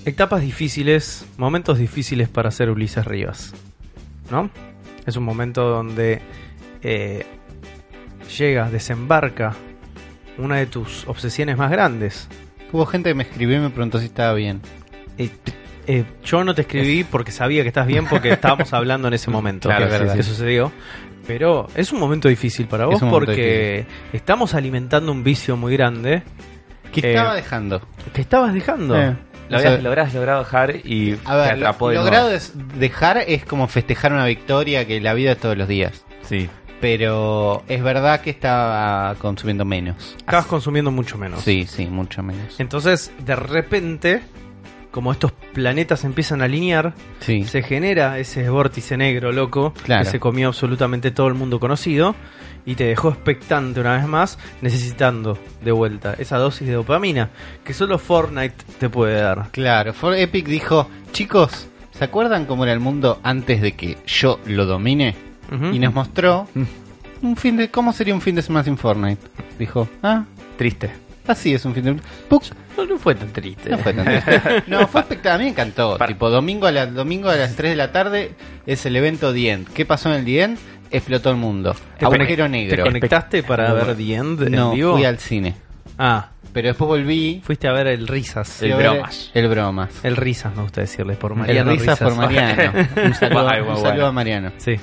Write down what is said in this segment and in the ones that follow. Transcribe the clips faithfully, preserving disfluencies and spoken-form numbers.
Etapas difíciles, momentos difíciles para ser Ulises Rivas, ¿no? Es un momento donde eh, llega, desembarca una de tus obsesiones más grandes. Hubo gente que me escribió y me preguntó si estaba bien. Eh, eh, yo no te escribí porque sabía que estás bien, porque estábamos hablando en ese momento Claro, que, sí, sí. que sucedió. Pero es un momento difícil para vos porque estamos alimentando un vicio muy grande. Que eh, estaba dejando. Que estabas dejando. Eh. Lo habías logrado, logrado dejar y A ver, te atrapó de logrado nuevo. es dejar es como festejar una victoria, que la vida es todos los días. Sí. Pero es verdad que estaba consumiendo menos. Estabas consumiendo mucho menos. Sí, sí, mucho menos. Entonces, de repente, como estos planetas empiezan a alinear, Sí. se genera ese vórtice negro loco Claro. que se comió absolutamente todo el mundo conocido y te dejó expectante una vez más, necesitando de vuelta esa dosis de dopamina que solo Fortnite te puede dar. Claro, For Epic dijo, chicos, ¿se acuerdan cómo era el mundo antes de que yo lo domine? Ujú. Y nos mostró un fin de cómo sería un fin de semana sin Fortnite. Dijo, ah, Triste. así es un fin de Puc. No, no fue tan triste. No fue tan triste. No, fue espectacular, a mí me encantó. Para- Tipo, domingo a, la, domingo a las tres de la tarde es el evento The End. ¿Qué pasó en el The End? Explotó el mundo. Te Agujero ¿Te negro. conectaste para No. ver The End en No, vivo? fui al cine. Ah, Pero después volví. fuiste a ver el Risas. fui El a ver Bromas. El Bromas. El Risas, me gusta decirles, por El Mariano Risas por Mariano. Un saludo, Ay, un muy saludo bueno. a Mariano. Sí.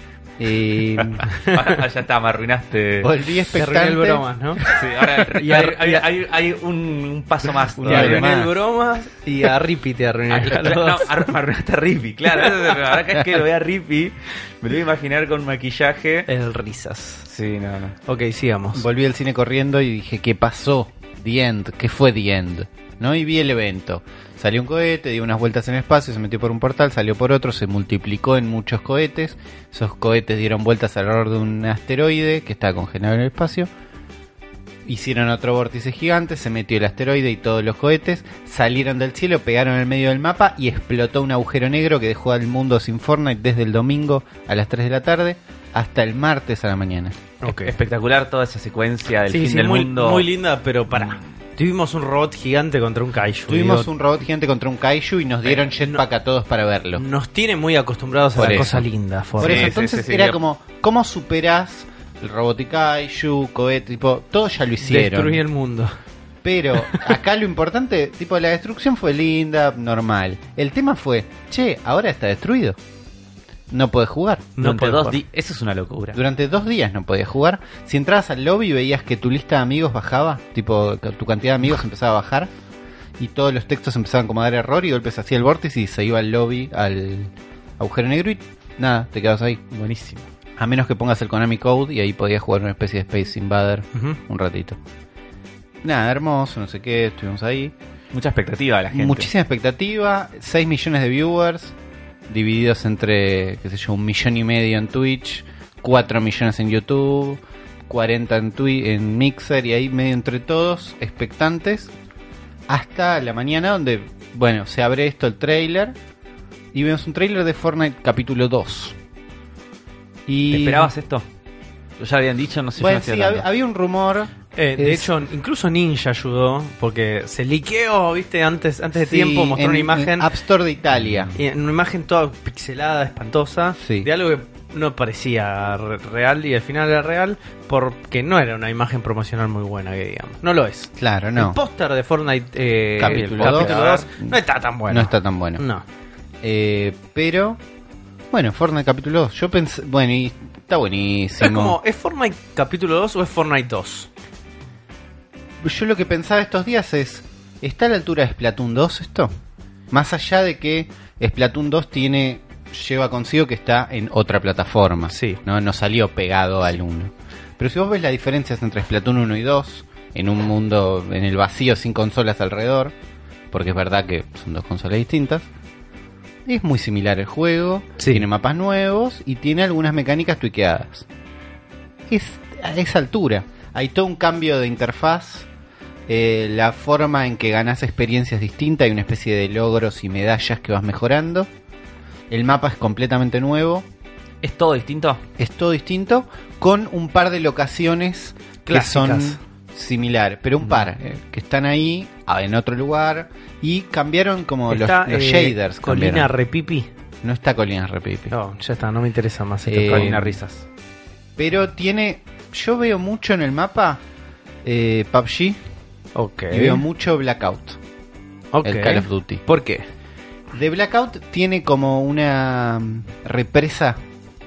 Y Ah, ya está, me arruinaste. volví Te arruiné expectante. el Bromas, ¿no? Sí, ahora Y hay, a- hay- y a- hay- hay un, un paso más. Te Una todavía. arruiné el más. Bromas y a Rippy te arruiné. Ah, a claro, los no, dos. ar- me arruinaste a Rippy, claro. Eso es- Ahora que es que lo vea a Rippy, me lo voy a imaginar con maquillaje. El Risas. Sí, no, no. Ok, sigamos. Volví al cine corriendo y dije, ¿qué pasó? The End, ¿qué fue The End? ¿No? Y vi el evento. Salió un cohete, dio unas vueltas en el espacio, se metió por un portal, salió por otro, se multiplicó en muchos cohetes. Esos cohetes dieron vueltas alrededor de un asteroide que estaba congelado en el espacio. Hicieron otro vórtice gigante, se metió el asteroide y todos los cohetes salieron del cielo, pegaron en el medio del mapa y explotó un agujero negro que dejó al mundo sin Fortnite desde el domingo a las tres de la tarde hasta el martes a la mañana. Ok. Espectacular toda esa secuencia del Sí, fin sí, del muy, mundo. muy linda, pero pará. Tuvimos un robot gigante contra un kaiju. Tuvimos Digo, un robot gigante contra un kaiju y nos dieron jetpack a todos para verlo. Nos tiene muy acostumbrados a Por la eso. cosa linda, Por Fortnite. eso, Sí, entonces sí, sí, era sí. como, ¿cómo superás el robot y kaiju, cohete, tipo, todo ya lo hicieron? Destruí el mundo. Pero acá lo importante, tipo, la destrucción fue linda, normal. El tema fue, che, ahora está destruido. No podés jugar. No Durante podés dos jugar. di- Eso es una locura. Durante dos días no podías jugar. Si entrabas al lobby veías que tu lista de amigos bajaba, tipo, que tu cantidad de amigos empezaba a bajar. Y todos los textos empezaban como a dar error y de golpe se hacía el vórtice y se iba al lobby, al agujero negro y nada, te quedas ahí. Buenísimo. A menos que pongas el Konami Code y ahí podías jugar una especie de Space Invader Ujú. un ratito. Nada, hermoso, no sé qué, estuvimos ahí. Mucha expectativa de la gente. Muchísima expectativa, seis millones de viewers, divididos entre, qué sé yo, un millón y medio en Twitch, cuatro millones en YouTube, cuarenta en, Twi- en Mixer y ahí medio entre todos, expectantes, hasta la mañana donde, bueno, se abre esto, el trailer, y vemos un trailer de Fortnite capítulo dos. Y... ¿Te esperabas esto? Yo ya habían dicho, no sé, Bueno, yo no sí, estoy hab- hablando. había un rumor. Eh, de Es- hecho, incluso Ninja ayudó porque se liqueó, viste, antes, antes de Sí, tiempo mostró en- una imagen, en App Store de Italia. y en una imagen toda pixelada, espantosa, Sí. de algo que no parecía re- real y al final era real porque no era una imagen promocional muy buena, que digamos. No lo es. Claro, no. El póster de Fortnite eh, Capítulo el dos. dos no está tan bueno. No está tan bueno. No. Eh, pero, bueno, Fortnite capítulo dos. Yo pensé, bueno, y está buenísimo. Es como, ¿es Fortnite capítulo dos o es Fortnite dos? Yo lo que pensaba estos días es, ¿está a la altura de Splatoon dos esto? Más allá de que Splatoon dos tiene, lleva consigo que está en otra plataforma. Sí. No, no salió pegado al uno. Pero si vos ves las diferencias entre Splatoon uno y dos, en un mundo, en el vacío sin consolas alrededor, porque es verdad que son dos consolas distintas, es muy similar el juego, Sí. tiene mapas nuevos y tiene algunas mecánicas tuiqueadas. Es a esa altura. Hay todo un cambio de interfaz, eh, la forma en que ganas experiencias distintas, hay una especie de logros y medallas que vas mejorando. El mapa es completamente nuevo, ¿Es todo distinto? es todo distinto, con un par de locaciones que Clásicas. son similar, pero un par eh, que están ahí ah, en otro lugar y cambiaron como Está, los, los eh, shaders. Colina cambiaron. Repipi. No está Colinas Repipi. No, ya está, no me interesa más. Eh, Esta Colina Risas. Pero tiene. Yo veo mucho en el mapa eh, P U B G ok. y veo mucho Blackout. Ok. El Call of Duty. ¿Por qué? De Blackout tiene como una mm, represa,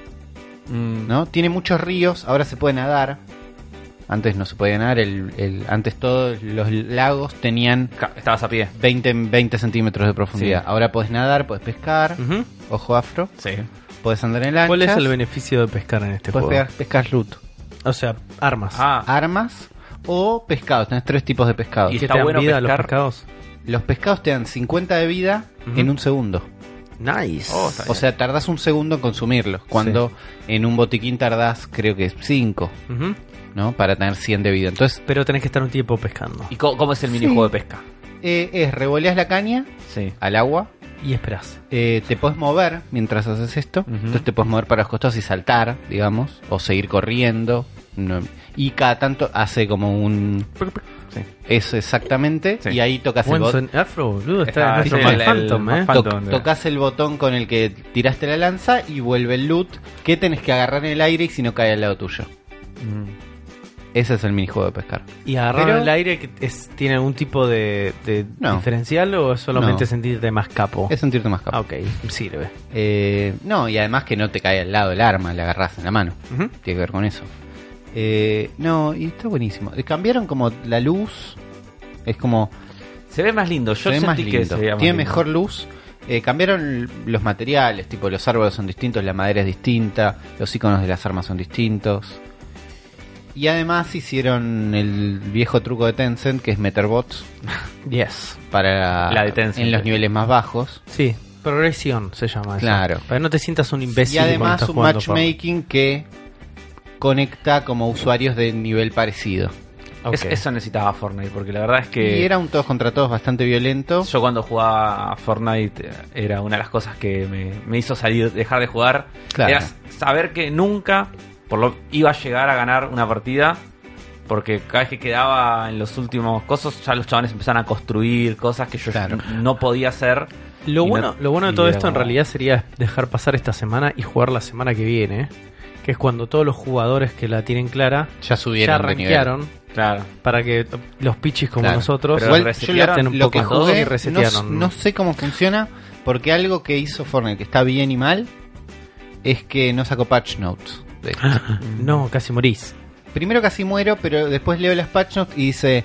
Mm, ¿no? Tiene muchos ríos, ahora se puede nadar. Antes no se podía nadar, el, el, antes todos los lagos tenían ca- Estabas a pie. veinte, veinte centímetros de profundidad. Sí. Ahora podés nadar, podés pescar, Ujú. ojo afro, Sí. podés andar en lanchas. ¿Cuál es el beneficio de pescar en este Podés juego? pegar, pescar loot, O sea, armas. Ah, armas o pescados. Tenés tres tipos de pescados. Y ¿Qué está te dan bueno vida a los pescar. pescados? Los pescados te dan cincuenta de vida Ujú. en un segundo. Nice. Oh, está O sea, tardás un segundo en consumirlos. Cuando en un botiquín tardás, creo que cinco, Ujú. ¿no? Para tener cien de vida. Entonces, Pero tenés que estar un tiempo pescando. ¿y cómo, cómo es el Sí. minijuego de pesca? eh, es revoleas la caña Sí. al agua. Y esperás. Eh, te puedes mover mientras haces esto. Ujú. Entonces te puedes mover para los costados y saltar, digamos. O seguir corriendo. No- y cada tanto hace como un... Sí. Eso exactamente. Sí. Y ahí tocas el Buen botón. son- Afro, boludo, está, Está- es nuestro sí, Mad el- el Phantom, Mad ¿eh? Phantom. Toc- Phantom, tocas el botón con el que tiraste la lanza y vuelve el loot que tenés que agarrar en el aire y si no cae al lado tuyo. Mm. Ese es el minijuego de pescar. ¿Y agarrar Pero- el aire que es, tiene algún tipo de, de No. diferencial o es solamente No. sentirte más capo? Es sentirte más Ah, capaz. ok, sirve. Eh, no, y además que no te cae al lado el arma, la agarras en la mano. Ujú. Tiene que ver con eso. Eh, no, y está buenísimo. Eh, Cambiaron como la luz. Es como... Se ve más lindo. Yo se ve sentí más que lindo. se veía más Tiene lindo. mejor luz. Eh, cambiaron los materiales, tipo los árboles son distintos, la madera es distinta, los iconos de las armas son distintos. Y además hicieron el viejo truco de Tencent, que es meter bots Yes. para La de Tencent. en los niveles más bajos. Sí, progresión se llama eso. Claro. Para que no te sientas un imbécil. Y además cuando estás un jugando por- matchmaking que conecta como usuarios de nivel parecido. Ok. Es- eso necesitaba Fortnite, porque la verdad es que Y era un todos contra todos bastante violento. yo cuando jugaba a Fortnite eh, era una de las cosas que me, me hizo salir, dejar de jugar. Claro. Era saber que nunca por lo, iba a llegar a ganar una partida, porque cada vez que quedaba en los últimos cosas ya los chavales empezaban a construir cosas que yo Claro. n- no podía hacer. Lo Y bueno, no- lo bueno de y todo era esto en como- realidad sería dejar pasar esta semana y jugar la semana que viene, que es cuando todos los jugadores que la tienen clara Ya ya subieron de nivel. rankearon Claro. para que los pichis como Claro. nosotros Pero Igual resetearon yo estén lo, un lo poco que en dos jugué y no, resetearon. no sé cómo funciona, porque algo que hizo Fortnite que está bien y mal es que no sacó patch notes de esto. No, casi morís. Primero casi muero, pero después leo las patch notes y dice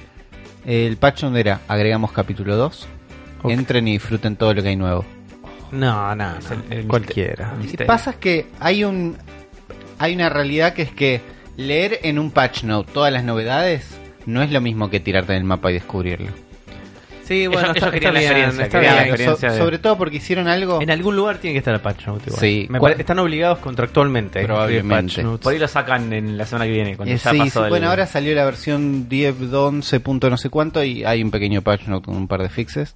el patch note era agregamos capítulo dos. Ok. Entren y disfruten todo lo que hay nuevo. No, no, Es no, el- el cualquiera. misterio. Lo que Misterio. pasa es que hay un hay una realidad que es que leer en un patch note todas las novedades no es lo mismo que tirarte en el mapa y descubrirlo. Sí, bueno, Ellos- está, ellos querían está la bien, experiencia, está querían la bien. experiencia. So- de- sobre todo porque hicieron algo. En algún lugar tiene que estar el patch note igual. Sí, Me cual- pare- están obligados contractualmente a escribir Probablemente. patch notes. Por ahí lo sacan en la semana que viene, cuando Eh, ya sí, pasó sí, el- bueno, ahora salió la versión diez punto once punto no sé cuánto y hay un pequeño patch note con un par de fixes.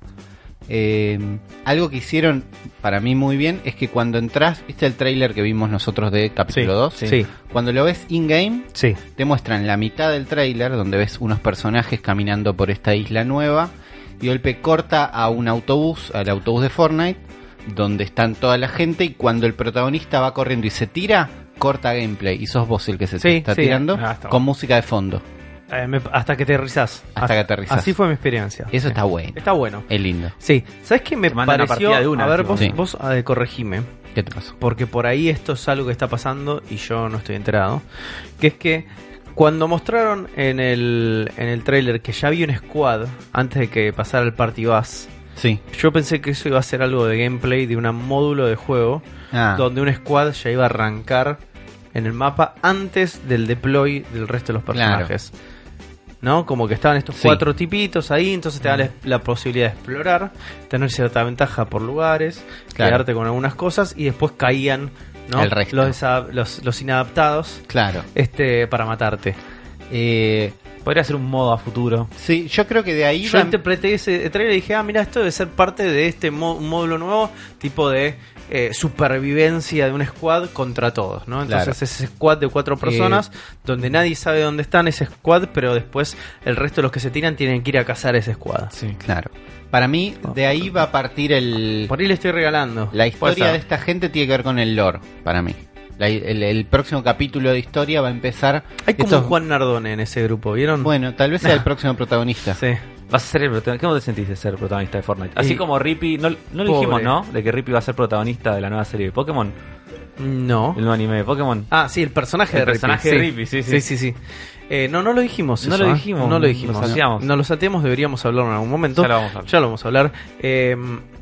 Eh, algo que hicieron para mí muy bien es que cuando entras, ¿viste el trailer que vimos nosotros de capítulo dos? Sí, sí, Cuando lo ves in-game, sí. te muestran la mitad del trailer donde ves unos personajes caminando por esta isla nueva y golpe corta a un autobús, al autobús de Fortnite, donde están toda la gente y cuando el protagonista va corriendo y se tira, corta gameplay y sos vos el que se te Sí, está sí. tirando Ah, está con bueno. música de fondo. Eh, me- hasta que te rizás. Hasta que aterrizás. Así fue mi experiencia. Eso Sí. está bueno. Está bueno. Es lindo. Sí, ¿sabes qué me Te mandan una pareció? partida de una, a ver, tipo. vos, Sí. vos ah, corregime, ¿Qué te pasó? porque por ahí esto es algo que está pasando y yo no estoy enterado. Que es que cuando mostraron en el, en el trailer que ya había un squad antes de que pasara el Party Bus, Sí. yo pensé que eso iba a ser algo de gameplay de un módulo de juego Ah, donde un squad ya iba a arrancar en el mapa antes del deploy del resto de los personajes. ¿No? Como que estaban estos Sí. cuatro tipitos ahí, entonces te da la, la posibilidad de explorar, tener cierta ventaja por lugares, Claro. quedarte con algunas cosas y después caían, ¿no? El resto. Los, desa- los, los inadaptados claro. este para matarte. Eh, Podría ser un modo a futuro. Sí, yo creo que de ahí Yo va- interpreté ese trailer y dije, ah, mira, esto debe ser parte de este mo- módulo nuevo, tipo de eh, supervivencia de un squad contra todos, ¿no? Entonces Claro. es ese squad de cuatro personas donde nadie sabe dónde están ese squad, pero después el resto de los que se tiran tienen que ir a cazar ese squad. Sí. Claro. Para mí, de ahí va a partir el... Por ahí le estoy regalando. La historia Puede de ser. esta gente tiene que ver con el lore, para mí. La- el, el próximo capítulo de historia va a empezar... Hay como estos- un Juan Nardone en ese grupo, ¿vieron? Bueno, tal vez sea el próximo protagonista. Sí. Vas a ser el protagonista. ¿Cómo te sentís de ser protagonista de Fortnite? Así Y- como Rippy, no, no lo Pobre. dijimos, ¿no? De que Rippy va a ser protagonista de la nueva serie de Pokémon, No. el nuevo anime de Pokémon. Ah, sí, el personaje El de Rippy. personaje de Rippy, sí, sí. sí, sí. Eh, no, no lo dijimos. No eso, lo ¿eh? dijimos, No lo dijimos. lo salteamos. No lo salteamos, deberíamos hablarlo en algún momento. Ya lo vamos a hablar. Ya lo vamos a hablar. Eh,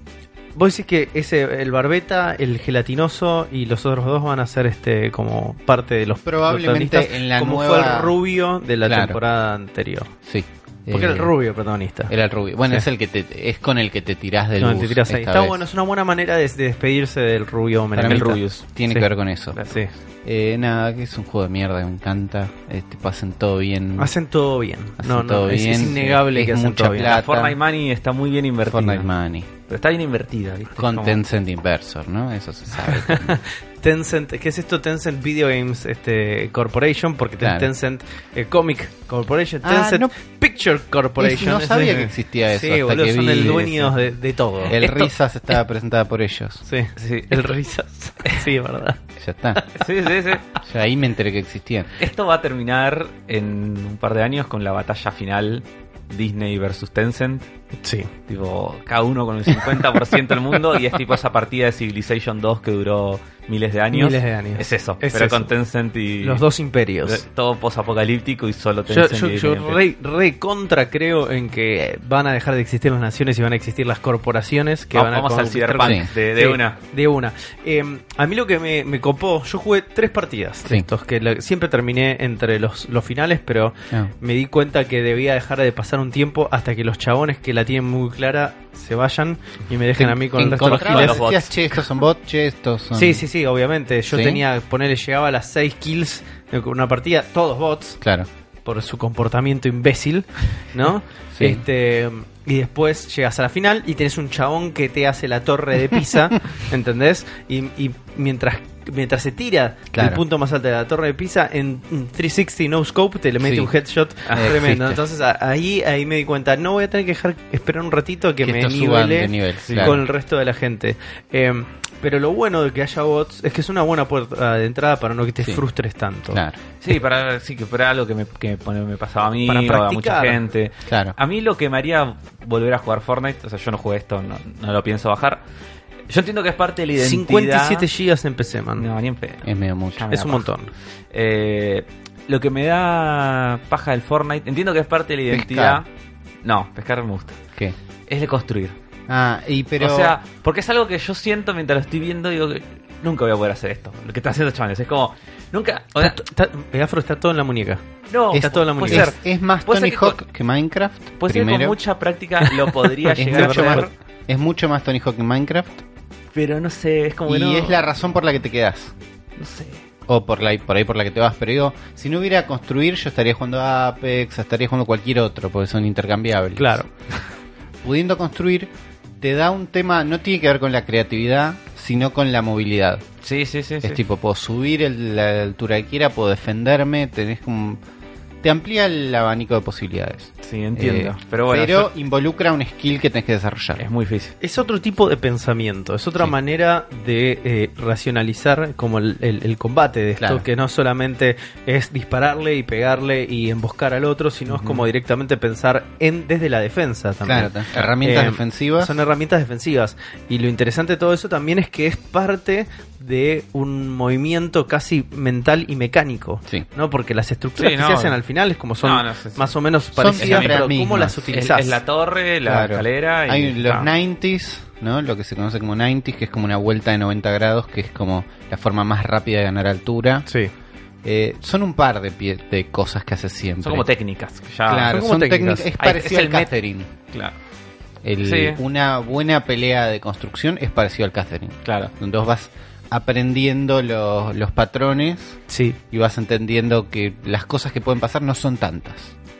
vos decís que ese, el barbeta, el gelatinoso y los otros dos van a ser este como parte de los Probablemente protagonistas, en la como nueva- fue el rubio de la Claro. temporada anterior. Sí. Porque Eh, era el rubio protagonista. Era el rubio. Bueno, Sí. es el que te, es con el que te tirás del No, bus te tirás ahí. esta Está vez. bueno, es una buena manera de, de despedirse del rubio Para mí menemita. el Rubius. Tiene Sí. que ver con eso. Sí. Eh, nada, que es un juego de mierda, me encanta. Este, pasen todo bien. Hacen todo bien. Hacen no, no, todo es, bien, es innegable es que hacen mucha todo bien. plata. Fortnite Money está muy bien invertida. Fortnite Money. Pero está bien invertida, ¿viste? Con Como- Tencent Inversor, ¿no? Eso se sabe. Tencent, ¿qué es esto? Tencent Video Games este, Corporation, porque Claro. Tencent eh, Comic Corporation, Ah, Tencent no- Picture Corporation. Es- no Es- sabía es- que existía eso Sí, hasta boludo, que son vi el eso. dueño de, de todo. El Esto- Risas estaba presentada por ellos. Sí, Sí. el Risas. Sí, es verdad. Ya está. Sí, sí, sí. Ya ahí me enteré que existían. Esto va a terminar en un par de años con la batalla final Disney versus Tencent. Sí. Tipo, cada uno con el cincuenta por ciento del mundo. Y es tipo esa partida de Civilization dos que duró miles de años. Miles de años. Es eso, Es pero eso. con Tencent y... Los dos imperios. Todo posapocalíptico y solo Yo, Tencent yo, y yo Disney. re, re contra creo en que van a dejar de existir las naciones y van a existir las corporaciones que Va- van a Vamos al conquistar Cyberpunk Sí. de, de Sí, una. De una. Eh, a mí lo que me, me copó, yo jugué tres partidas de Sí. estos, que la- siempre terminé entre los, los finales, pero Ah. me di cuenta que debía dejar de pasar un tiempo hasta que los chabones que la tienen muy clara se vayan y me dejen a mí con el resto de los Encontrabas, giles. los decías, bots. che, estos son bots, che, estos son... Sí, sí, sí, obviamente. Yo ¿Sí? tenía, ponerle, llegaba a las seis kills en una partida, todos bots, Claro. por su comportamiento imbécil, ¿no? Sí. Este, y después llegas a la final y tenés un chabón que te hace la torre de Pisa, ¿entendés? Y, y mientras mientras se tira Claro. del punto más alto de la torre de Pisa, en trescientos sesenta no scope te le mete Sí. un headshot Ah, tremendo. existe. Entonces a- ahí, ahí me di cuenta, no voy a tener que dejar esperar un ratito que, Que me estos suban nivele de nivel, con claro. el resto de la gente. Eh, pero lo bueno de que haya bots es que es una buena puerta de entrada para no que te Sí. frustres tanto. Claro, Sí, para, sí, que para algo que me, que me pone- me pasaba a mí Para o a mucha practicar. gente. claro. A mí lo que me haría volver a jugar Fortnite, o sea, yo no jugué esto, no, no lo pienso bajar. Yo entiendo que es parte de la identidad. cincuenta y siete gigas en P C, man. No, ni en pedo. Es medio mucho. Ya me es da un paja. montón. Eh, lo que me da paja del Fortnite, entiendo que es parte de la identidad. No, pescar me gusta. ¿Qué? Es de construir. Ah, y pero... O sea, porque es algo que yo siento mientras lo estoy viendo, digo que nunca voy a poder hacer esto. Lo que están haciendo los chavales. Es como, nunca. O sea, Está- está- el afro está todo en la muñeca. no, es, está todo en la puede muñeca. ser. es, es más Puede ser Tony que con- Hawk que Minecraft. Puede ser que primero. con mucha práctica lo podría es, llegar a mucho más, hacer. es mucho más Tony Hawk que Minecraft. Pero no sé, es como que Y no, es la razón por la que te quedas. no sé. O por, la, por ahí por la que te vas. Pero digo, si no hubiera construir, yo estaría jugando a Apex, estaría jugando cualquier otro, porque son intercambiables. Claro. Pudiendo construir, te da un tema, no tiene que ver con la creatividad, sino con la movilidad. Sí, sí, sí. Es sí. tipo, puedo subir el- la altura que quiera, puedo defenderme, tenés como... Te amplía el abanico de posibilidades. Sí, entiendo. Eh, pero bueno, pero yo- involucra un skill que tenés que desarrollar. es muy difícil. Es otro tipo de pensamiento, es otra Sí. manera de eh, racionalizar como el, el- el combate de esto, Claro. que no solamente es dispararle y pegarle y emboscar al otro, sino es Ujú. como directamente pensar en desde la defensa también. Claro, te- herramientas Eh, defensivas. Son herramientas defensivas. Y lo interesante de todo eso también es que es parte de un movimiento casi mental y mecánico. Sí. ¿No? Porque las estructuras Sí, que no. se hacen al final es como son No, no, sí, sí. más o menos Son parecidas, siempre pero las cómo mismas. las Es, utilizás. es la torre, la Claro. escalera y Hay los ah. noventas, ¿no? Lo que se conoce como noventa, que es como una vuelta de noventa grados, que es como la forma más rápida de ganar altura. Sí. Eh, son un par de, pie- de cosas que haces siempre. Son como técnicas. que Ya, Claro, son como son técnicas. técnicas. Es Hay- parecido es al el met- Catherine. Claro, El- Sí. Una buena pelea de construcción es parecido al Catherine. claro. Donde vos vas aprendiendo los, los patrones Sí. y vas entendiendo que las cosas que pueden pasar no son tantas.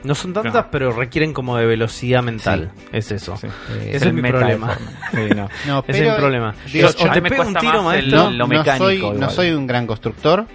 No son tantas, No. pero requieren como de velocidad mental. Es eso. Sí. Eh, Es ese el es mi meta problema. de Fortnite. Sí, no. No, Ese es mi problema. digo, o a te mí me pega un cuesta tiro, más el- maestro. No, lo no mecánico, soy, igual. no soy un gran constructor,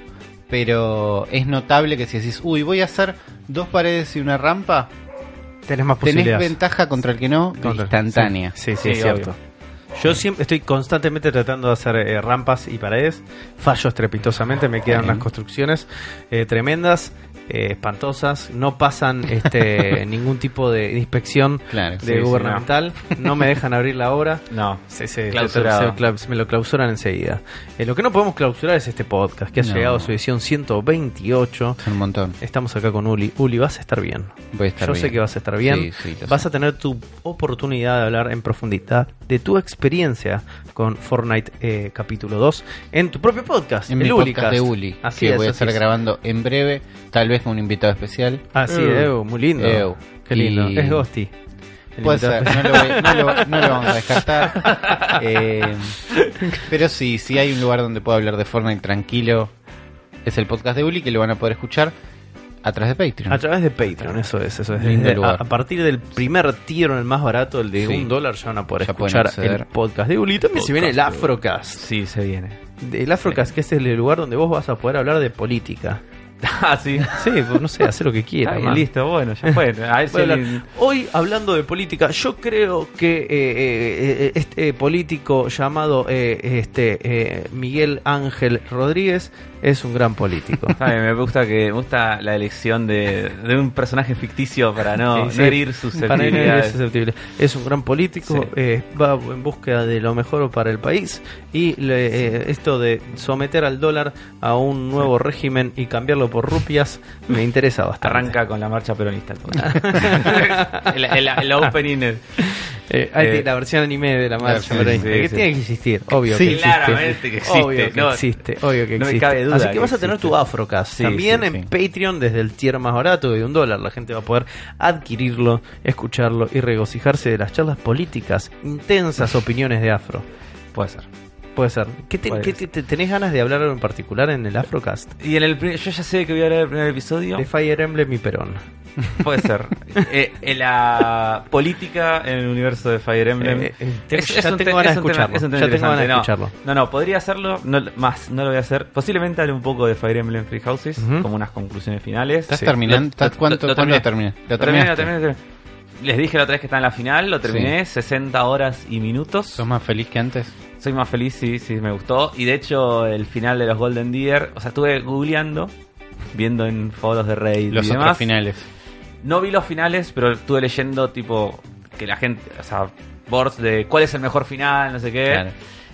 pero es notable que si decís, uy, voy a hacer dos paredes y una rampa, Tenés más tenés posibilidades. ventaja contra el que no, Contra- instantánea. Sí, sí, sí, Sí, es cierto. Yo siempre estoy constantemente tratando de hacer eh, rampas y paredes. Fallo estrepitosamente, me quedan Bien. unas construcciones eh, tremendas, eh, espantosas. No pasan este ningún tipo de inspección Claro, de sí, sí, gubernamental. No. me dejan abrir la obra. No. Se, se- Clausurado. se- clau- me lo clausuran enseguida. Eh, lo que no podemos clausurar es este podcast que ha No. llegado a su edición ciento veintiocho. Es un montón. Estamos acá con Uli. Uli, vas a estar bien. Voy a estar Yo bien. sé que vas a estar bien. Sí, sí, lo Vas sé. a tener tu oportunidad de hablar en profundidad de tu experiencia con Fortnite eh, capítulo dos en tu propio podcast, En el mi Ulicast. podcast de Uli, Así que es, voy a así estar es. grabando en breve, tal vez con un invitado especial. Así, Eh. Ew, muy lindo. Ew. Qué lindo. Y- Es Ghosty. El Puede invitado ser, no lo, voy- no lo- no lo vamos a descartar. Eh, pero sí, si hay un lugar donde puedo hablar de Fortnite tranquilo, es el podcast de Uli, que lo van a poder escuchar a través de Patreon. A través de Patreon, eso es, eso es. Lindo Desde- lugar. a, a partir del primer tier, el más barato, el de Sí. un dólar, ya van a poder Ya pueden escuchar acceder. el podcast de Uli. Y también se viene el Podcast de Uli. Afrocast. Sí, se viene. El Afrocast, que este es el lugar donde vos vas a poder hablar de política. Ah, sí. Sí, pues, no sé, hacer lo que quieras. Está bien, man. listo, bueno, ya fue. A ver si Voy a hablar. alguien- Hoy, hablando de política, yo creo que eh, eh, eh, este político llamado eh, este eh, Miguel Ángel Rodríguez es un gran político. Está bien, me gusta que me gusta la elección de, de un personaje ficticio para no, Sí, sí. no herir Para no herir susceptibilidades. susceptible. Es un gran político, Sí. eh, va en búsqueda de lo mejor para el país y le- eh, esto de someter al dólar a un nuevo régimen y cambiarlo por rupias me interesa bastante. Arranca con la marcha peronista. el podcast. el, el- el opening. es- Eh, ahí Eh, tiene la versión anime de la marcha, sí, pero sí, que sí. tiene que existir, obvio Sí, que existe. claramente que existe, Obvio que no, existe, obvio que no me existe. cabe duda Así que que vas a tener existe. tu Afrocast. Sí, También sí, en sí. Patreon desde el tier más barato de un dólar. La gente va a poder adquirirlo, escucharlo y regocijarse de las charlas políticas, intensas opiniones de Afro. Puede ser. Puede ser. ¿Qué, te- Puede qué te- te- tenés ganas de hablar en particular en el Afrocast? Y en el pri- yo ya sé que voy a hablar del primer episodio. De Fire Emblem y Perón. Puede ser. Eh, en la política en el universo de Fire Emblem. Eh, eh, te- Es- ya es un tengo te- ganas es de un tema- escucharlo. es un tema Ya tengo ganas de interesante. escucharlo. No, no, podría hacerlo, no, más no lo voy a hacer. Posiblemente hable un poco de Fire Emblem Free Houses, Ujú. como unas conclusiones finales. ¿Estás Sí. terminando? Lo- ¿Estás- lo- ¿Cuánto, lo ¿cuándo terminé. terminé? ¿Lo Lo terminé, lo terminaste? terminé, lo terminé. Les dije la otra vez que está en la final, lo terminé, sesenta horas y minutos. ¿Sos más feliz que antes? Soy más feliz, sí, sí, me gustó. Y de hecho, el final de los Golden Deer, o sea, estuve googleando, viendo en foros de Reddit Los y otros demás. finales. No vi los finales, pero estuve leyendo, tipo, que la gente, o sea, boards de cuál es el mejor final, no sé qué. Claro.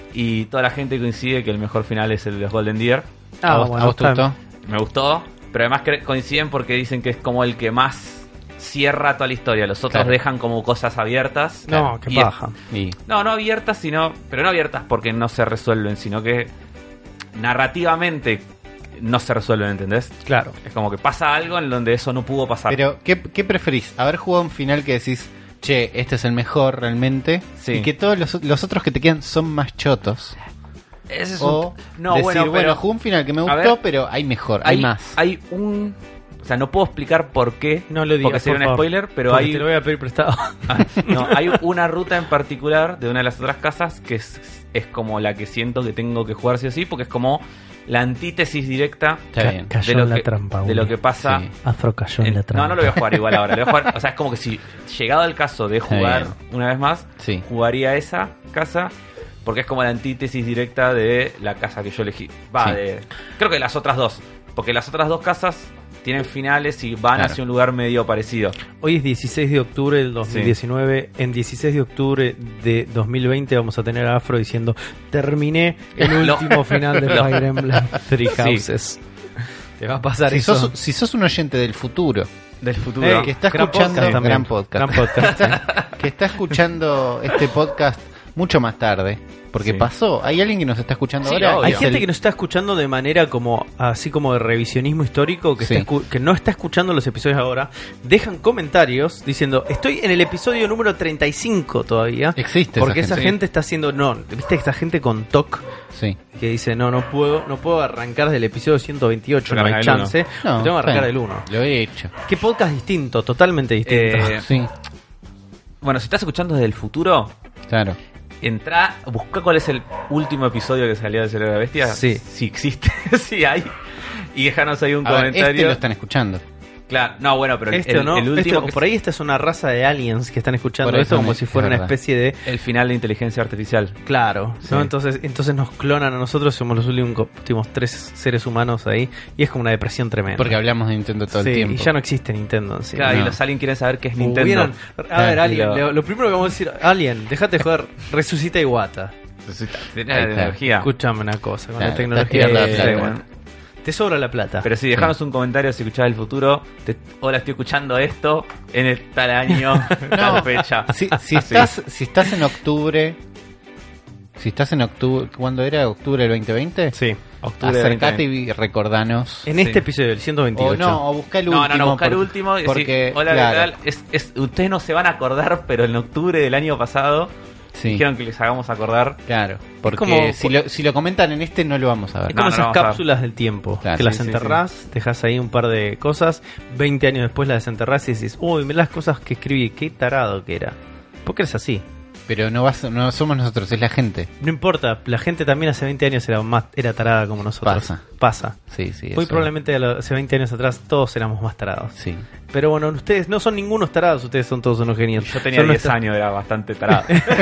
Y toda la gente coincide que el mejor final es el de los Golden Deer. ¿A vos, a vos te está- gustó? Me gustó, pero además cre- coinciden porque dicen que es como el que más cierra toda la historia. Los otros Claro. dejan como cosas abiertas. No, qué Y- paja. Y No, no abiertas, sino. Pero no abiertas porque no se resuelven, sino que narrativamente no se resuelven, ¿entendés? Claro. Es como que pasa algo en donde eso no pudo pasar. Pero, ¿qué, ¿qué preferís? ¿Haber jugado un final que decís, che, este es el mejor realmente? Sí. Y que todos los, los otros que te quedan son más chotos. Ese es O un- No, decir, bueno, bueno, pero jugué un final que me a gustó, ver, pero hay mejor, hay, más. Hay un. O sea, no puedo explicar por qué. No lo digas, porque sería por un favor. spoiler, pero Porque hay. te lo voy a pedir prestado. Ah, no, hay una ruta en particular de una de las otras casas que es, es como la que siento que tengo que jugar sí o sí, porque es como la antítesis directa Está Ca- bien. cayó de lo, en la que, trampa, de lo Uli. que pasa. Sí. Afro cayó en en- la trampa. no, no lo voy a jugar igual ahora. Lo voy a jugar, o sea, es como que si llegado el caso de Está jugar bien. una vez más, Sí. jugaría esa casa. Porque es como la antítesis directa de la casa que yo elegí. Va, Sí. de. Creo que las otras dos. Porque las otras dos casas tienen finales y van Claro. hacia un lugar medio parecido. Hoy es dieciséis de octubre del dos mil diecinueve. En dieciséis de octubre de dos mil veinte vamos a tener a Afro diciendo: terminé el Lo- último final de lo- Fire Emblem Three Sí. Houses. Te va a pasar Si eso. sos, si sos un oyente del futuro, Del futuro. Ey, que está gran escuchando podcast también. gran podcast, Gran podcast, sí. que está escuchando este podcast mucho más tarde. Porque Sí. pasó. ¿Hay alguien que nos está escuchando Sí, ahora? obvio. Hay Es gente el- que nos está escuchando de manera como así como de revisionismo histórico, que, Sí. está escu- que no está escuchando los episodios ahora. Dejan comentarios diciendo, estoy en el episodio número treinta y cinco todavía. Existe Porque esa esa gente. gente está haciendo, no, viste esta gente con T O C Sí. que dice, no, no puedo, no puedo arrancar del episodio ciento veintiocho, no hay Arrancar del chance, No, tengo que arrancar bueno, del uno. Lo he hecho. Qué podcast distinto, totalmente distinto. Eh, Sí, Bueno, si estás escuchando desde el futuro, claro. entra, busca cuál es el último episodio que salió de Cerebro de la Bestia. Sí. Si existe, si hay. Y déjanos ahí un A ver, comentario. este lo están escuchando. Claro, no, bueno, pero el- Este el, o no, el último. Este- que por es ahí esta es una raza de aliens que están escuchando Por eso esto como me- si es fuera una verdad. especie de... el final de inteligencia artificial. Claro, Sí. ¿no? Entonces, entonces nos clonan a nosotros, somos los últimos, últimos tres seres humanos ahí, y es como una depresión tremenda. Porque hablamos de Nintendo todo Sí, el tiempo. y ya no existe Nintendo en sí. Claro, No. y los aliens quieren saber qué es Nintendo. Hubieran- a ver, Claro, Alien, lo- lo, lo primero que vamos a decir, Alien, déjate de joder, resucita Iwata. Tiene Ahí la está. energía. Escúchame una cosa, con Claro, la tecnología está tirando la de- plata. de- bueno, te sobra la plata. Pero sí, dejanos un comentario si escuchás el futuro. Te, hola, estoy escuchando esto en el tal año, tal fecha. Si, si Así. estás, si estás en octubre, si estás en octubre, ¿cuándo era? ¿Octubre del veinte veinte? Sí. Octubre de Acércate veinte y recordanos. En Sí. este episodio del ciento veintiocho. O no, o busca el No, último. no, no, buscar el porque- último y decir, porque, hola, claro, ¿qué tal? Es, es, ustedes no se van a acordar, pero en octubre del año pasado sí, dijeron que les hagamos acordar. claro. Porque como- si, lo, si lo comentan en este no lo vamos a ver. Es como No, no, esas no, vamos a ver. cápsulas del tiempo, Claro, que las sí, sí, enterrás, dejas ahí un par de cosas, veinte años después las desenterrás y decís, uy, mirá las cosas que escribí, qué tarado que era. ¿Por qué eres así? Pero no, vas, no somos nosotros, es la gente. No importa, la gente también hace veinte años era más era tarada como nosotros. Pasa. Pasa. Sí, sí. Muy eso- probablemente a lo- hace veinte años atrás todos éramos más tarados. Sí. Pero bueno, ustedes no son ningunos tarados, ustedes son todos unos genios. Yo tenía Son diez nuestra- años, era bastante tarado.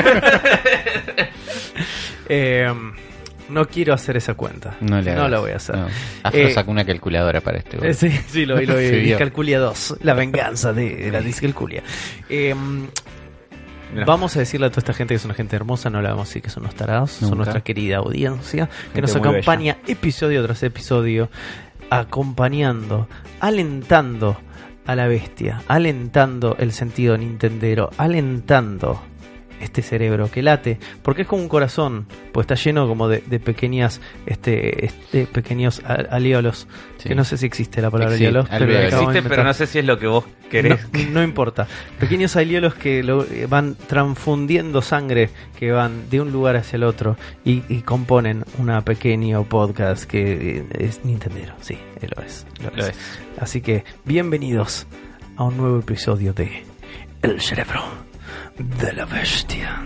Eh, no quiero hacer esa cuenta. No, le hagas. la voy a hacer. No. Afro Eh, sacó una calculadora para este gol. Eh, Sí, sí, lo vi, lo vi. Se vio. Discalculia dos, la venganza de, de la discalculia. Eh, Mirá. vamos a decirle a toda esta gente que es una gente hermosa, no le vamos a decir que son unos tarados, son Nunca. nuestra querida audiencia, que Gente nos muy acompaña episodio tras episodio, acompañando, alentando a la bestia, alentando el sentido nintendero, alentando este cerebro que late, porque es como un corazón, pues está lleno como de, de pequeñas, este, este pequeños a- alvéolos, Sí. que no sé si existe la palabra Existe, alvéolos, pero alvéolos. la acabo de Existe, pero inventar. no sé si es lo que vos querés. No, no importa. Pequeños alvéolos que lo, eh, van transfundiendo sangre, que van de un lugar hacia el otro y, y componen una pequeño podcast que eh, es Nintendero. Sí, eh, lo es. Lo Lo es. es. Así que bienvenidos a un nuevo episodio de El Cerebro de la Bestia.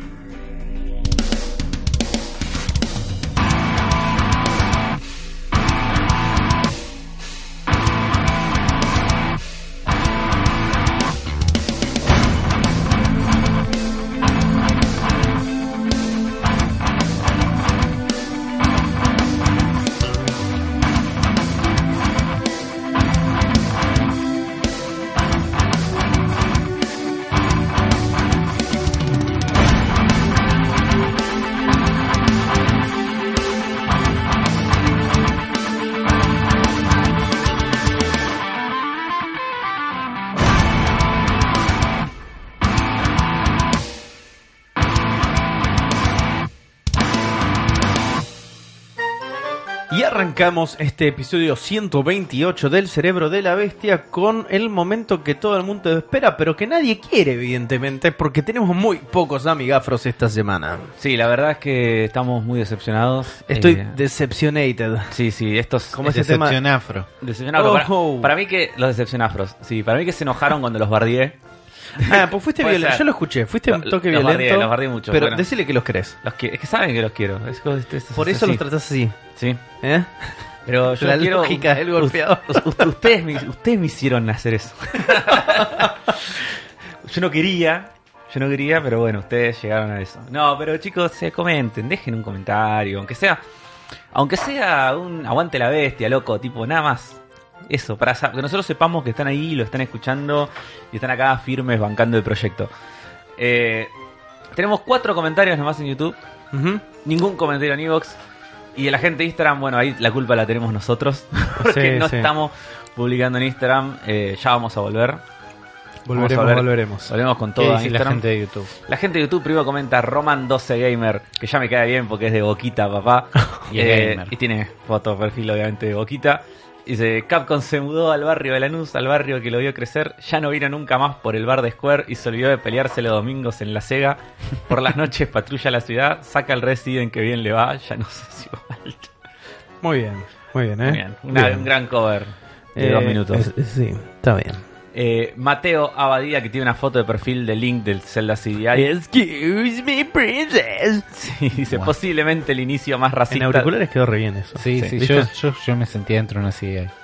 Y arrancamos este episodio ciento veintiocho del Cerebro de la Bestia con el momento que todo el mundo espera, pero que nadie quiere, evidentemente, porque tenemos muy pocos amigafros esta semana. Sí, la verdad es que estamos muy decepcionados. Estoy Eh, decepcionated. Sí, sí, estos... ¿Cómo ese tema? Decepción afro. Decepcionados. Para, Ojo. para mí que los decepcionafros. Sí, para mí que se enojaron cuando los bardié. Ah, pues fuiste Puede violento. ser. Yo lo escuché, fuiste un Lo- toque los violento. bardeé, los bardeé mucho, Pero bueno. decile que los querés. Los que, es que saben que los quiero. Es que esto- esto Por es eso así. los tratás así. Sí. ¿Eh? Pero yo La quiero... lógica del golpeador. U- u- ustedes, me, ustedes me hicieron hacer eso. Yo no quería... Yo no quería, pero bueno, ustedes llegaron a eso. No, pero chicos, se comenten, dejen un comentario, aunque sea, aunque sea un aguante la bestia, loco, tipo, nada más. Eso, para sa- que nosotros sepamos que están ahí, lo están escuchando y están acá firmes bancando el proyecto. Eh, tenemos cuatro comentarios nomás en YouTube, Ujú. ningún comentario en Evox. Y de la gente de Instagram, bueno, ahí la culpa la tenemos nosotros, porque Sí, no sí. estamos publicando en Instagram, eh, ya vamos a volver. Volveremos, Vamos a volver- volveremos. Volvemos con ¿Qué todo a dice la Instagram. gente de YouTube? La gente de YouTube primero comenta Roman doce Gamer, que ya me cae bien porque es de Boquita, papá. Y es gamer. y tiene foto, perfil obviamente de Boquita. Dice, Capcom se mudó al barrio de Lanús, al barrio que lo vio crecer. Ya no vino nunca más por el bar de Square y se olvidó de pelearse los domingos en la Sega. Por las noches patrulla la ciudad, saca el Resident que bien le va. Ya no sé si igual. Muy bien, muy bien, ¿eh? Muy bien. Una- Bien. Un gran cover de Eh, dos minutos. es- es- sí, está bien. Eh, Mateo Abadía, que tiene una foto de perfil de Link del Zelda C D I. Excuse me, princess. Sí, dice, Wow. posiblemente el inicio más En racista. auriculares quedó re bien eso. Sí, sí, ¿viste? yo, yo, yo me sentía dentro de una C D I.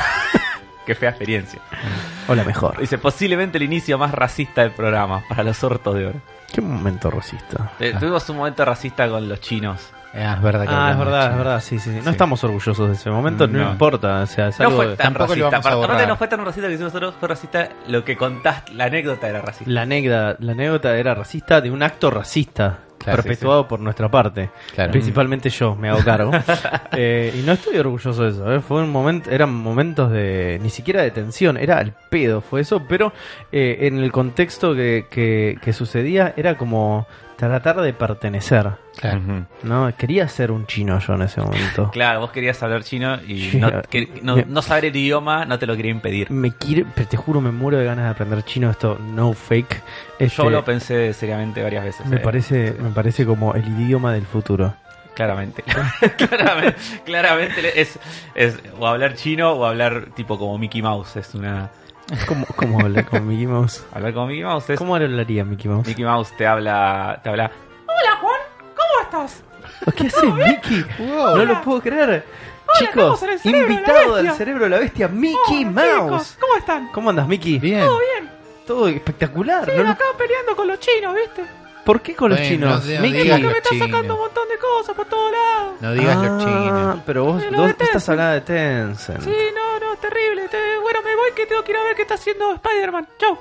Qué fea experiencia. O la mejor. Dice, posiblemente el inicio más racista del programa, para los hortos de oro. Qué momento racista. Eh, Tuvimos un momento racista con los chinos. Ah, es verdad que Ah, es hablamos de verdad, es China. verdad, sí, sí. No Sí. estamos orgullosos de ese momento, no, No. importa. O sea, es No algo fue de- tan tampoco lo racista. vamos a Aparte, borrar. no fue tan racista que hicimos nosotros, fue racista lo que contaste, la anécdota era racista. La anécdota, la anécdota era racista de un acto racista Claro, perpetuado por nuestra parte. Claro. Principalmente yo, me hago cargo. Eh, y no estoy orgulloso de eso. ¿eh? Fue un momento, eran momentos de ni siquiera de tensión, era el pedo, fue eso. Pero eh, en el contexto que, que, que sucedía era como tratar de pertenecer. Claro. Ujú. No, quería ser un chino yo en ese momento. Claro, vos querías hablar chino y Sí. no, que- no- Me- no saber el idioma no te lo quería impedir. Me quiere, pero te juro, me muero de ganas de aprender chino. Esto no fake. Este, Yo lo pensé seriamente varias veces. me eh. parece, me parece como el idioma del futuro. Claramente. claramente. Claramente es, es o hablar chino o hablar tipo como Mickey Mouse. Es una. ¿Cómo, cómo habla con Mickey Mouse? Hablar como Mickey Mouse es. ¿Cómo hablaría Mickey Mouse? Mickey Mouse te habla. Te habla. Hola Juan, ¿cómo estás? ¿Qué hace Mickey? Wow. No lo puedo creer. Chicos, estamos en el cerebro de la invitado bestia. del cerebro de la bestia, Mickey Oh, Mouse. chicos, ¿cómo están? ¿Cómo andas, Mickey? Bien. ¿Todo bien? Todo espectacular. Sí, ¿no? acá peleando con los chinos, ¿viste? ¿Por qué con los Bueno, chinos? no sé, no Mickey. digas Porque me los están chinos. sacando un montón de cosas por todos lados. No digas Ah, los chinos. pero vos, Sí, lo vos de estás Tencent. hablando de Tencent. Sí, no, no, terrible. Te- Bueno, me voy que tengo que ir a ver qué está haciendo Spider-Man. Chau.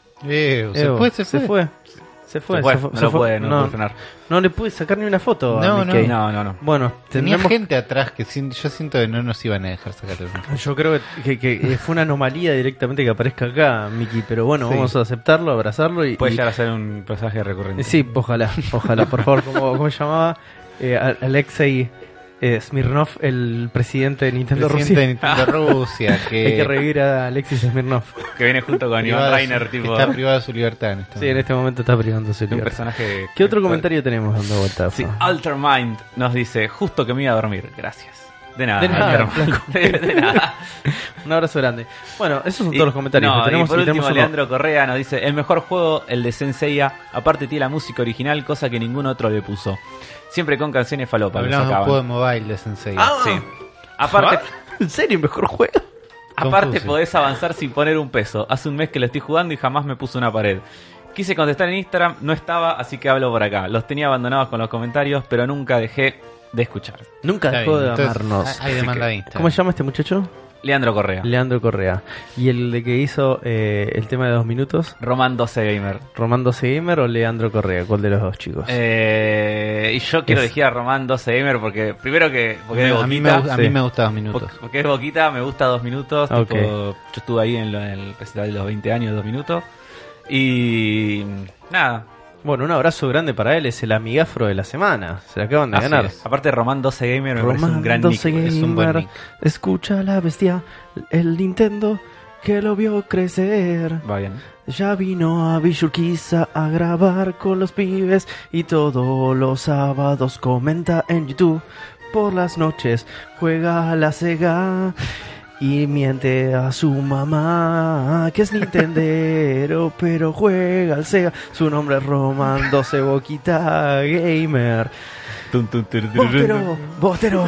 Eh, ¿Se Evo, fue? ¿Se fue? Se fue. Se fue. Se fue, se fue, no se lo fue. puede, no, no, puede frenar. no le pude sacar ni una foto a No, Mickey. No, no, no. Bueno, Tenía tendremos- gente atrás que sin- yo siento que no nos iban a dejar sacar el... Yo creo que, que- que fue una anomalía directamente que aparezca acá, Mickey. Pero bueno, Sí. vamos a aceptarlo, abrazarlo y. Puede y- llegar a ser un personaje recurrente. Sí, ojalá, ojalá, por favor. ¿Cómo, cómo se llamaba? Eh, A- Alexei eh, Smirnov, el presidente de Nintendo presidente de Rusia. Nintendo Rusia, que, Hay que revivir a Alexis Smirnov. Que viene junto con privado Iván de Rainer, su- tipo. está privado de su libertad en este Sí, en este momento está privando su de un libertad. personaje. ¿Qué otro comentario tenemos dando vuelta? Sí, Fa? Altermind nos dice: justo que me iba a dormir. Gracias. De nada. De nada, Altermind. de, de nada. Un abrazo grande. Bueno, esos son Y- todos los comentarios no, que tenemos. y por y último, tenemos uno- Leandro Correa nos dice: el mejor juego, el de Senseiya. Aparte, tiene la música original, cosa que ningún otro le puso. Siempre con canciones falopa. Hablamos de un sacaban. juego de mobile de Sensei. Ah, Sí. Aparte, ¿En serio? ¿Mejor juego? aparte Confuso. podés avanzar sin poner un peso. Hace un mes que lo estoy jugando y jamás me puso una pared. Quise contestar en Instagram, no estaba, así que hablo por acá. Los tenía abandonados con los comentarios, pero nunca dejé de escuchar. Nunca Está dejó bien, de entonces, amarnos. hay- Hay Así demanda que- de Instagram. ¿Cómo se llama este muchacho? Leandro Correa. Leandro Correa. ¿Y el de que hizo eh, el tema de dos minutos? Román doce Gamer. ¿Román doce Gamer o Leandro Correa? ¿Cuál de los dos, chicos? Eh, y yo quiero Es- elegir a Román doce Gamer porque, primero que porque es de a, mí me, Boquita. gu- a sí. mí me gusta dos minutos. Porque- Porque es Boquita, me gusta dos minutos. Ok. Tipo, yo estuve ahí en, lo- en el recital de los veinte años, dos minutos. Y nada. Bueno, un abrazo grande para él. Es el amigafro de la semana. Se la acaban de Así ganar. es. Aparte, Román doce Gamer me parece un Román gran doce nick. es un buen Gamer. nick. Escucha la bestia. El Nintendo que lo vio crecer. Va bien. Ya vino a Vishurquiza a grabar con los pibes. Y todos los sábados comenta en YouTube. Por las noches juega a la Sega. Y miente a su mamá que es Nintendero, pero juega al Sega. Su nombre es Roman doce Boquita Gamer. Tun, tun, tur, tur, Bostero, tur. Bostero.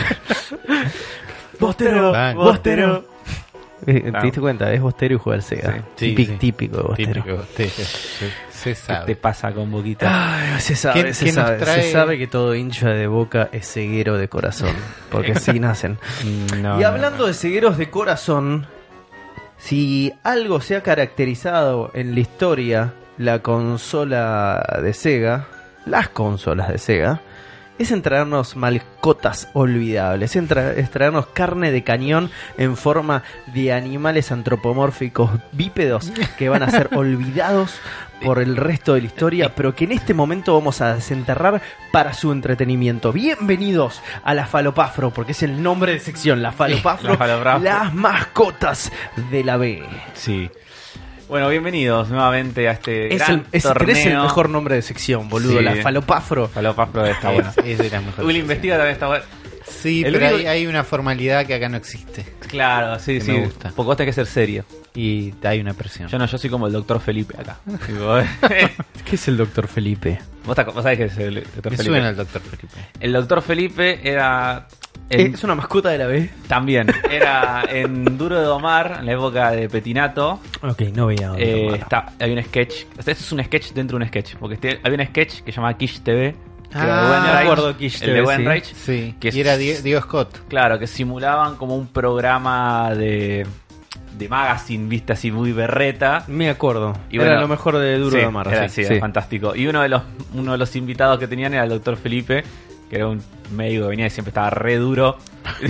Bostero, Van. Bostero. Eh, ¿Te Ah. diste cuenta? Es Bostero y juega al Sega. Sí, Típico, sí. típico de Bostero. Típico, sí, sí, sí, se ¿Qué sabe. te pasa con Boquita? Ay, se sabe, ¿Qué- se, qué nos sabe trae? se sabe que todo hincha de Boca es ceguero de corazón. Porque así nacen. Mm, no, Y no, hablando de cegueros de corazón, si algo se ha caracterizado en la historia, la consola de Sega, las consolas de Sega, es en traernos mascotas olvidables, es en, tra- es traernos carne de cañón en forma de animales antropomórficos bípedos que van a ser olvidados por el resto de la historia, pero que en este momento vamos a desenterrar para su entretenimiento. Bienvenidos a la Falopafro, porque es el nombre de sección, la Falopafro, La Falopafro. las mascotas de la B. Sí. Bueno, bienvenidos nuevamente a este Es gran el, es, torneo. es el mejor nombre de sección, boludo, Sí. la Falopafro. Falopafro está bueno. Es, es de las mejores. Uli investiga también está bueno. Sí, El pero único- hay, hay una formalidad que acá no existe. Claro, sí, Que sí. me gusta. Porque vos tenés que ser serio. Y hay una presión. Yo no, yo soy como el doctor Felipe acá. Tipo, ¿Qué es el doctor Felipe? vos, te- vos sabés que es el doctor Me Felipe. suena al doctor Felipe. El doctor Felipe era... en- ¿Es una mascota de la B? También. Era en Duro de Domar, en la época de Petinato. Ok, no veía. Eh, está, hay un sketch. O sea, esto es un sketch dentro de un sketch. Porque este- había un sketch que se llamaba Kish T V. que era de Ah, Wenreich, me acuerdo de Kish el T V, de sí. Wenreich. Sí, Que y era es- Die- Diego Scott. Claro, que simulaban como un programa de, de magazine, viste, así muy berreta. Me acuerdo. Y Era bueno, lo mejor de Duro Sí, de Mar. era, sí, sí, sí. era fantástico. Y uno de los uno de los invitados que tenían era el doctor Felipe, que era un médico que venía y siempre estaba re duro.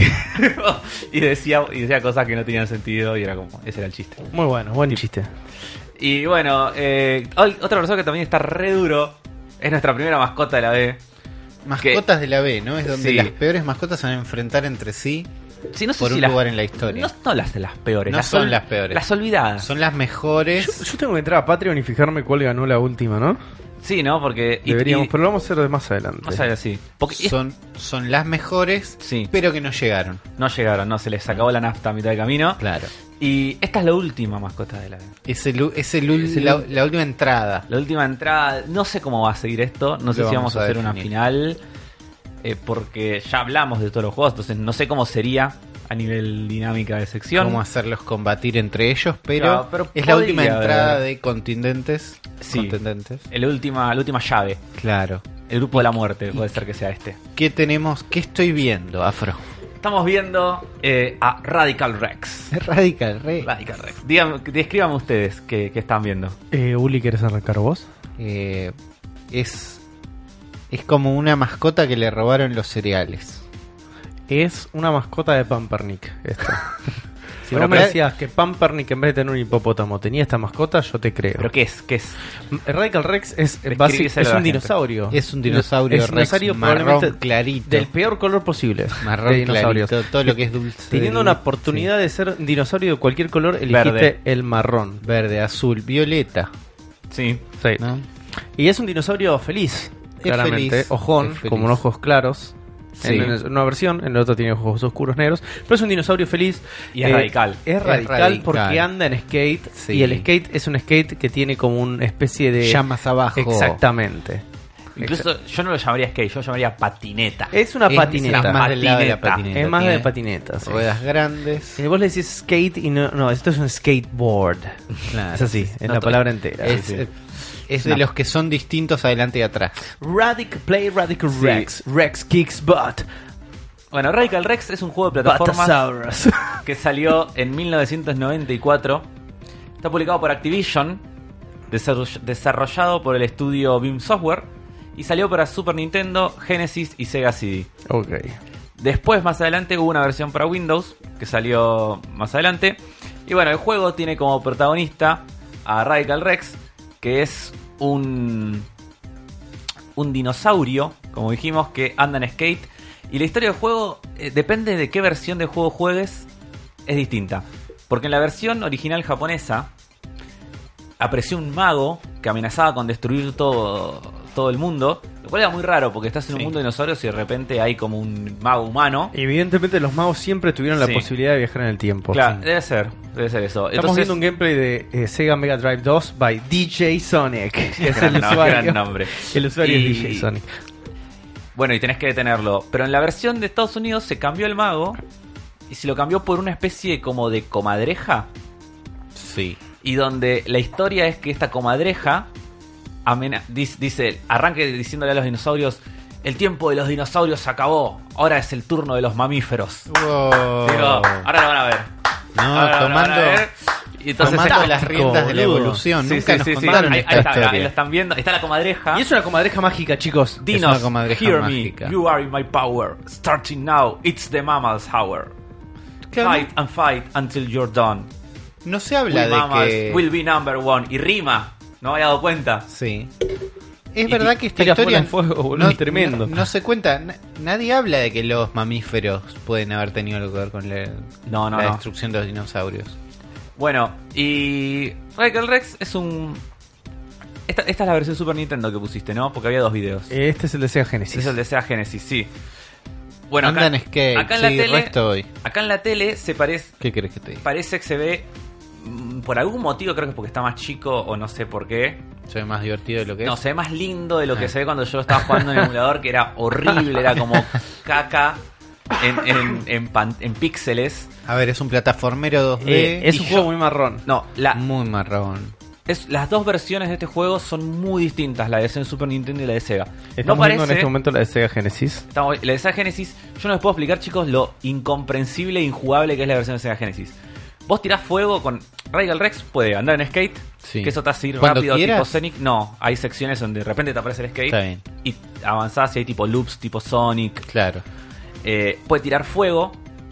y decía y decía cosas que no tenían sentido y era como, ese era el chiste. Muy bueno, buen chiste. Y bueno, eh, hoy- otra persona que también está re duro es nuestra primera mascota de la B. Mascotas de la B, ¿no? Es donde Sí. las peores mascotas se van a enfrentar entre sí Sí, no sé por si un las- lugar en la historia. No, no las de las peores. No las son ol- las peores. Las olvidadas. Son las mejores. Yo, yo tengo que entrar a Patreon y fijarme cuál ganó la última, ¿no? Sí, ¿no? Porque... y- Deberíamos, y- pero lo vamos a hacer de más adelante. Más allá, sí. Porque es- Son, son las mejores, Sí. pero que no llegaron. no llegaron, no, se les acabó la nafta a mitad de camino. Claro. Y esta es la última mascota de la B. Es, el, u- es, el, ul- Es el la, ul- la última entrada. La última entrada, no sé cómo va a seguir esto, no sé Lo si vamos vamos a a hacer una definir. final, eh, porque ya hablamos de todos los juegos, entonces no sé cómo sería a nivel dinámica de sección. Cómo hacerlos combatir entre ellos, pero, Claro, pero es la podría última entrada haber. de contingentes. Sí. Contendentes. La última, la última llave, Claro. el grupo de la muerte, puede ser que sea este. ¿Qué tenemos? ¿Qué estoy viendo, Afro? Estamos viendo eh, a Radical Rex. Es radical, re. Radical Rex. Díganme, descríbanme ustedes qué, qué están viendo. Eh, Uli, ¿quieres arrancar vos? Eh, es, es como una mascota que le robaron los cereales. Es una mascota de Pampernick esta. Si Bueno, vos me pero- decías que Pampernick en vez de tener un hipopótamo tenía esta mascota, yo te creo. ¿Pero qué es? ¿Qué es? Radical Rex es, Describíselo básico, a es la un gente. dinosaurio. Es un dinosaurio, Es un dinosaurio Rex marrón probablemente clarito. del peor color posible. marrón de dinosaurios. clarito, todo lo que es dulce. Teniendo de una leche. oportunidad de ser dinosaurio de cualquier color, elegiste Verde. el marrón. Verde, azul, violeta. Sí. Sí. ¿No? Y es un dinosaurio feliz, claramente. feliz, Ojón, es feliz. como ojos claros. Sí. En, en una versión, en la otra tiene ojos oscuros negros. Pero es un dinosaurio feliz. Y es radical. Es radical, radical. porque anda en skate. Sí. Y el skate es un skate que tiene como una especie de. Llamas abajo. Exactamente. Incluso yo no lo llamaría skate, yo lo llamaría patineta. Es una Es patineta. más del lado de la Patineta. patineta. Es más de Tiene patineta. sí. Ruedas grandes. Eh, vos le decís skate y no. No, esto es un skateboard. Claro. Es así, es No, la to- palabra entera. Es, Sí, sí. eh, es de No. los que son distintos adelante y atrás. Radical Play Radical Sí. Rex. Rex kicks butt. Bueno, Radical Rex es un juego de plataformas Batasaurus. que salió en mil novecientos noventa y cuatro. Está publicado por Activision, desarroll- desarrollado por el estudio Beam Software y salió para Super Nintendo, Genesis y Sega C D. Ok. Después, más adelante, hubo una versión para Windows que salió más adelante. Y bueno, el juego tiene como protagonista a Radical Rex, que es un, un dinosaurio, como dijimos, que anda en skate. Y la historia del juego, eh, depende de qué versión del juego juegues, es distinta. Porque en la versión original japonesa apareció un mago que amenazaba con destruir todo, todo el mundo. Lo cual era muy raro porque estás en un Sí. mundo de dinosaurios y de repente hay como un mago humano. Evidentemente los magos siempre tuvieron la Sí. posibilidad de viajar en el tiempo. Claro, Sí. debe ser, debe ser eso. Estamos Entonces, viendo un gameplay de eh, Sega Mega Drive dos by D J Sonic, que es gran, el no- usuario. gran nombre. El usuario Y- es D J Sonic. Bueno, y tenés que detenerlo. Pero en la versión de Estados Unidos se cambió el mago y se lo cambió por una especie como de comadreja. Sí. Y donde la historia es que esta comadreja amena- dice, dice, arranque diciéndole a los dinosaurios: el tiempo de los dinosaurios se acabó, ahora es el turno de los mamíferos. Wow. Digo, ahora lo van a ver. No, Ahora lo van a tomando, ver. Y entonces tomando está- las riendas de la boludo. evolución. Sí, Nunca sí, nos sí, sí. contaron Ahí, esta ahí está, ahí historia. lo están viendo. Ahí está la comadreja. Y es una comadreja mágica, chicos. Dinos, una comadreja hear mágica. me, you are in my power. Starting now, it's the mammals hour. Claro, Fight and fight until you're done. no se habla We de mammals que... will be number one. Y rima, no me había dado cuenta. Sí. Es Y verdad ti- que esta tira historia fuego, fuego, boludo, tremendo. No, no se cuenta. Na- nadie habla de que los mamíferos pueden haber tenido algo que ver con la, No, no, la no. destrucción de los dinosaurios. Bueno, y Michael Rex es un... Esta, esta es la versión Super Nintendo que pusiste, ¿no? Porque había dos videos. Este es el de Sega Genesis. Es el de Sega Genesis, sí. Bueno, Anda acá, en skate, acá en la sí, tele, resto hoy. acá en la tele se parece, ¿Qué crees que te diga? parece que se ve mm, por algún motivo, creo que es porque está más chico o no sé por qué. Se ve más divertido de lo que No, es. se ve más lindo de lo que Ah. se ve cuando yo lo estaba jugando en el emulador, que era horrible, era como caca en, en, en, pan- en píxeles. A ver, es un plataformero dos D. Eh, es y un yo- juego muy marrón. No, la, muy marrón. es, las dos versiones de este juego son muy distintas, la de Super Nintendo y la de Sega. Estamos no viendo parece... en este momento la de Sega Genesis. Estamos- la de Sega Genesis, yo no les puedo explicar, chicos, lo incomprensible e injugable que es la versión de Sega Genesis. Vos tirás fuego con Regal Rex, puede andar en skate, Sí. que eso te hace ir Cuando rápido quieras. tipo Sonic. No, hay secciones donde de repente te aparece el skate Está bien. y avanzás y hay tipo loops tipo Sonic. Claro. Eh, puede tirar fuego.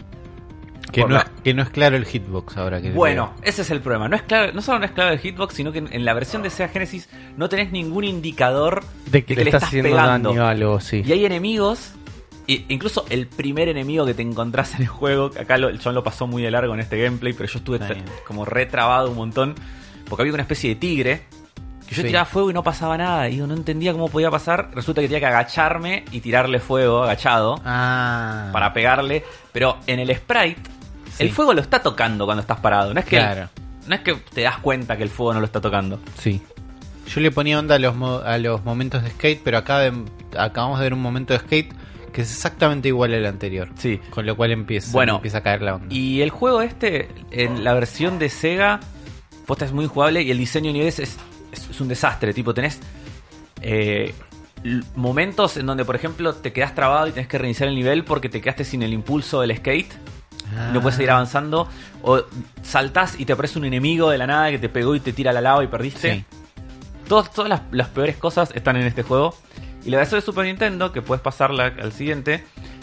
Que Por no, la- es, que no es claro el hitbox ahora que Bueno, ese es el problema. No es claro, no solo no es claro el hitbox, sino que en, en la versión de Sega Genesis no tenés ningún indicador De que, le estás haciendo pegando. daño a algo, sí. Y hay enemigos, e incluso el primer enemigo que te encontrás en el juego, que acá lo, el John lo pasó muy de largo en este gameplay, pero yo estuve Está tra- bien. como retrabado un montón, porque había una especie de tigre, que yo Sí. tiraba fuego y no pasaba nada, y yo no entendía cómo podía pasar, resulta que tenía que agacharme y tirarle fuego agachado Ah. para pegarle, pero en el sprite, Sí. el fuego lo está tocando cuando estás parado, no es que... Claro. No es que te das cuenta que el fuego no lo está tocando. Sí. Yo le ponía onda a los, mo- a los momentos de skate, pero acá de- acabamos de ver un momento de skate que es exactamente igual al anterior. Sí. Con lo cual empieza, Bueno, empieza a caer la onda. Y el juego este, en la versión de Sega, posta es muy jugable y el diseño de niveles es, es, es un desastre. Tipo, tenés eh, l- momentos en donde, por ejemplo, te quedás trabado y tenés que reiniciar el nivel porque te quedaste sin el impulso del skate. Ah. No puedes seguir avanzando. O saltás y te aparece un enemigo de la nada que te pegó y te tira a la lava y perdiste. Sí. Todas, todas las, las peores cosas están en este juego. Y la versión de Super Nintendo, que puedes pasarla al siguiente,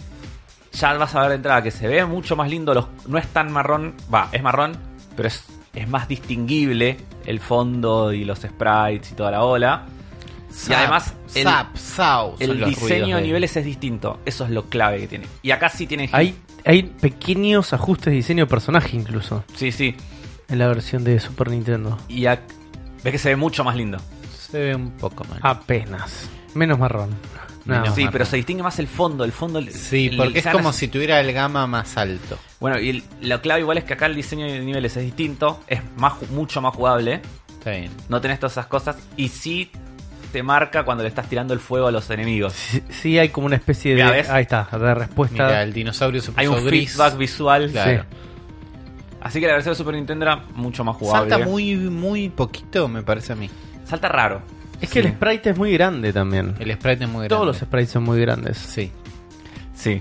ya vas a ver de entrada que se ve mucho más lindo. Los, no es tan marrón, va, es marrón, pero es, es más distinguible el fondo y los sprites y toda la ola. Zap, y además, el, zap, zau, son el los diseño ruidos de de- niveles es distinto. Eso es lo clave que tiene. Y acá sí tiene. Hay, hay pequeños ajustes de diseño de personaje incluso Sí, sí. en la versión de Super Nintendo. Y ac- ves que se ve mucho más lindo. Se ve un poco mal. Apenas. Menos marrón. Nada Menos más. Sí, marrón. pero se distingue más el fondo. El fondo el- Sí, el- porque es sean como las- si tuviera el gama más alto. Bueno, y el- lo clave igual es que acá el diseño de niveles es distinto, es más ju- mucho más jugable, Está bien. no tenés todas esas cosas y sí te marca cuando le estás tirando el fuego a los enemigos. Sí, sí hay como una especie de... Mira, ¿ves? Ahí está, de respuesta. Mira, el dinosaurio se puso Hay un gris. feedback visual, Claro. Sí. así que la versión de Super Nintendo era mucho más jugable. Salta muy, muy poquito, me parece a mí. Salta raro. Es que Sí. el sprite es muy grande también. El sprite es muy grande. Todos los sprites son muy grandes. Sí. Sí.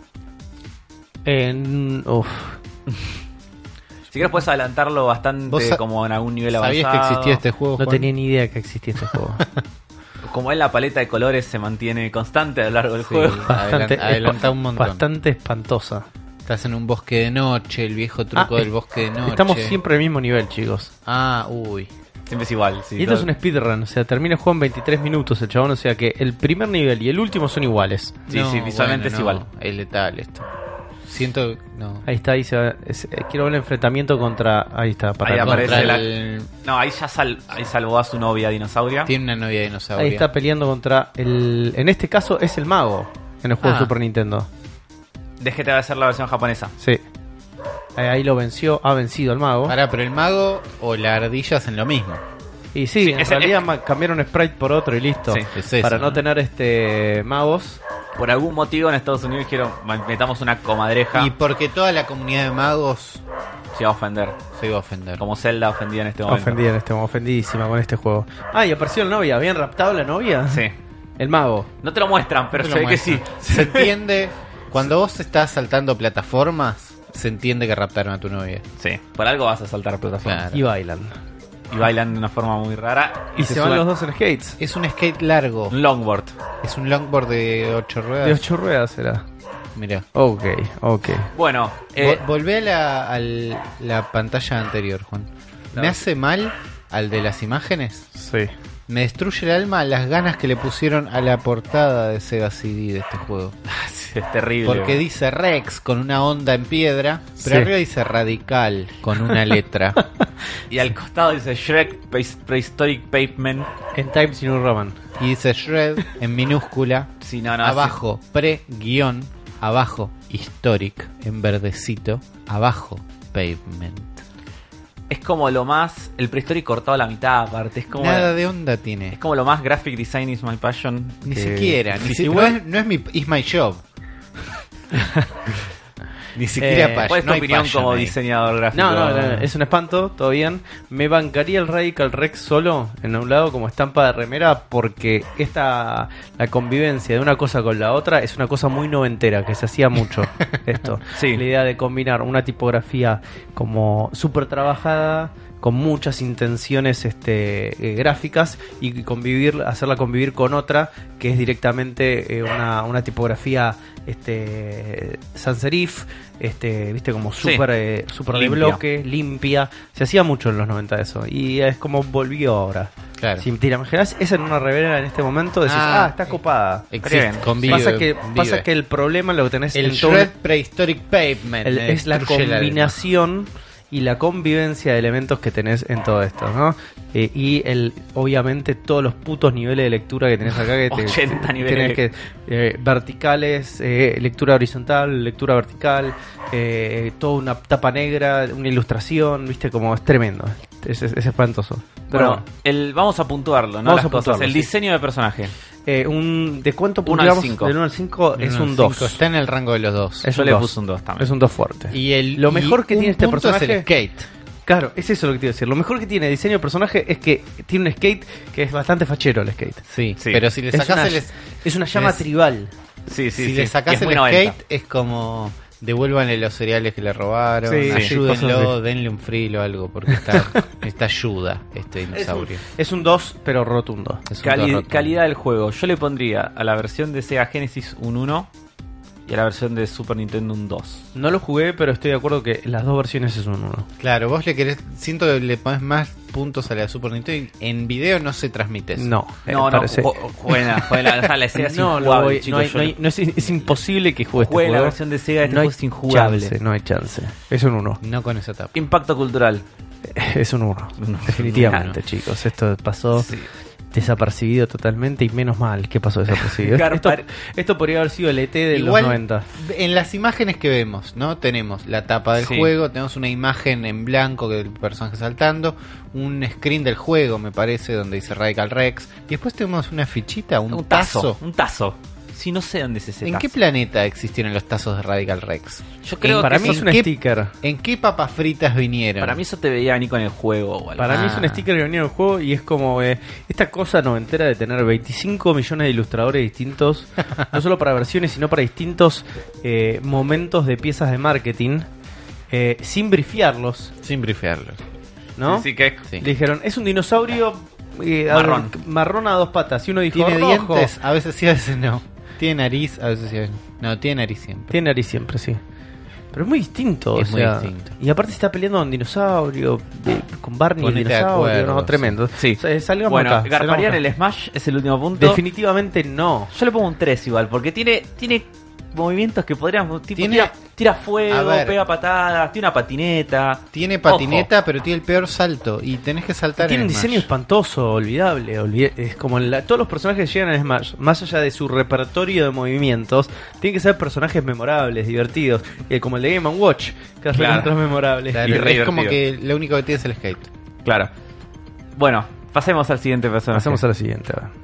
En- uf. Si quieres puedes adelantarlo ¿Vos bastante sa- como en algún nivel avanzado. ¿Sabías que existía este juego, No Juan? tenía ni idea que existía este juego. Como es la paleta de colores se mantiene constante a lo largo del Sí. juego. Bastante, Adelan- adelanta un montón. Bastante espantosa. Estás en un bosque de noche, el viejo truco Ah, del bosque de noche. Estamos siempre al mismo nivel, chicos. Ah, uy. Siempre es igual. Sí, y esto todo- es un speedrun, o sea, termina el juego en veintitrés minutos el chabón, o sea que el primer nivel y el último son iguales. Sí, sí, visualmente es no, igual. Es letal esto. Siento. No. Ahí está, ahí se va- es- eh, quiero ver el enfrentamiento contra... Ahí está, para Ahí el- aparece Contra la- el- No, ahí ya sal... ahí salvó a su novia dinosauria. Tiene una novia dinosauria. Ahí está peleando contra el... En este caso es el mago en el juego Ah. de Super Nintendo. Déjete de hacer la versión japonesa. Sí. Ahí, ahí lo venció, ha vencido al mago. Pará, pero el mago o la ardilla hacen lo mismo. Y sí, Sí, en es- realidad es- ma- cambiaron sprite por otro y listo. Sí, es eso, para no, ¿no? tener este magos. Por algún motivo en Estados Unidos quiero metamos una comadreja Y porque toda la comunidad de magos se va a ofender. se iba a ofender. Como Zelda ofendida en este momento. Ofendida en este momento, ofendidísima con este juego. Ah, y apareció la novia, ¿habían raptado la novia? Sí. El mago. No te lo muestran, pero Te se lo ve que sí. muestran. Se entiende. Cuando vos estás saltando plataformas, se entiende que raptaron a tu novia. Sí, por algo vas a saltar plataformas. Claro. Y bailan. Y bailan de una forma muy rara. Y, se, van suben- los dos en skates. Es un skate largo. Un longboard. Es un longboard de ocho ruedas. De ocho ruedas será. Mira. Ok, ok. Bueno, eh, Volvé a la, al- la pantalla anterior, Juan. Me hace mal al de las imágenes. Sí. Me destruye el alma las ganas que le pusieron a la portada de Sega C D de este juego. es terrible. Porque dice Rex con una onda en piedra, pero Sí. arriba dice Radical con una letra. Y al costado dice Shrek Pre- Prehistoric Pavement. En Times New Roman. Y dice Shred en minúscula. Sí, no, no, Abajo pre-guión. Abajo Historic en verdecito. Abajo Pavement. Es como lo más. El Prehistoric cortado a la mitad, aparte. Es como. Nada de onda Es tiene. como lo más graphic design is my passion. Ni que- siquiera. Ni sí, si- igual- no, es, no es mi is my job. Ni siquiera Eh, passion. ¿Cuál es tu no hay opinión passion como ahí. diseñador gráfico? No, no, no, es un espanto, todo bien. Me bancaría el Radical Rex solo en un lado como estampa de remera porque esta la convivencia de una cosa con la otra es una cosa muy noventera que se hacía mucho esto. Sí. La idea de combinar una tipografía como súper trabajada con muchas intenciones este, eh, gráficas y convivir, hacerla convivir con otra que es directamente eh, una, una tipografía este sans serif, este, viste como Sí. súper eh, súper de Limpia. bloque, limpia. Se hacía mucho en los noventa eso y es como volvió ahora. Claro. Si te imaginas esa en una revera en este momento, decís, Ah, ah, está copada. Existe, Bien. convive, Pasa que, vive. pasa que el problema lo tenés el en todo Shred Prehistoric Pavement el- me es la destruye el alma. combinación y la convivencia de elementos que tenés en todo esto, ¿no? Eh, y el obviamente todos los putos niveles de lectura que tenés acá que te, ochenta te- niveles. tenés que eh, verticales, eh, lectura horizontal, lectura vertical, eh, toda una tapa negra, una ilustración, viste, como es tremendo, es, es- es espantoso. Pero Bueno, el, vamos a puntuarlo, ¿no? Vamos Las a cosas. puntuarlo, El sí. diseño de personaje. eh, un ¿de cuánto Uno al puntuamos? cinco. Del uno al cinco es un dos. cinco, Está en el rango de los dos. Es Yo un le dos. puse un dos también. Es un dos fuerte. Y el, Lo y mejor que un tiene este punto es el personaje- skate. Claro, es eso lo que te iba a decir. Lo mejor que tiene diseño de personaje es que tiene un skate que es bastante fachero el skate. Sí, Sí. pero si le Es sacas una, el, es una llama es- tribal. Sí, sí, si sí. le Y sacas es el muy skate noventa. es como devuélvanle los cereales que le robaron, Sí, sí, cosas ayúdenlo, así. denle un frilo o algo porque está necesita ayuda este dinosaurio. Es un dos, pero rotundo. Es un Cali- torroto. calidad del juego. Yo le pondría a la versión de Sega Genesis un uno y a la versión de Super Nintendo un dos. No lo jugué, pero estoy de acuerdo que las dos versiones es un uno. Claro, vos le querés, siento que le pones más puntos a la Super Nintendo y en video no se transmite eso. No, eh, No, no, parece- ju- jueguen, jueguen la, la, la Sega es no, lo injugable, voy- no, chicos. hay- yo no hay- le- no es, es imposible que juegue este Jueguen la juego. versión de Sega, este no hay juego es injugable. chance, no hay chance. Es un uno. No con esa tapa. Impacto cultural. Es un uno. Un uno. Definitivamente, Uno. chicos. Esto pasó Sí. desapercibido totalmente y menos mal que pasó desapercibido. esto, Garpar- esto podría haber sido el E T de Igual, los noventa. en las imágenes que vemos, ¿no? Tenemos la tapa del Sí. juego, tenemos una imagen en blanco del personaje saltando, un screen del juego, me parece, donde dice Radical Rex, y después tenemos una fichita, un, Un tazo. tazo. Un tazo. Sí, no sé dónde es ese ¿En tazo. qué planeta existieron los tazos de Radical Rex? Yo creo Para que mí son- es un ¿qué- sticker. ¿En qué papas fritas vinieron? Para mí eso te veía ni con el juego o algo. Para mí es Ah. un sticker que venía en el juego y es como eh, esta cosa noventera de tener veinticinco millones de ilustradores distintos, no solo para versiones, sino para distintos eh, momentos de piezas de marketing, eh, sin brifiarlos, Sin brifearlos. ¿no? Sí, sí, que Sí. Le dijeron, es un dinosaurio eh, a- Marrón. marrón a dos patas. Y uno dijo, Tiene rojo. dientes, a veces sí, a veces no. Tiene nariz, a veces sí, a veces no. No, tiene nariz siempre. Tiene nariz siempre, sí. Pero es muy distinto, Es o muy sea, distinto. Y aparte se está peleando con dinosaurio, de- con Barney el Ponete de dinosaurio, acuerdo, no, sí. tremendo. Sí. O sea, salgamos bueno, acá, salgamos Garparían acá. el Smash es el último punto. Definitivamente no. Yo le pongo un tres igual, porque tiene tiene movimientos que podrían... Tipo, Tiene- tira, tira fuego, A ver. pega patadas, tiene una patineta. Tiene patineta, pero tiene el peor salto. Y tenés que saltar Tiene en un Smash. diseño espantoso, olvidable. olvide- es como la- todos los personajes que llegan a Smash, más allá de su repertorio de movimientos, tienen que ser personajes memorables, divertidos. Eh, como el de Game and Watch, que hace Claro. otros memorables. Claro, Y re es como divertido. que lo único que tiene es el skate. Claro. Bueno, pasemos al siguiente personaje. Pasamos a la siguiente. a ver.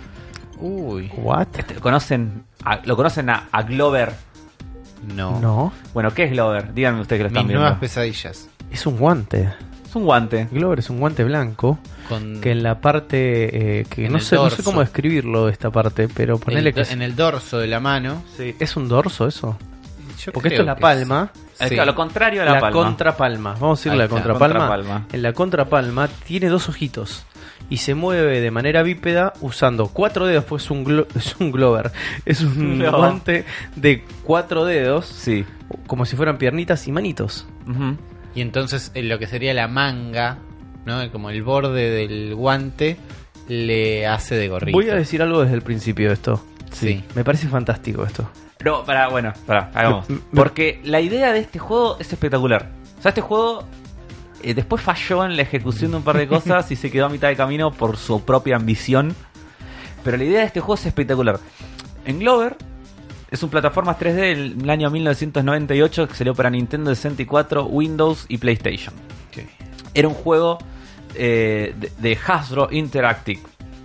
Uy, ¿What? Este, ¿Conocen a- ¿Lo conocen a, a Glover? no. No, Bueno, ¿qué es Glover? Díganme ustedes que lo Mis están viendo. nuevas pesadillas. es un guante. Es un guante. Glover es un guante blanco Con que en la parte eh, que En no el sé, no sé dorso. cómo describirlo esta parte, pero ponele el que do- es, en el dorso de la mano. sí, es un dorso eso. Yo Porque creo esto es la que palma, Sí. Claro, lo contrario a la, la palma. contrapalma. Vamos a decir Ahí la está, contrapalma. contrapalma. En la contrapalma tiene dos ojitos y se mueve de manera bípeda usando cuatro dedos, pues es un, glo- es un Glover. Es un No. guante de cuatro dedos, Sí. como si fueran piernitas y manitos. Ujú. Y entonces en lo que sería la manga, ¿no? Como el borde del guante le hace de gorrito. Voy a decir algo desde el principio de esto. Sí. Me parece fantástico esto. No, para, bueno, para, hagamos. Me- me- Porque la idea de este juego es espectacular. O sea, este juego eh, después falló en la ejecución de un par de cosas y se quedó a mitad de camino por su propia ambición. Pero la idea de este juego es espectacular. En Glover es un plataforma tres D del año mil novecientos noventa y ocho que salió para Nintendo sesenta y cuatro, Windows y PlayStation. Okay. Era un juego eh, de, de Hasbro Interactive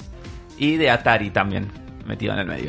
y de Atari también, metido en el medio.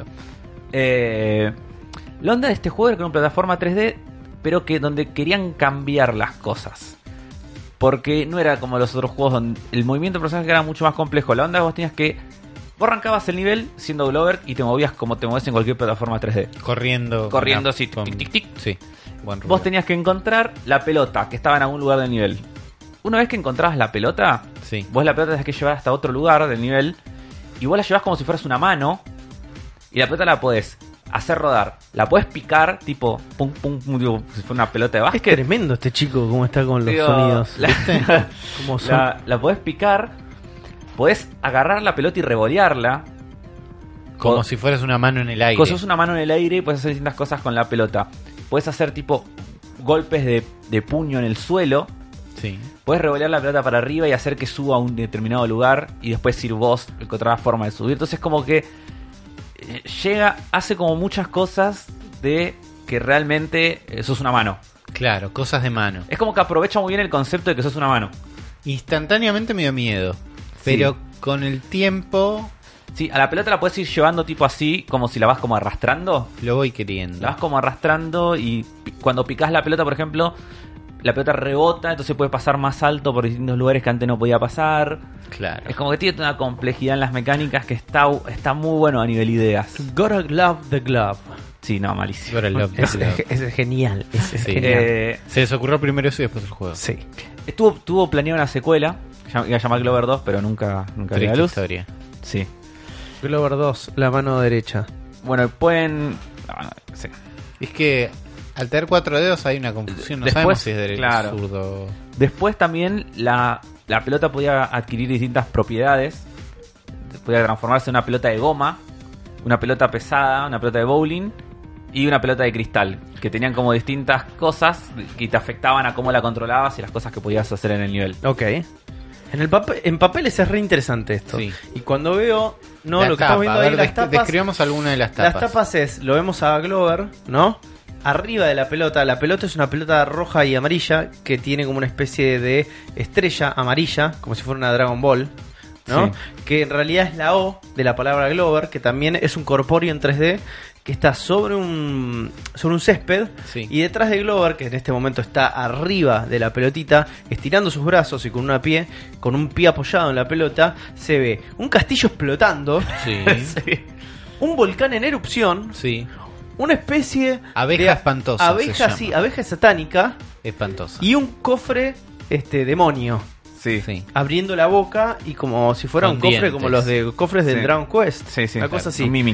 Eh, la onda de este juego era que era una plataforma tres D, pero que donde querían cambiar las cosas. Porque no era como los otros juegos donde el movimiento de personajes era mucho más complejo. La onda vos tenías que... Vos arrancabas el nivel siendo Glover y te movías como te mueves en cualquier plataforma tres D. Corriendo. Corriendo con- así, con- tic, tic, tic. Sí. Buen Vos ruido. tenías que encontrar la pelota que estaba en algún lugar del nivel. Una vez que encontrabas la pelota, Sí. vos la pelota tenés que llevar hasta otro lugar del nivel. Y vos la llevas como si fueras una mano. Y la pelota la podés hacer rodar. La podés picar, tipo, pum, pum, pum, digo, si fuera una pelota de Es básquet. tremendo este chico, cómo está con los Digo, sonidos. La, Cómo son. la, la podés picar. Podés agarrar la pelota y revolearla. Como Co- si fueras una mano en el aire. Cosas una mano en el aire y puedes hacer distintas cosas con la pelota. Puedes hacer tipo golpes de, de puño en el suelo. Sí. Puedes revolear la pelota para arriba y hacer que suba a un determinado lugar. Y después ir vos encontrar la forma de subir. Entonces como que eh, llega, hace como muchas cosas de que realmente eh, sos una mano. Claro, cosas de mano. Es como que aprovecha muy bien el concepto de que sos una mano. Instantáneamente me dio miedo. Pero Sí. con el tiempo Sí, a la pelota la puedes ir llevando tipo así, como si la vas como arrastrando. lo voy queriendo. La vas como arrastrando y pi- cuando picás la pelota, por ejemplo, la pelota rebota, entonces puede pasar más alto por distintos lugares que antes no podía pasar. Claro. Es como que tiene una complejidad en las mecánicas que está, está muy bueno a nivel ideas. Gotta love the glove. Sí, no, malísimo. Ahora lo- Es, lo- es- es genial. Es, es Sí. genial. Eh, Se les ocurrió primero eso y después el juego. sí. estuvo, tuvo planeado una secuela, llam- iba a llamar Glover dos, pero nunca, nunca vio la Triste luz. historia. Sí. Glover dos, la mano derecha. Bueno, pueden... no, no, sí. Es que al tener cuatro dedos hay una confusión. No Después, sabemos si es derecho claro. o zurdo. Después también la, la pelota podía adquirir distintas propiedades. Podía transformarse en una pelota de goma, una pelota pesada, una pelota de bowling y una pelota de cristal. Que tenían como distintas cosas que te afectaban a cómo la controlabas y las cosas que podías hacer en el nivel. Ok. En, el papel, en papeles es re interesante esto. Sí. Y cuando veo, no, La lo que tapa, estamos viendo a ahí, ver, las des- tapas. describamos alguna de las tapas. Las tapas es, lo vemos a Glover, ¿no? Arriba de la pelota, la pelota es una pelota roja y amarilla que tiene como una especie de estrella amarilla, como si fuera una Dragon Ball, ¿no? Sí. Que en realidad es la O de la palabra Glover, que también es un corpóreo en tres D que está sobre un sobre un césped. Sí. Y detrás de Glover, que en este momento está arriba de la pelotita, estirando sus brazos y con una pie, con un pie apoyado en la pelota, se ve un castillo explotando, Sí. Sí. un volcán en erupción, Sí. una especie Abeja de espantosa se abeja, llama. sí, abeja satánica Espantoso. y un cofre este demonio Sí. Sí. abriendo la boca y como si fuera Con un cofre dientes. como los de cofres del Sí. Dragon Quest, Sí, sí. una cosa así. Un mimic.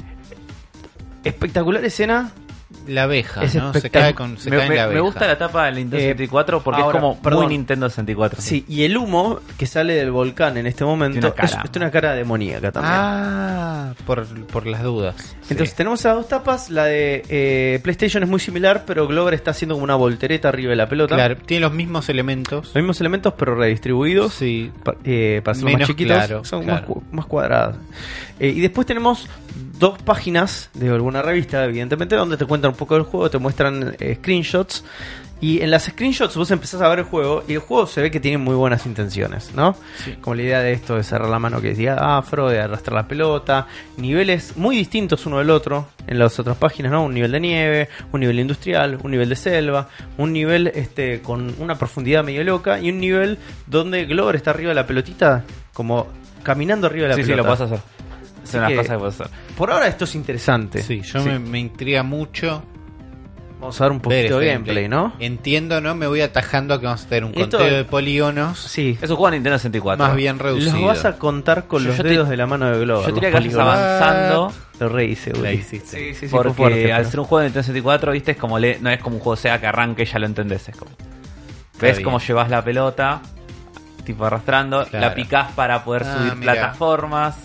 Espectacular escena. La abeja, Es ¿no? Se espectacular. cae, con, se Me, cae en me- la me abeja. gusta la tapa del Nintendo Eh, sesenta y cuatro porque ahora, es como perdón. muy Nintendo sesenta y cuatro. Sí, y el humo que sale del volcán en este momento Tiene una cara. es, es una cara demoníaca también. Ah, por, por las dudas. Entonces tenemos esas dos tapas, la de eh, PlayStation es muy similar, pero Glover está haciendo como una voltereta arriba de la pelota. Claro, tiene los mismos elementos. Los mismos elementos pero redistribuidos. Sí. Pa- eh, para ser Menos más chiquitos, claro, son claro. Más, cu- más cuadradas. Eh, y después tenemos dos páginas de alguna revista, evidentemente, donde te cuentan un poco del juego, te muestran eh, screenshots. Y en las screenshots vos empezás a ver el juego y el juego se ve que tiene muy buenas intenciones, ¿no? Sí. Como la idea de esto de cerrar la mano que decía afro, de arrastrar la pelota, niveles muy distintos uno del otro en las otras páginas, ¿no? Un nivel de nieve, un nivel industrial, un nivel de selva, un nivel este con una profundidad medio loca y un nivel donde Glover está arriba de la pelotita como caminando arriba de la Sí, sí, pelota. lo puedes hacer. Es Así una que- cosa que puedes hacer. Por ahora esto es interesante. Sí, yo Sí. Me, me intriga mucho Vamos a ver un ver poquito de este gameplay, ¿no? Entiendo, ¿no? Me voy atajando a que vamos a tener un Esto- conteo de polígonos Sí. Es un juego de Nintendo sesenta y cuatro. más bien reducido. Los vas a contar con Yo- los yo te- dedos de la mano de Glover. Yo diría los que vas polígonos. avanzando. Lo rehice, La Uli. hiciste. Sí, sí, sí, Porque fue fuerte, al pero- ser un juego de Nintendo sesenta y cuatro, viste, es como le, no es como un juego sea que arranque y ya lo entendés. Es como, ves bien. cómo llevas la pelota, tipo arrastrando, Claro. la picás para poder Ah, subir mira. plataformas.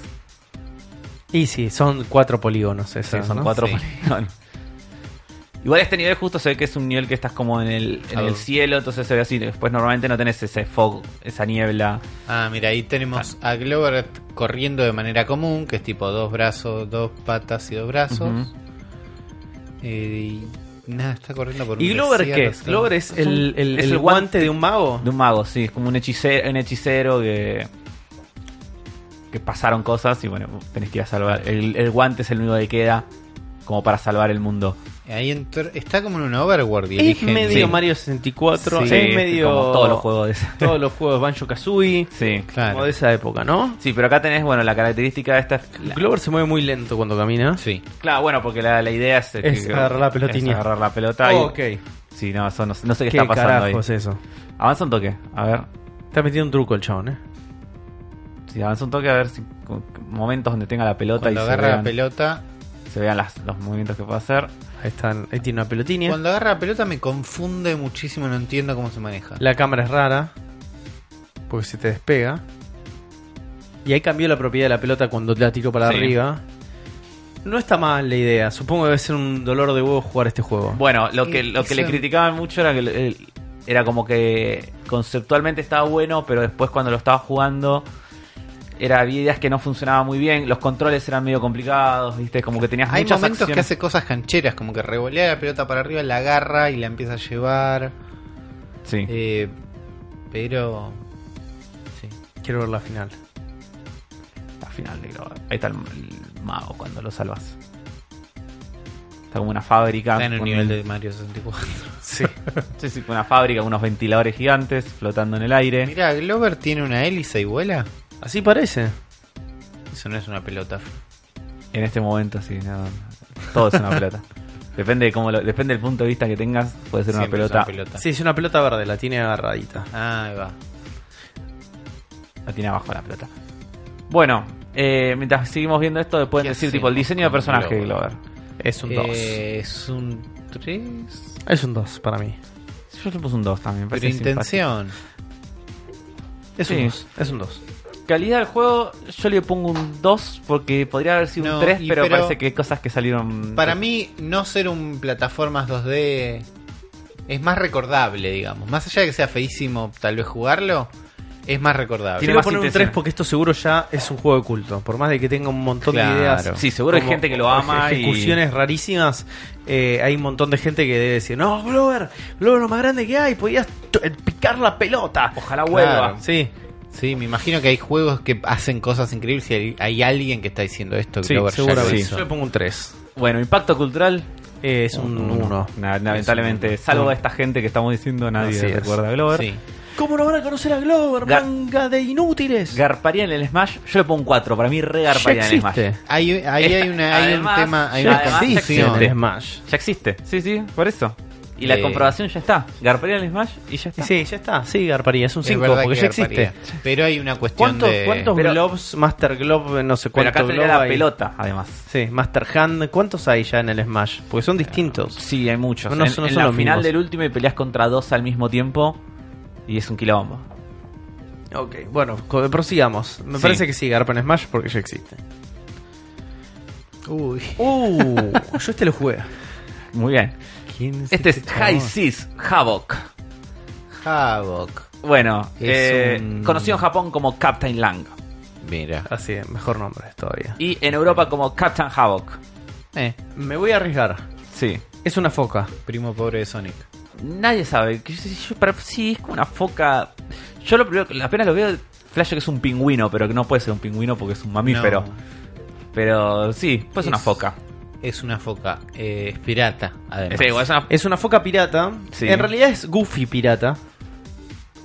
Y sí, son cuatro polígonos Sí, esas, son ¿no? cuatro Sí. polígonos. Igual este nivel justo se ve que es un nivel que estás como en el, en Ah. el cielo, entonces se ve así. Después normalmente no tenés ese fog, esa niebla. Ah, mira, ahí tenemos a Glover corriendo de manera común, que es tipo dos brazos, dos patas y dos brazos. Ujú. Eh, y nada, está corriendo por un ¿Y Glover desierto, qué? está- ¿Glover es el, el, es el el guante guante de un mago? De un mago, sí, es como un hechicero, un hechicero que. que pasaron cosas y bueno, tenés que ir a salvar. El, el guante es el único que queda como para salvar el mundo. Ahí entró- está como en un overworld y Es eligen- medio Sí, Mario sesenta y cuatro, Sí, es medio... Como todos los juegos de ese. Todos los juegos Banjo-Kazooie, Sí. claro. como de esa época, ¿no? Sí, pero acá tenés, bueno, la característica de esta. es la- Glover se mueve muy lento cuando camina. Sí. Claro, bueno, porque la, la idea es. Es agarrar la pelotinha. es agarrar la pelota. y- Oh, ok. Sí, no, eso no, no sé qué, ¿Qué está pasando carajo ahí. es eso? Avanza un toque, a ver. Está metiendo un truco el chabón, ¿eh? Sí, avanza un toque a ver si. con- momentos donde tenga la pelota Cuando y se agarra vean, la pelota, se vean las- los movimientos que puede hacer. Ahí, están, ahí tiene una pelotinha. cuando agarra la pelota me confunde muchísimo, no entiendo cómo se maneja. La cámara es rara, porque se te despega. Y ahí cambió la propiedad de la pelota cuando la tiró para Sí. arriba. No está mal la idea. Supongo que debe ser un dolor de huevo jugar este juego. Bueno, lo que, Y- lo y que le son- criticaban mucho era que el- era como que conceptualmente estaba bueno, pero después cuando lo estaba jugando era había ideas que no funcionaban muy bien, los controles eran medio complicados, viste, como que tenías Hay muchas momentos que acciones. hace cosas cancheras, como que revolea la pelota para arriba, la agarra y la empieza a llevar. Sí. Eh, pero. Sí. Quiero ver la final. Al final, negro, ahí está el, el mago cuando lo salvas. Está como una fábrica. Está en el con- nivel de Mario sesenta y cuatro. Sí. Sí, sí, una fábrica con unos ventiladores gigantes flotando en el aire. Mira, Glover tiene una hélice y vuela. Así parece. Eso no es una pelota. En este momento, sí, no, todo es una pelota. Depende de cómo lo- depende del punto de vista que tengas, puede ser una Siempre es pelota. pelota. Sí, es una pelota verde, la tiene agarradita. Ah, ahí va. La tiene abajo la pelota. Bueno, eh, mientras seguimos viendo esto, pueden ¿Qué decir tipo el hacemos diseño de con personaje de Glover? Glover. Es un dos. Eh, es un tres. Es un dos para mí. Yo le puse un dos también. me Pero parece intención. Es Sí. un dos. Es un dos. simpático. Calidad del juego, yo le pongo un dos porque podría haber sido No, un tres, y pero, pero- parece que hay cosas que salieron. Para mí, no ser un plataformas dos D es más recordable, digamos. Más allá de que sea feísimo, tal vez jugarlo, es más recordable. Tiene Quiero más poner un intención. tres porque esto seguro ya es un juego de culto. Por más de que tenga un montón Claro. de ideas. Sí, seguro hay como gente que lo ama y- Ejecuciones rarísimas. eh, hay un montón de gente que debe decir: No, Glover, Glover lo más grande que hay. Podías t- picar la pelota. Ojalá Claro. vuelva. Sí, Sí, me imagino que hay juegos que hacen cosas increíbles y hay, hay alguien que está diciendo esto. sí, Glover ya lo seguramente. hizo. Yo le pongo un tres. Bueno, impacto cultural. es un uno. Na- lamentablemente, Es un- salvo a esta gente que estamos diciendo, nadie Así es. recuerda a Glover. Sí. ¿Cómo no van a conocer a Glover? Gar- Manga de inútiles. Garparía en el Smash, yo le pongo un cuatro. Para mí, re Ya garparía en el Smash. existe. Ahí, ahí hay, una, hay Además, un tema, hay ya- una además ya confusión. existe. En Smash. Ya existe, sí, sí, por eso. Y la Eh. comprobación ya está. Garparía en el Smash y ya está. Sí, ya está. Sí, Garparía. Es un Es cinco verdad porque que ya garparía. existe. Pero hay una cuestión ¿Cuántos, de... ¿Cuántos Pero- globes, Master Globe, no sé Pero cuántos acá tendría globe la hay? pelota, además. Sí, Master Hand. ¿Cuántos hay ya en el Smash? Porque son distintos. Sí, hay muchos. No, no en son- no en son la los final mismos. del último y peleas contra dos al mismo tiempo y es un quilombo. Ok, bueno, co- prosigamos. Me Sí. parece que sí, Garpa en Smash porque ya existe. Uy. Uh, yo este lo jugué. Muy bien. ¿Quién Este es chabón? High Seas Havoc. Havoc. Bueno, Es eh, un- conocido en Japón como Captain Lang Mira. Así es, mejor nombre todavía. y en Europa como Captain Havoc. Eh, Me voy a arriesgar. Sí. Es una foca. primo pobre de Sonic. Nadie sabe. Que yo- yo- para- sí, es como una foca. Yo lo primero, apenas lo veo, flash que es un pingüino, pero que no puede ser un pingüino porque es un mamífero. No, Pero sí, pues Es- una foca. es una foca. Eh, es pirata, además. Sí, igual es una. Es una foca pirata. Sí. En realidad es Goofy pirata.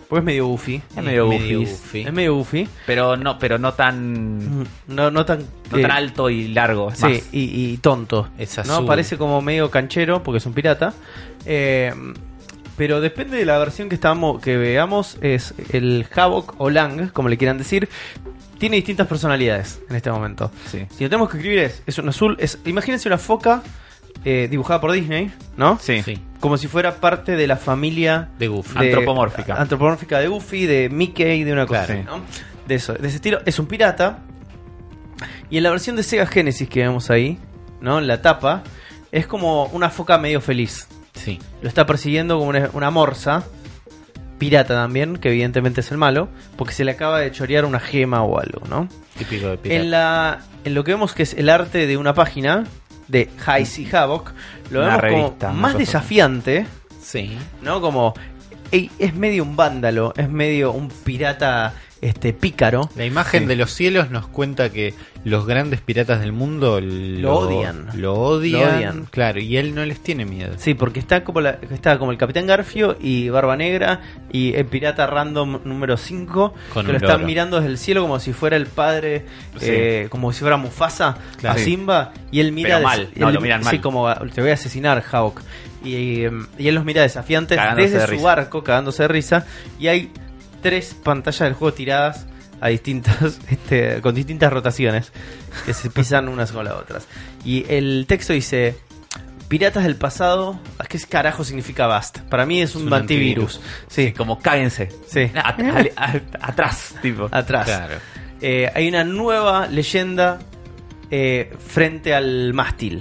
Porque es medio goofy. Es medio medio goofy. goofy. Es medio goofy. Pero no, pero no tan, No, no tan... no eh, tan alto y largo. Es sí, más. y, y tonto. Es ¿no? azul. Parece como medio canchero porque es un pirata. Eh, pero depende de la versión que estamos, que veamos. Es el Havok o Lang, como le quieran decir. Tiene distintas personalidades en este momento. Sí. Si lo tenemos que escribir es, es un azul. Es, imagínense una foca eh, dibujada por Disney, ¿no? Sí. Sí. Como si fuera parte de la familia De Goofy. de- Antropomórfica. antropomórfica de Goofy, de Mickey, de una cosa Claro. así, ¿no? De eso, de ese estilo. Es un pirata. Y en la versión de Sega Genesis que vemos ahí, ¿no? En la tapa, es como una foca medio feliz. Sí. Lo está persiguiendo como una, una morsa. Pirata también, que evidentemente es el malo, porque se le acaba de chorear una gema o algo, ¿no? Típico de pirata. En, la, en lo que vemos que es el arte de una página de Heist y Havok, lo Una vemos revista, como una más cosa. desafiante, Sí. ¿no? Como ey, es medio un vándalo, es medio un pirata este pícaro. La imagen Sí. de los cielos nos cuenta que los grandes piratas del mundo lo, odian. Lo odian. Lo odian. Claro, y él no les tiene miedo. Sí, porque está como la, está como el Capitán Garfio y Barba Negra y el pirata random número cinco, Con que lo un están loro. mirando desde el cielo como si fuera el padre, Sí. eh, como si fuera Mufasa Claro. a Simba, y él mira Pero des- mal, no, él- lo miran sí, mal. como te voy a asesinar, Havok. Y, eh, y él los mira desafiantes Cagándose desde de su risa. barco, cagándose de risa, y hay tres pantallas del juego tiradas a distintas este, con distintas rotaciones que se pisan unas con las otras. Y el texto dice: Piratas del pasado, ¿qué carajo significa Bast? Para mí es un, un antivirus. Sí, Sí, como cáguense. sí. At- al- al- atrás, tipo. Atrás. Claro. Eh, hay una nueva leyenda eh, frente al mástil.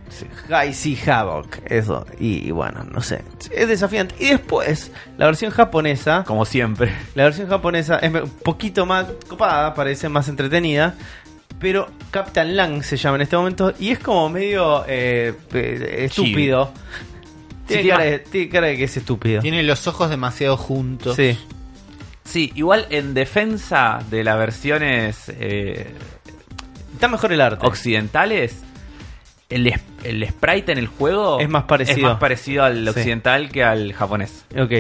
Heist y Havok, eso. Y, y bueno, no sé. Es desafiante. Y después, la versión japonesa. Como siempre. La versión japonesa es un poquito más copada, parece más entretenida. Pero Captain Lang se llama en este momento. Y es como medio eh, eh, estúpido. Tiene, Sí, cara tiene de, tiene cara de que es estúpido. Tiene los ojos demasiado juntos. Sí. Sí, igual en defensa de las versiones eh, Está mejor el arte. occidentales, el, es- el sprite en el juego Es más parecido. es más parecido al Sí. occidental que al japonés. Ok.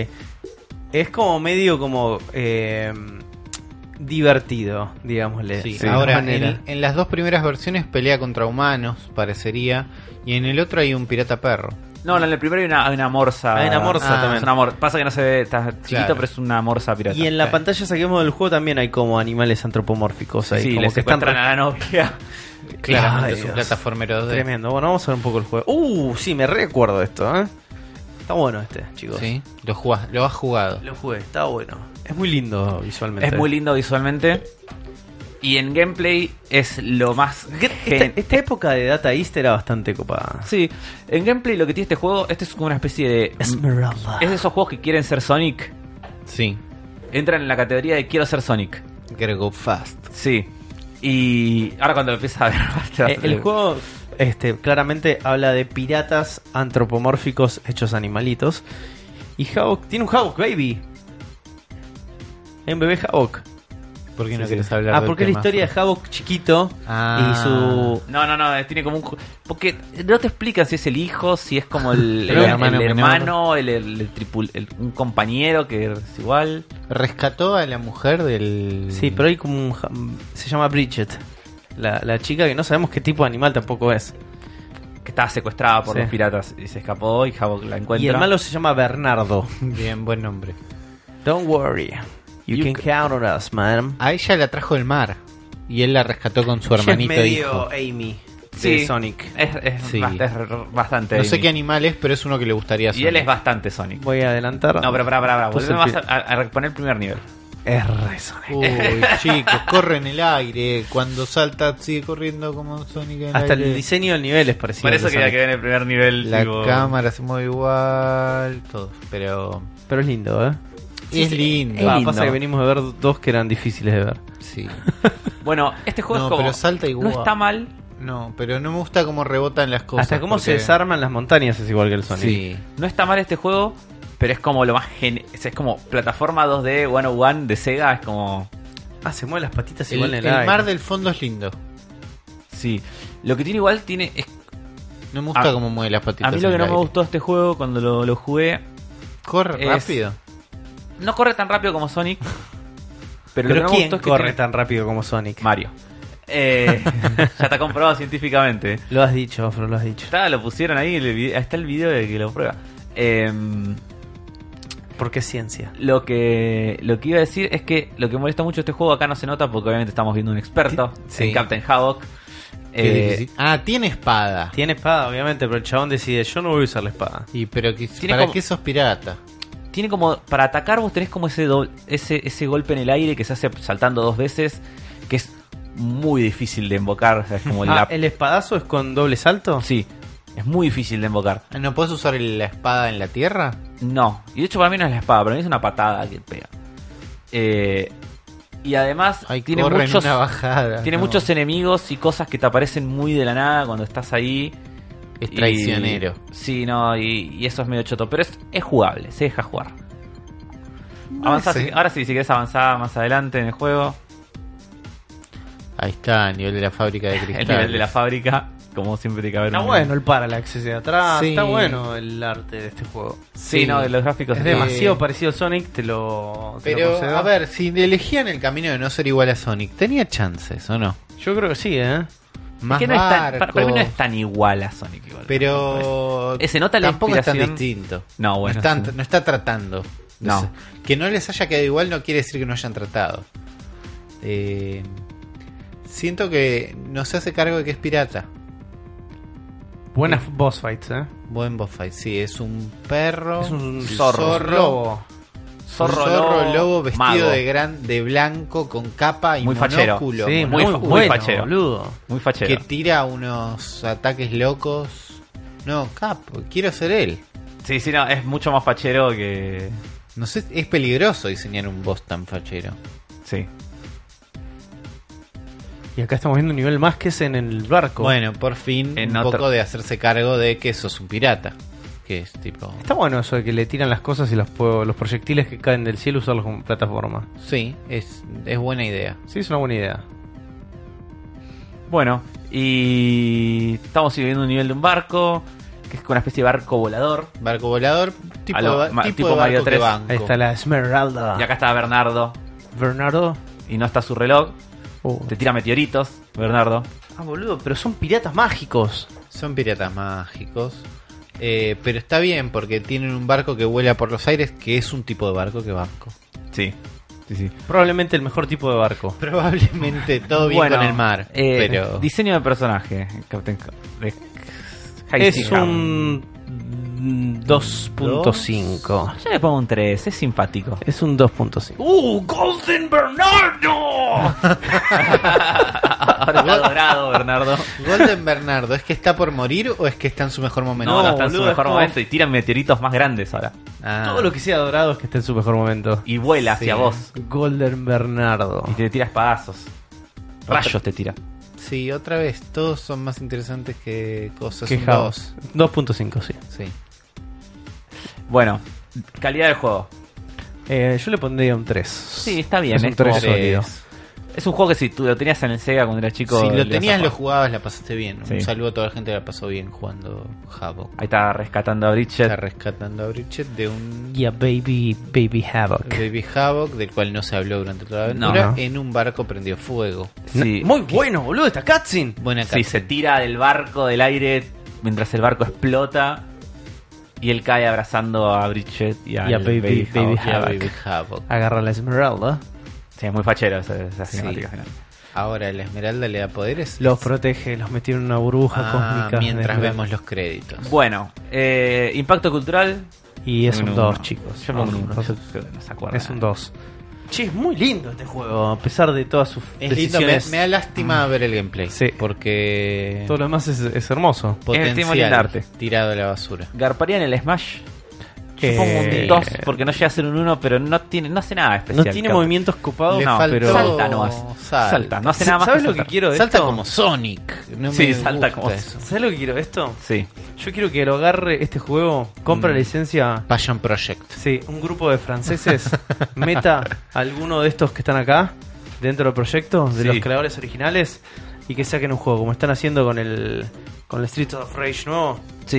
Es como medio como eh, divertido, digámosle. Sí. de Ahora, alguna en, manera. en las dos primeras versiones pelea contra humanos, parecería. Y en el otro hay un pirata perro. No, no, en el primero hay una, hay una morsa. Hay una morsa Ah, también. es una mor- Pasa que no se ve, está chiquito, Claro. pero es una morsa pirata. Y en la Claro. pantalla saquemos del juego también hay como animales antropomórficos ahí. sí, como le que están secuestran a la novia. Claramente Ay, es un Dios. plataformero de. Tremendo. Bueno, vamos a ver un poco el juego. Uh, sí, me recuerdo esto, ¿eh? Está bueno este, chicos. Sí, lo, jugás- lo has jugado. Lo jugué, está bueno. Es muy lindo visualmente. Es muy lindo visualmente. Y en gameplay es lo más... Esta, gen- esta época de Data East era bastante copada. Sí, en gameplay lo que tiene este juego, este es como una especie de... Esmeralda. Es de esos juegos que quieren ser Sonic. Sí. Entran en la categoría de quiero ser Sonic. Gotta go fast. Sí. Y ahora cuando lo empiezas a ver... te vas a- Eh, el juego este, claramente habla de piratas antropomórficos hechos animalitos. Y Havok tiene un Havok Baby. Hay un bebé Havok. ¿Por qué no Sí, quieres sí. hablar Ah, del porque es la tema? historia de Havok chiquito Ah. y su... No, no, no, tiene como un... ju- Porque no te explican si es el hijo, si es como el, El el, el hermano hermano, el, el- el tripul- el- un compañero que es igual. Rescató a la mujer del. Sí, pero hay como un... ja- se llama Bridget. La, la chica que no sabemos qué tipo de animal tampoco es. Que estaba secuestrada por Sí. los piratas y se escapó y Havok la encuentra. Y el malo se llama Bernardo. Bien, buen nombre. Don't worry. You, You can ca- count on us, man. A ella la trajo del mar. Y él la rescató con su Ella es hermanito medio hijo. Amy de Sí. Sonic. Es, es Sí. bast- es bastante... No sé Amy. qué animal es, pero es uno que le gustaría Y él es bastante Sonic. Voy a adelantar. No, pero pará, pará, pará. Puse Volvemos el pi- a, a- a reponer el primer nivel. Es re Sonic. Uy, chicos, corre en el aire. Cuando salta, sigue corriendo como Sonic en el Hasta aire. el diseño del nivel es parecido. Por eso al de quería Sonic. que en el primer nivel. La tipo- cámara se mueve igual, todo. Pero Pero es lindo, ¿eh? es lindo. Va, lindo. pasa que venimos de ver dos que eran difíciles de ver. Sí. Bueno, este juego No, es como. pero salta igual. No está mal. No, pero no me gusta cómo rebotan las cosas. Hasta cómo se porque- desarman las montañas es igual que el Sonic. Sí. No está mal este juego. Pero es como lo más gen... Es es como plataforma dos D ciento uno de Sega. Es como. Ah, se mueven las patitas El, igual en el, el aire. mar del fondo es lindo. Sí. Lo que tiene igual tiene. Es... No me gusta A- cómo mueve las patitas. A mí lo en que el no me aire. gustó de este juego cuando lo, lo jugué. Corre es- rápido. no corre tan rápido como Sonic. Pero, Pero lo que no me ¿quién gustó es que corre tiene- tan rápido como Sonic? Mario. Eh, ya está comprobado científicamente. Lo has dicho, Afro, lo has dicho. Está, lo pusieron ahí, el vide- ahí está el video de que lo prueba. Eh, ¿Por qué ciencia? lo que lo que iba a decir es que lo que molesta mucho este juego acá no se nota porque obviamente estamos viendo un experto Sí. en Captain Havoc. Qué Eh, difícil. Ah, tiene espada. Tiene espada, obviamente, pero el chabón decide, yo no voy a usar la espada. Y pero que- Tiene ¿para como- qué sos pirata? tiene como para atacar vos tenés como ese doble- ese ese golpe en el aire que se hace saltando dos veces, que es muy difícil de invocar, o sea, es como Ah, la- ¿el espadazo es con doble salto? sí, es muy difícil de invocar. ¿No puedes usar el- la espada en la tierra? No, y de hecho para mí no es la espada, para mí es una patada que pega. Eh, y además Ay, tiene corre en muchos una bajada. tiene no. muchos enemigos y cosas que te aparecen muy de la nada cuando estás ahí. Es Y- traicionero. Sí, no, y, y eso es medio choto, pero es, es jugable, se deja jugar. Avanza, sé. si- ahora sí, si querés avanzar más adelante en el juego, Ahí está, a nivel de la fábrica de el cristales. nivel de la fábrica, como siempre tiene que haber Está un- bueno el parallax ese de atrás, Sí. está bueno el arte de este juego. Sí, Sí. no, de los gráficos Es sí. demasiado parecido a Sonic, te lo, te lo Pero, concedo. a ver, si elegían el camino de no ser igual a Sonic, ¿tenía chances o no? Yo creo que sí, ¿eh? Más que no es tan, para, barcos, para mí no es tan igual a Sonic igual. pero Eh, se nota la tampoco es tan inspiración. distinto. No, bueno, no, están- sí. no está tratando. No. Entonces, que no les haya quedado igual no quiere decir que no hayan tratado. Eh, siento que no se hace cargo de que es pirata. Buenas boss fights, ¿eh? Buen boss fight, sí, es un perro, Es un zorro. zorro, lobo. Zorro, un zorro lobo, lobo, vestido mago. de gran de blanco con capa y Muy fachero. monóculo, Sí, muy- muy, muy bueno, fachero. boludo. Muy fachero. que tira unos ataques locos. No, capo, quiero ser él. Sí, sí, no, es mucho más fachero que... No sé, es peligroso diseñar un boss tan fachero. Sí. Y acá estamos viendo un nivel más que es en el barco. Bueno, por fin En un otro- poco de hacerse cargo de que sos un pirata. Que es tipo... Está bueno eso de que le tiran las cosas y los, puedo- los proyectiles que caen del cielo usarlos como plataforma. Sí, es, es buena idea. Sí, es una buena idea. Bueno, y estamos siguiendo un nivel de un barco, que es una especie de barco volador. Barco volador, tipo, A lo- de, ma- tipo tipo de Mario barco que tres. banco. Ahí está la Esmeralda. Y acá está Bernardo, Bernardo. y no está su reloj. Oh. Te tira meteoritos, Bernardo. Ah, boludo, pero son piratas mágicos. Son piratas mágicos. Eh, pero está bien porque tienen un barco que vuela por los aires, que es un tipo de barco que banco. Sí, sí, sí. Probablemente el mejor tipo de barco. Probablemente todo bien Bueno, con el mar. eh, pero diseño de personaje, Captain de High Es Seaham. un dos punto cinco. Yo le pongo un tres, es simpático. Es un dos punto cinco. ¡Uh! ¡Golden Bernardo! Ahora está dorado, Bernardo. Golden Bernardo, ¿es que está por morir o es que está en su mejor momento? No, no, está en su boludo, mejor es como- momento y tiran meteoritos más grandes ahora. Ah, Todo lo que sea dorado es que está en su mejor momento. Y vuela hacia Sí. vos. Golden Bernardo. Y te tira espadazos. Rayos te tira. Sí, otra vez, todos son más interesantes que cosas. Que un House. dos. dos punto cinco, sí. Sí. Bueno, calidad del juego. Eh, yo le pondría un tres. Sí, está bien. Es un Es, tres como- sólido. es un juego que si tú lo tenías en el Sega cuando eras chico. Si le lo ibas a tenías, lo jugar. jugabas, la pasaste bien. Sí. Un saludo a toda la gente que la pasó bien jugando Havoc. Ahí está rescatando a Bridget. Está rescatando a Bridget de un Yeah, baby, baby Havoc. Baby Havoc, del cual no se habló durante toda la aventura, No, no. en un barco prendió fuego. Sí. Muy bueno, boludo, esta cutscene. Buena Sí, se cutscene. tira del barco, del aire, mientras el barco explota. Y él cae abrazando a Bridget y a, Y a Baby- Baby Havoc. Ya, Havoc. Baby Havoc. Agarra la Esmeralda. Sí, es muy fachero esa, esa Sí. cinemática final. Ahora la Esmeralda le da poderes. Los protege, los metieron en una burbuja Ah, cósmica. mientras de- vemos los créditos. Bueno, eh, impacto cultural. Y es un uno, dos, uno. chicos. Yo pongo un No, uno. no, Yo creo que no se acuerda. Es un dos. Che, es muy lindo este juego, a pesar de todas sus Es lindo, me, decisiones. me da lástima ver el gameplay. Sí. Porque Todo lo demás es, es hermoso. Es tipo potencial arte. tirado a la basura. Garparía en el Smash. Yo Eh, pongo un dos porque no llega a ser un uno, pero no tiene, no hace nada No especial. tiene Cap- movimientos cocopados, Le no, faltó pero... Salta nomás. Salta. Salta, no hace nada más. ¿Sabes que lo que saltar. quiero de Salta esto? como Sonic. No Sí, me salta gusta como- eso. ¿Sabes lo que quiero de esto? Sí. Yo quiero que lo agarre este juego, compra Mm. la licencia. Passion Project. Sí, un grupo de franceses meta a alguno de estos que están acá dentro del proyecto, de Sí. los creadores originales, y que saquen un juego, como están haciendo con el con el Streets of Rage nuevo, Sí.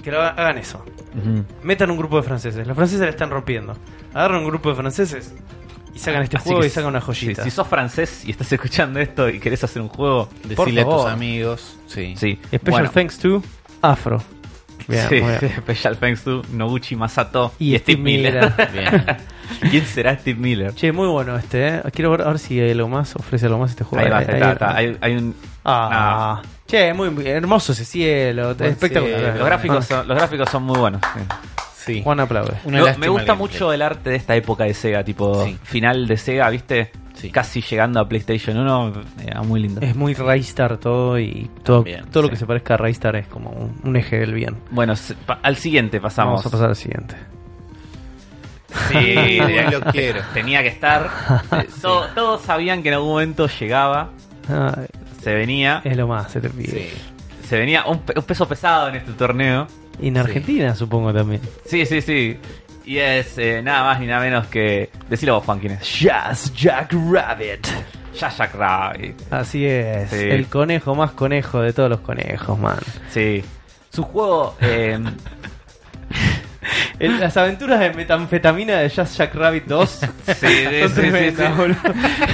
que lo hagan, hagan eso. Ujú. Metan un grupo de franceses. Los franceses la están rompiendo. Agarran un grupo de franceses y sacan este Así juego que y sacan una sí, joyita. si sos francés y estás escuchando esto y querés hacer un juego, Decirle a tus favor. amigos. Sí. sí. Special Bueno, thanks to Afro. Bien, sí, muy bien. Special thanks to Noguchi Masato Y y, Steve Steve Miller. Bien. ¿Quién será Steve Miller? Che, muy bueno este, ¿eh? Quiero ver, a ver si hay algo más, ofrece algo más este juego. Ahí va, Ahí- está, ahí- está. Hay, hay un. Ah, che, muy muy hermoso ese cielo, Buen espectacular. cielo. Los gráficos, son, los gráficos son muy buenos. sí. Sí. Juan aplaude. Una Me- lástima me gusta la mucho gameplay. el arte de esta época de Sega, tipo Sí. final de Sega, ¿viste? Sí. Casi llegando a PlayStation uno, era muy lindo. Es muy Raystar todo y todo, También, todo lo sí. que se parezca a Raystar es como un, un eje del bien. Bueno, se- pa- al siguiente pasamos. Vamos a pasar al siguiente. Sí, Uy, lo quiero. tenía que estar. Eh, to- todos sabían que en algún momento llegaba, Ay, se venía, es lo más, se te pide. Sí. se venía un, pe- un peso pesado en este torneo. Y en Argentina supongo también. Sí, sí, sí. Y es eh, nada más ni nada menos que. Decilo vos, Juan, ¿quién es? Jazz Jack Rabbit. Jack Rabbit. Así es, Sí. el conejo más conejo de todos los conejos, man. Sí. Su juego. eh, El- las aventuras de metanfetamina de Jazz Jack Rabbit dos sí, sí, sí, son sí, tremendas, sí. boludo.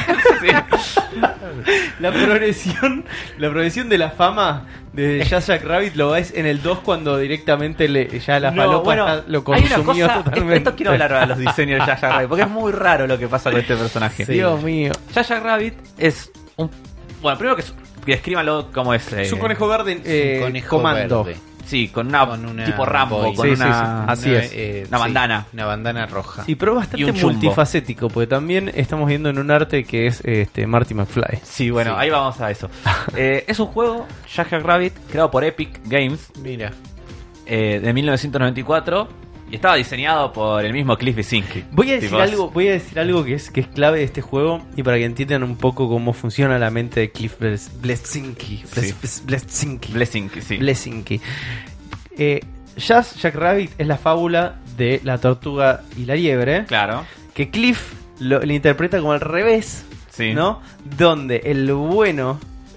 sí. La progresión, la progresión de la fama de Jazz Jack Rabbit lo ves en el dos cuando directamente le, ya la No, falopa bueno, está- lo hay una consumió cosa, totalmente. esto quiero hablar de los diseños de Jack Rabbit, porque es muy raro lo que pasa con este personaje. Dios mío. Jack Rabbit es un... Bueno, primero que, es- que descríbanlo como es... eh, Es un conejo verde eh, Un conejo comando. verde. Sí, con una, Con una tipo Rambo, boina. con Sí, sí, una... sí. Así Una, es. eh, Una sí, bandana. Una bandana roja. Sí, pero Y bastante un chumbo. multifacético, porque también estamos viendo en un arte que es este Marty McFly. Sí, bueno, Sí. ahí vamos a eso. Eh, es un juego, Jack Rabbit, creado por Epic Games, Mira. eh, de mil novecientos noventa y cuatro, y estaba diseñado por el mismo Cliff Bleszinski. Voy a decir Tipo, algo, voy a decir algo que es que es clave de este juego y para que entiendan un poco cómo funciona la mente de Cliff Bles- Bleszinski. Bles- Sí. Bleszinski. Bleszinski, sí. Bleszinski. Eh, Jazz Jack Rabbit es la fábula de la tortuga y la liebre, Claro, que Cliff lo, le interpreta como al revés, sí. ¿no? Donde el bueno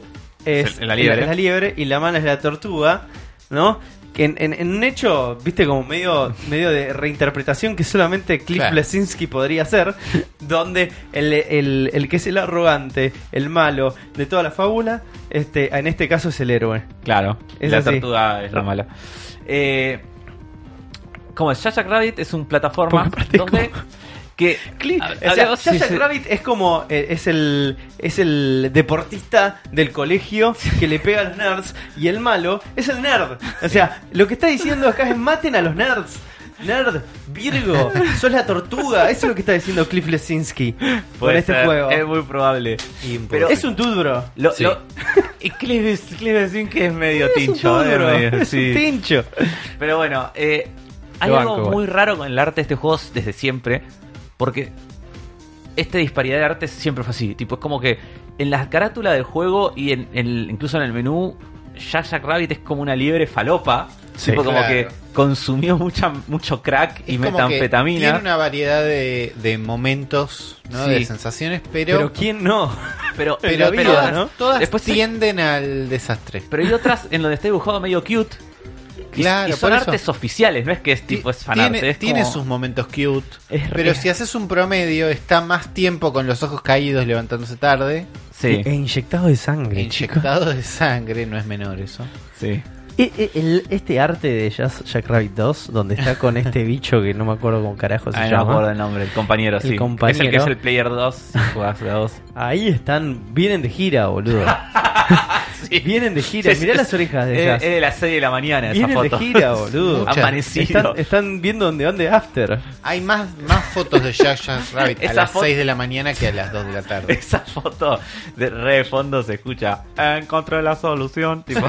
es Es la liebre. la liebre y la mala es la tortuga, ¿no? Que en, en- en un hecho, viste, como medio, medio de reinterpretación que solamente Cliff Claro. Bleszinski podría hacer, donde el, el- el que es el arrogante, el malo de toda la fábula, este, en este caso es el héroe. Claro, Es la así. tortuga es la mala. Eh, ¿Cómo es? Jack Rabbit es un plataforma Porque aparte dos D como- que... Cli- Ah, o sea, hablemos- Jazz sí, Jack sí. Rabbit es como eh, es el es el deportista del colegio que le pega a los nerds y el malo es el nerd. O sea, lo que está diciendo acá es maten a los nerds. Nerd, Virgo, sos la tortuga. Eso es lo que está diciendo Cliff Bleszinski con Puede este ser, juego. Es muy probable. Pero es un dude, bro. Lo, Sí. lo- y Cliff, Cliff Bleszinski es medio Es un tincho. dude, es bro. medio- Es sí. un tincho. Pero bueno, eh, hay Lo algo banco, muy igual. raro con el arte de este juego desde siempre. Porque esta disparidad de arte siempre fue así. Tipo, es como que en la carátula del juego y en, en- incluso en el menú, Jack Jack Rabbit es como una liebre falopa. Sí, tipo, como claro. que consumió mucha, mucho crack y Es como que metanfetamina. tiene una variedad de, de momentos, ¿no? Sí. De sensaciones, pero Pero quién no. Pero, en pero la vida, todas, ¿no? todas Después sí. tienden al desastre. pero hay otras en donde está dibujado medio cute. Y- Claro, y son por eso. artes oficiales, no es que es tipo es fanarte. tiene es tiene como- sus momentos cute, Es pero re- si haces un promedio, está más tiempo con los ojos caídos levantándose tarde, Sí, E inyectado de sangre, chicos. inyectado de sangre, no es menor eso. sí. E- e- el- este arte de Jazz Jack Rabbit dos, donde está con este bicho que no me acuerdo cómo carajo se Ay, no me llama. acuerdo el nombre, el compañero, El sí. compañero. Es el que es el player dos, si jugás de dos. Ahí están, vienen de gira, boludo. Sí. Vienen de gira, Sí, mirá sí, las sí. orejas de Es, Jazz. es de las seis de la mañana esa Vienen de foto. gira, boludo. Muchas. Amanecido. Están, están viendo dónde van de after. Hay más, más fotos de Jack Jack Rabbit a Esa las foto- seis de la mañana que a las dos de la tarde. Esa foto de re de fondo se escucha. Encontré la solución. Tipo,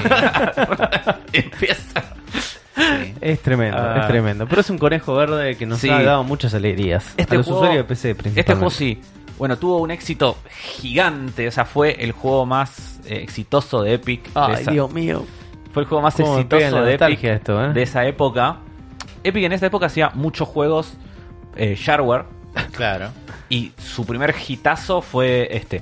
empieza. Sí. Es tremendo, Ah. es tremendo. Pero es un conejo verde que nos Sí. ha dado muchas alegrías. Este a los juego- usuarios de P C principalmente. Este juego sí. Bueno, tuvo un éxito gigante. O sea, fue el juego más eh, exitoso de Epic. de Ay, esa- Dios mío. Fue el juego más Cómo me pega en exitoso la de Epic nostalgia esto, ¿eh? de esa época. Epic en esa época hacía muchos juegos eh, shareware. Claro. Y su primer hitazo fue este.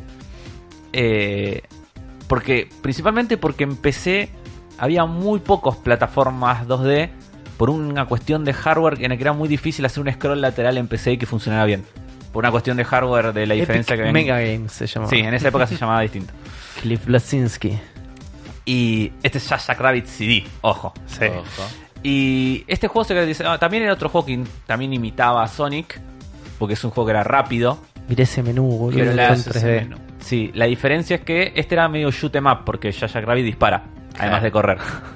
Eh, porque, principalmente porque en P C había muy pocos plataformas dos D por una cuestión de hardware en la que era muy difícil hacer un scroll lateral en P C y que funcionara bien. Por una cuestión de hardware, de la diferencia Epic que ven. Mega Games se llamaba. Sí, en esa época se llamaba distinto. Cliff Bleszinski. Y este es Jack Rabbit C D, ojo. Sí. Ojo. Y este juego se dice, ah, también era otro juego que también imitaba a Sonic, porque es un juego que era rápido. Mirá ese menú, boludo. Pero la- con ese tres D. menú. Sí, la diferencia es que este era medio shoot 'em up, porque Jack Rabbit dispara, además Claro. de correr.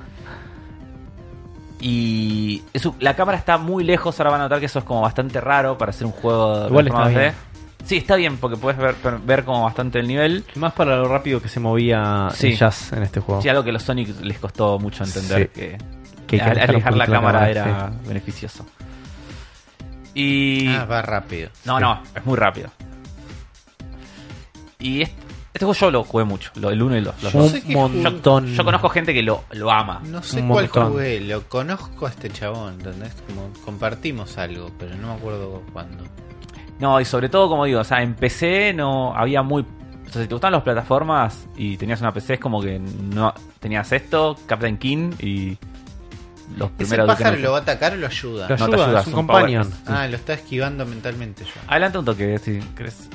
Y eso, la cámara está muy lejos, ahora van a notar que eso es como bastante raro para hacer un juego de Igual está plataformas bien. dos D. Sí, está bien, porque puedes ver, ver como bastante el nivel. Más para lo rápido que se movía Sí. el Jazz en este juego. Sí, algo que a los Sonic les costó mucho entender, Sí. que, Que hay que al- alejar alejar un la poquito la cámara cámara, era beneficioso. Y... Ah, va rápido. No, no, es muy rápido. Y este, este juego yo lo jugué mucho, lo, el uno y el dos. Los Un dos. sé qué montón. Yo conozco gente que lo, lo ama. No sé Un cuál montón. jugué, lo conozco a este chabón, ¿entendés? Como compartimos algo, pero no me acuerdo cuándo. No, y sobre todo, como digo, o sea, en P C no había muy... O sea, si te gustan las plataformas y tenías una P C, es como que no tenías esto, Captain King y los ¿Ese primeros... pájaro Duke Nukem. lo va a atacar o lo ayuda? Lo No te ayuda, ayuda, es un son companion. powers. Ah, lo está esquivando mentalmente yo. Adelante un toque, si crees.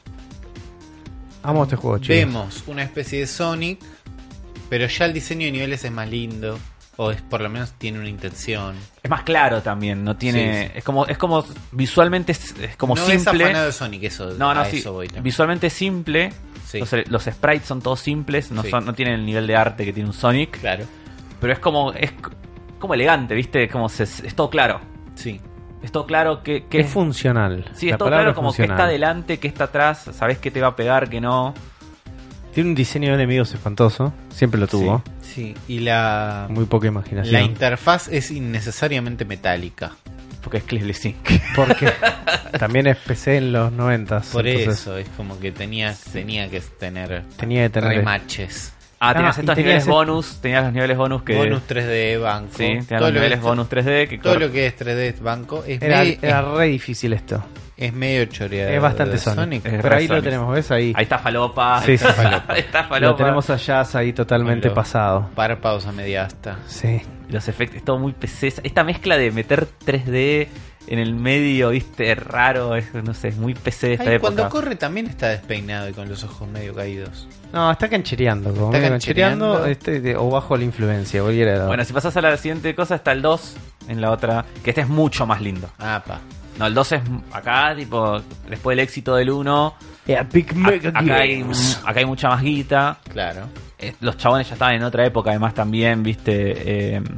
Amo este juego, chicos. Vemos una especie de Sonic, pero ya el diseño de niveles es más lindo. O es por lo menos tiene una intención. Es más claro también, no tiene... Sí, sí. Es como es como visualmente es, es como no es simple. afanado de Sonic, eso. No, no, a sí. eso voy también. Visualmente simple. Sí. Los, los sprites son todos simples, no, Sí. son, no tienen el nivel de arte que tiene un Sonic. Claro. Pero es como es como elegante, ¿viste? Es como se, es todo claro. Sí. Es todo claro que, que Es funcional. Sí, La es todo palabra claro es como que funcional. está adelante, que está atrás, sabes que te va a pegar, que no. Tiene un diseño de enemigos espantoso. Siempre lo tuvo. Sí. Y la, Muy poca imaginación. la interfaz es innecesariamente metálica. Porque es Cliff Bleszinski. Porque también es P C en los noventas. Por entonces eso, es como que tenía, tenía que tener Tenía que tener... rematches. Ah, tenías Ah, y estos tenías niveles el- bonus, tenías los niveles bonus que... Bonus tres D, banco. Sí, tenías todo los lo niveles que- bonus tres D que Todo cor- lo que es tres D banco es, Era, medio, era re difícil esto. es, es medio choreado. Es bastante de Sonic. Es Pero re ahí lo Sonic. tenemos, ¿ves? Ahí. Ahí está Falopa. Sí, sí, ahí Falopa. está Lo Falopa. tenemos a Jazz ahí totalmente Con lo- pasado. Párpados a media asta. Sí. Los efectos, es todo muy P C. Esta mezcla de meter tres D en el medio, viste, raro, es, no sé, es muy P C de esta Ay, época. cuando corre también está despeinado y con los ojos medio caídos. No, está canchereando. Como Está medio canchereando. canchereando este, de- o bajo la influencia. Cualquiera de las Bueno, dos. si pasas a la siguiente cosa, está el dos en la otra, que este es mucho más lindo. Ah, pa. No, el dos es acá, tipo, después del éxito del uno, Epic Mega acá hay, Games. acá hay mucha más guita. Claro. Eh, Los chabones ya estaban en otra época, además también, viste. eh,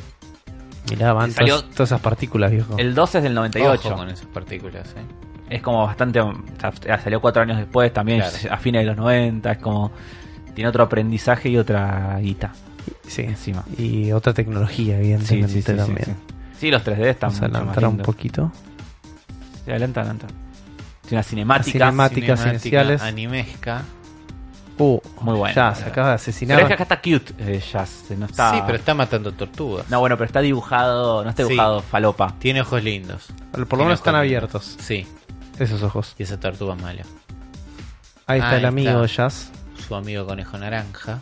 Mirá, van Salió- todas, todas esas partículas, viejo. el dos es del noventa y ocho. Ojo con esas partículas, eh. Es como bastante. O sea, salió cuatro años después, también Claro. a fines de los noventa. Es como. Tiene otro aprendizaje y otra guita Sí. encima. Y otra tecnología, Sí, evidentemente, sí, sí, sí, también. sí. Sí, los tres D están Vamos a mucho más adelantar un lindos. poquito. Sí, adelanta, adelanta. Tiene una cinemática. Cinemáticas Cinemática iniciales. animesca. Uh, Muy bueno. Ya, se acaba de asesinar. Pero es que acá está cute, eh, Jazz. No está. Sí, pero está matando tortugas. No, bueno, pero está dibujado. No está Sí. dibujado falopa. Tiene ojos lindos. Por lo menos están abiertos. Sí, Esos ojos. y esa tortuga mala. Ahí está Ahí el amigo está. de Jazz. Su amigo conejo naranja.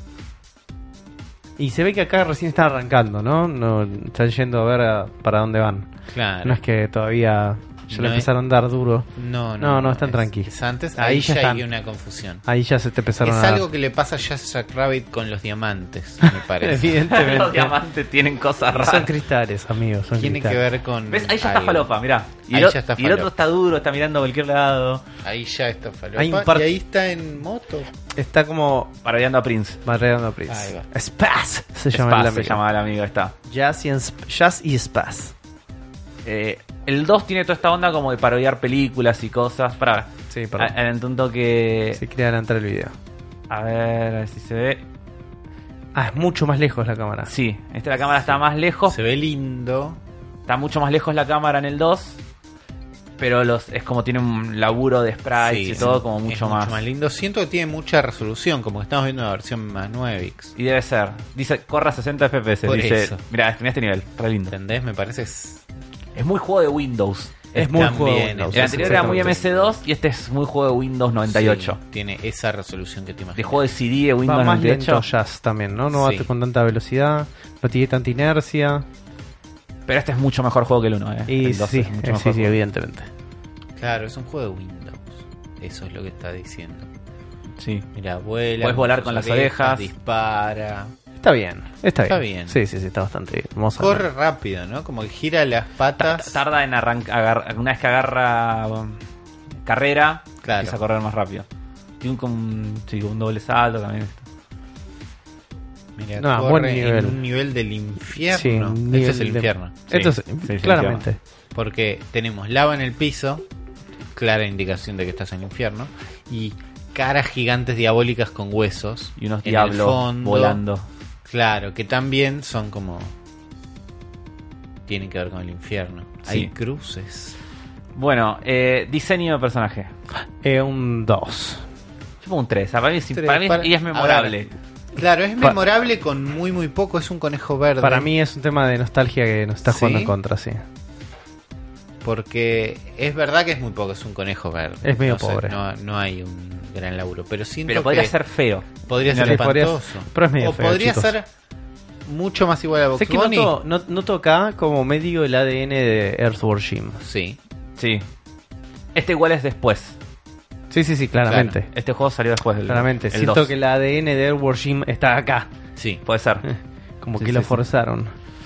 Y se ve que acá recién están arrancando, ¿no? No están yendo a ver a- para dónde van. Claro. No es que todavía ya No le es- empezaron a dar duro. No, no, No, no, están es- tranqui. es antes, Ahí ahí, ya ya están. hay una confusión. Ahí ya se te empezaron Es a dar. algo que le pasa a Jack Rabbit con los diamantes, me parece. Evidentemente. Los diamantes tienen cosas Son raras. cristales, amigos. Son Tiene que cristales. ver con. ¿Ves? Ahí ya está algo. falopa, mirá. Y, Ahí el, ya está y el otro falopa. está duro, está mirando a cualquier lado. Ahí ya está falopa. Hay un par- Y ahí está en moto. Está como Parodiando a Prince. barreando a Prince. Ahí va. Spaz se llama Spaz el se amigo. llama el amigo, está. Jazz y, Sp- Jazz y Spaz. Eh, el dos tiene toda esta onda como de parodiar películas y cosas. Para Sí, perdón. en un toque. Se quería adelantar el video. A ver, a ver si se ve. Ah, es mucho más lejos la cámara. Sí, esta la cámara está más lejos. Se ve lindo. Está mucho más lejos la cámara en el dos. Pero los es como tiene un laburo de sprites Sí, y todo es- como es mucho más. lindo. Siento que tiene mucha resolución, como que estamos viendo una versión más nueve. Y debe ser. Dice, corre a sesenta F P S. Por Dice, eso. mira, en este nivel, re lindo. ¿Entendés? Me parece. es- Es muy juego de Windows. Es muy También juego de es- Windows. El anterior era muy Exactamente. M S dos y este es muy juego de Windows noventa y ocho. Sí, tiene esa resolución que te De imaginas. juego de C D de Va Windows más noventa y ocho. lento Jazz también, ¿no? No Sí. va con tanta velocidad, no tiene tanta inercia. Pero este es mucho mejor juego que el uno, ¿eh? Y El dos sí, es mucho eh, mejor sí, sí, juego. evidentemente. Claro, es un juego de Windows. Eso es lo que está diciendo. Sí. Mira, vuela. Podés volar sus con las orejas. Dispara. Está bien, está bien. Está bien. Sí, sí, sí, está bastante bien. Vamos a Corre ver. rápido, ¿no? Como que gira las Ta- patas. Tarda en arrancar. Una vez que agarra um, carrera, Claro. empieza a correr más rápido. Tiene un, con- sí, un doble salto también. Mira, No, corre buen en nivel. un nivel del infierno. Sí, un Este nivel es el de- infierno. Esto es, sí, sí, claramente. Porque tenemos lava en el piso, clara indicación de que estás en el infierno, y caras gigantes diabólicas con huesos. Y unos en el diablos fondo. volando. Claro, que también son como... tienen que ver con el infierno. Sí. Hay cruces. Bueno, eh, diseño de personaje. Eh, un dos. Yo pongo un tres. Para mí es, Tres, para mí es- para- y es memorable. a ver, Claro, es Pa- memorable con muy muy poco, es un conejo verde. Para mí es un tema de nostalgia que nos está jugando ¿Sí? en contra, sí. Porque es verdad que es muy poco, es un conejo verde. Es medio No sé, pobre. no, no hay un gran laburo, pero siento Pero podría que ser feo. podría ser Sí, podría- espantoso. pero es medio o feo, podría chicos. ser mucho más igual a Box Sé que Bunny. noto, no- noto acá como medio el A D N de Earthworm Jim. Sí, Sí. Este igual es después. Sí, sí, sí, claramente. Este juego salió después del Claramente. el Siento dos. que el A D N de Earthworm Jim está acá. sí. Puede ser. Como Sí, que sí, lo sí. forzaron.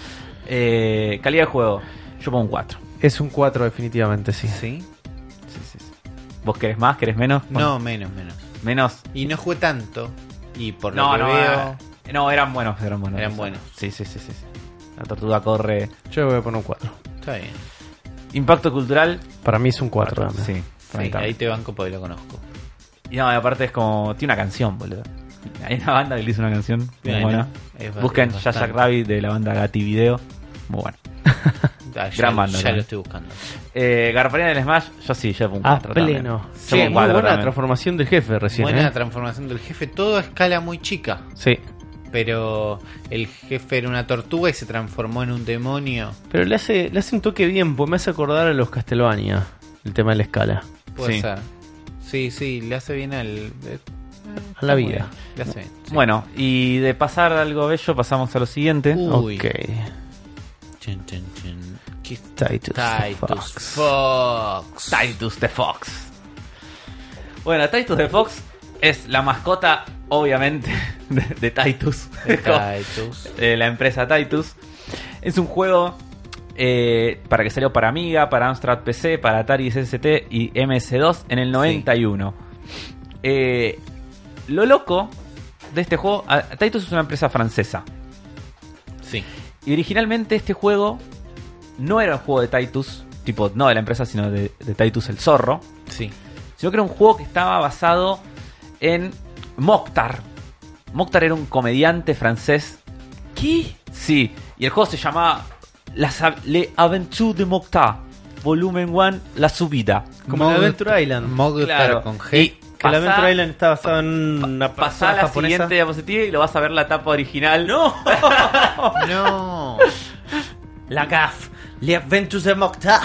Eh, calidad de juego. Yo pongo un cuatro. Es un cuatro definitivamente, sí. ¿Sí? Sí, sí, sí. ¿Vos querés más? ¿Querés menos? No, menos, menos. Menos. Y no jugué tanto. Y por lo No, que no, veo... eh, no, eran buenos, eran buenos. Eran buenos. Sí, sí, sí, sí, sí. La tortuga corre. Yo voy a poner un cuatro. Está bien. Impacto cultural. Para mí es un cuatro también. Sí. para mí Sí, también. ahí te banco porque lo conozco. Y no, y aparte es como. Tiene una canción, boludo. Hay una banda que le hizo una canción muy Bueno, buena. es ba- Busquen es Jack bastante. Rabbit de la banda Gatti Video. Muy bueno. Ah, ya, Gran banda, ya también. lo estoy buscando. Eh, Garparina del Smash, yo sí, yo pongo un A cuatro también. pleno. Yo Sí, pongo un muy cuatro buena también. transformación del jefe recién. Buena ¿eh? transformación del jefe, todo a escala muy chica. Sí. Pero el jefe era una tortuga y se transformó en un demonio. Pero le hace, le hace un toque bien, pues me hace acordar a los Castlevania. El tema de la escala. Puede Sí. ser. Sí, sí, le hace bien al. eh, A la está vida. bien, Le hace bien. sí. Bueno, y de pasar a algo bello, pasamos a lo siguiente. Uy. Ok. Chun, chun, chun. ¿Qué- Titus, Titus Fox. Fox. Titus the Fox. Bueno, Titus the Fox es la mascota, obviamente, de, de Titus. Titus. Eh, la empresa Titus. Es un juego eh, para que salió para Amiga, para Amstrad P C, para Atari S S T y M S dos en el noventa y uno. Eh, lo loco de este juego, a- Titus es una empresa francesa. Sí. Y originalmente este juego no era un juego de Titus, tipo, no de la empresa, sino de, de Titus el zorro, Sí. sino que era un juego que estaba basado en Mokhtar. Mokhtar era un comediante francés. ¿Qué? Sí, y el juego se llamaba Las Av- Les Aventures de Mokhtar, volumen uno, La Subida. Como en Mogot- Adventure Island. Mogot Claro. con G. Y Que el pasá- Adventure Island está basado en una Pasá a persona la japonesa. siguiente diapositiva y lo vas a ver la tapa original. ¡No! No. La G A F. Les Adventures de Mokhtar.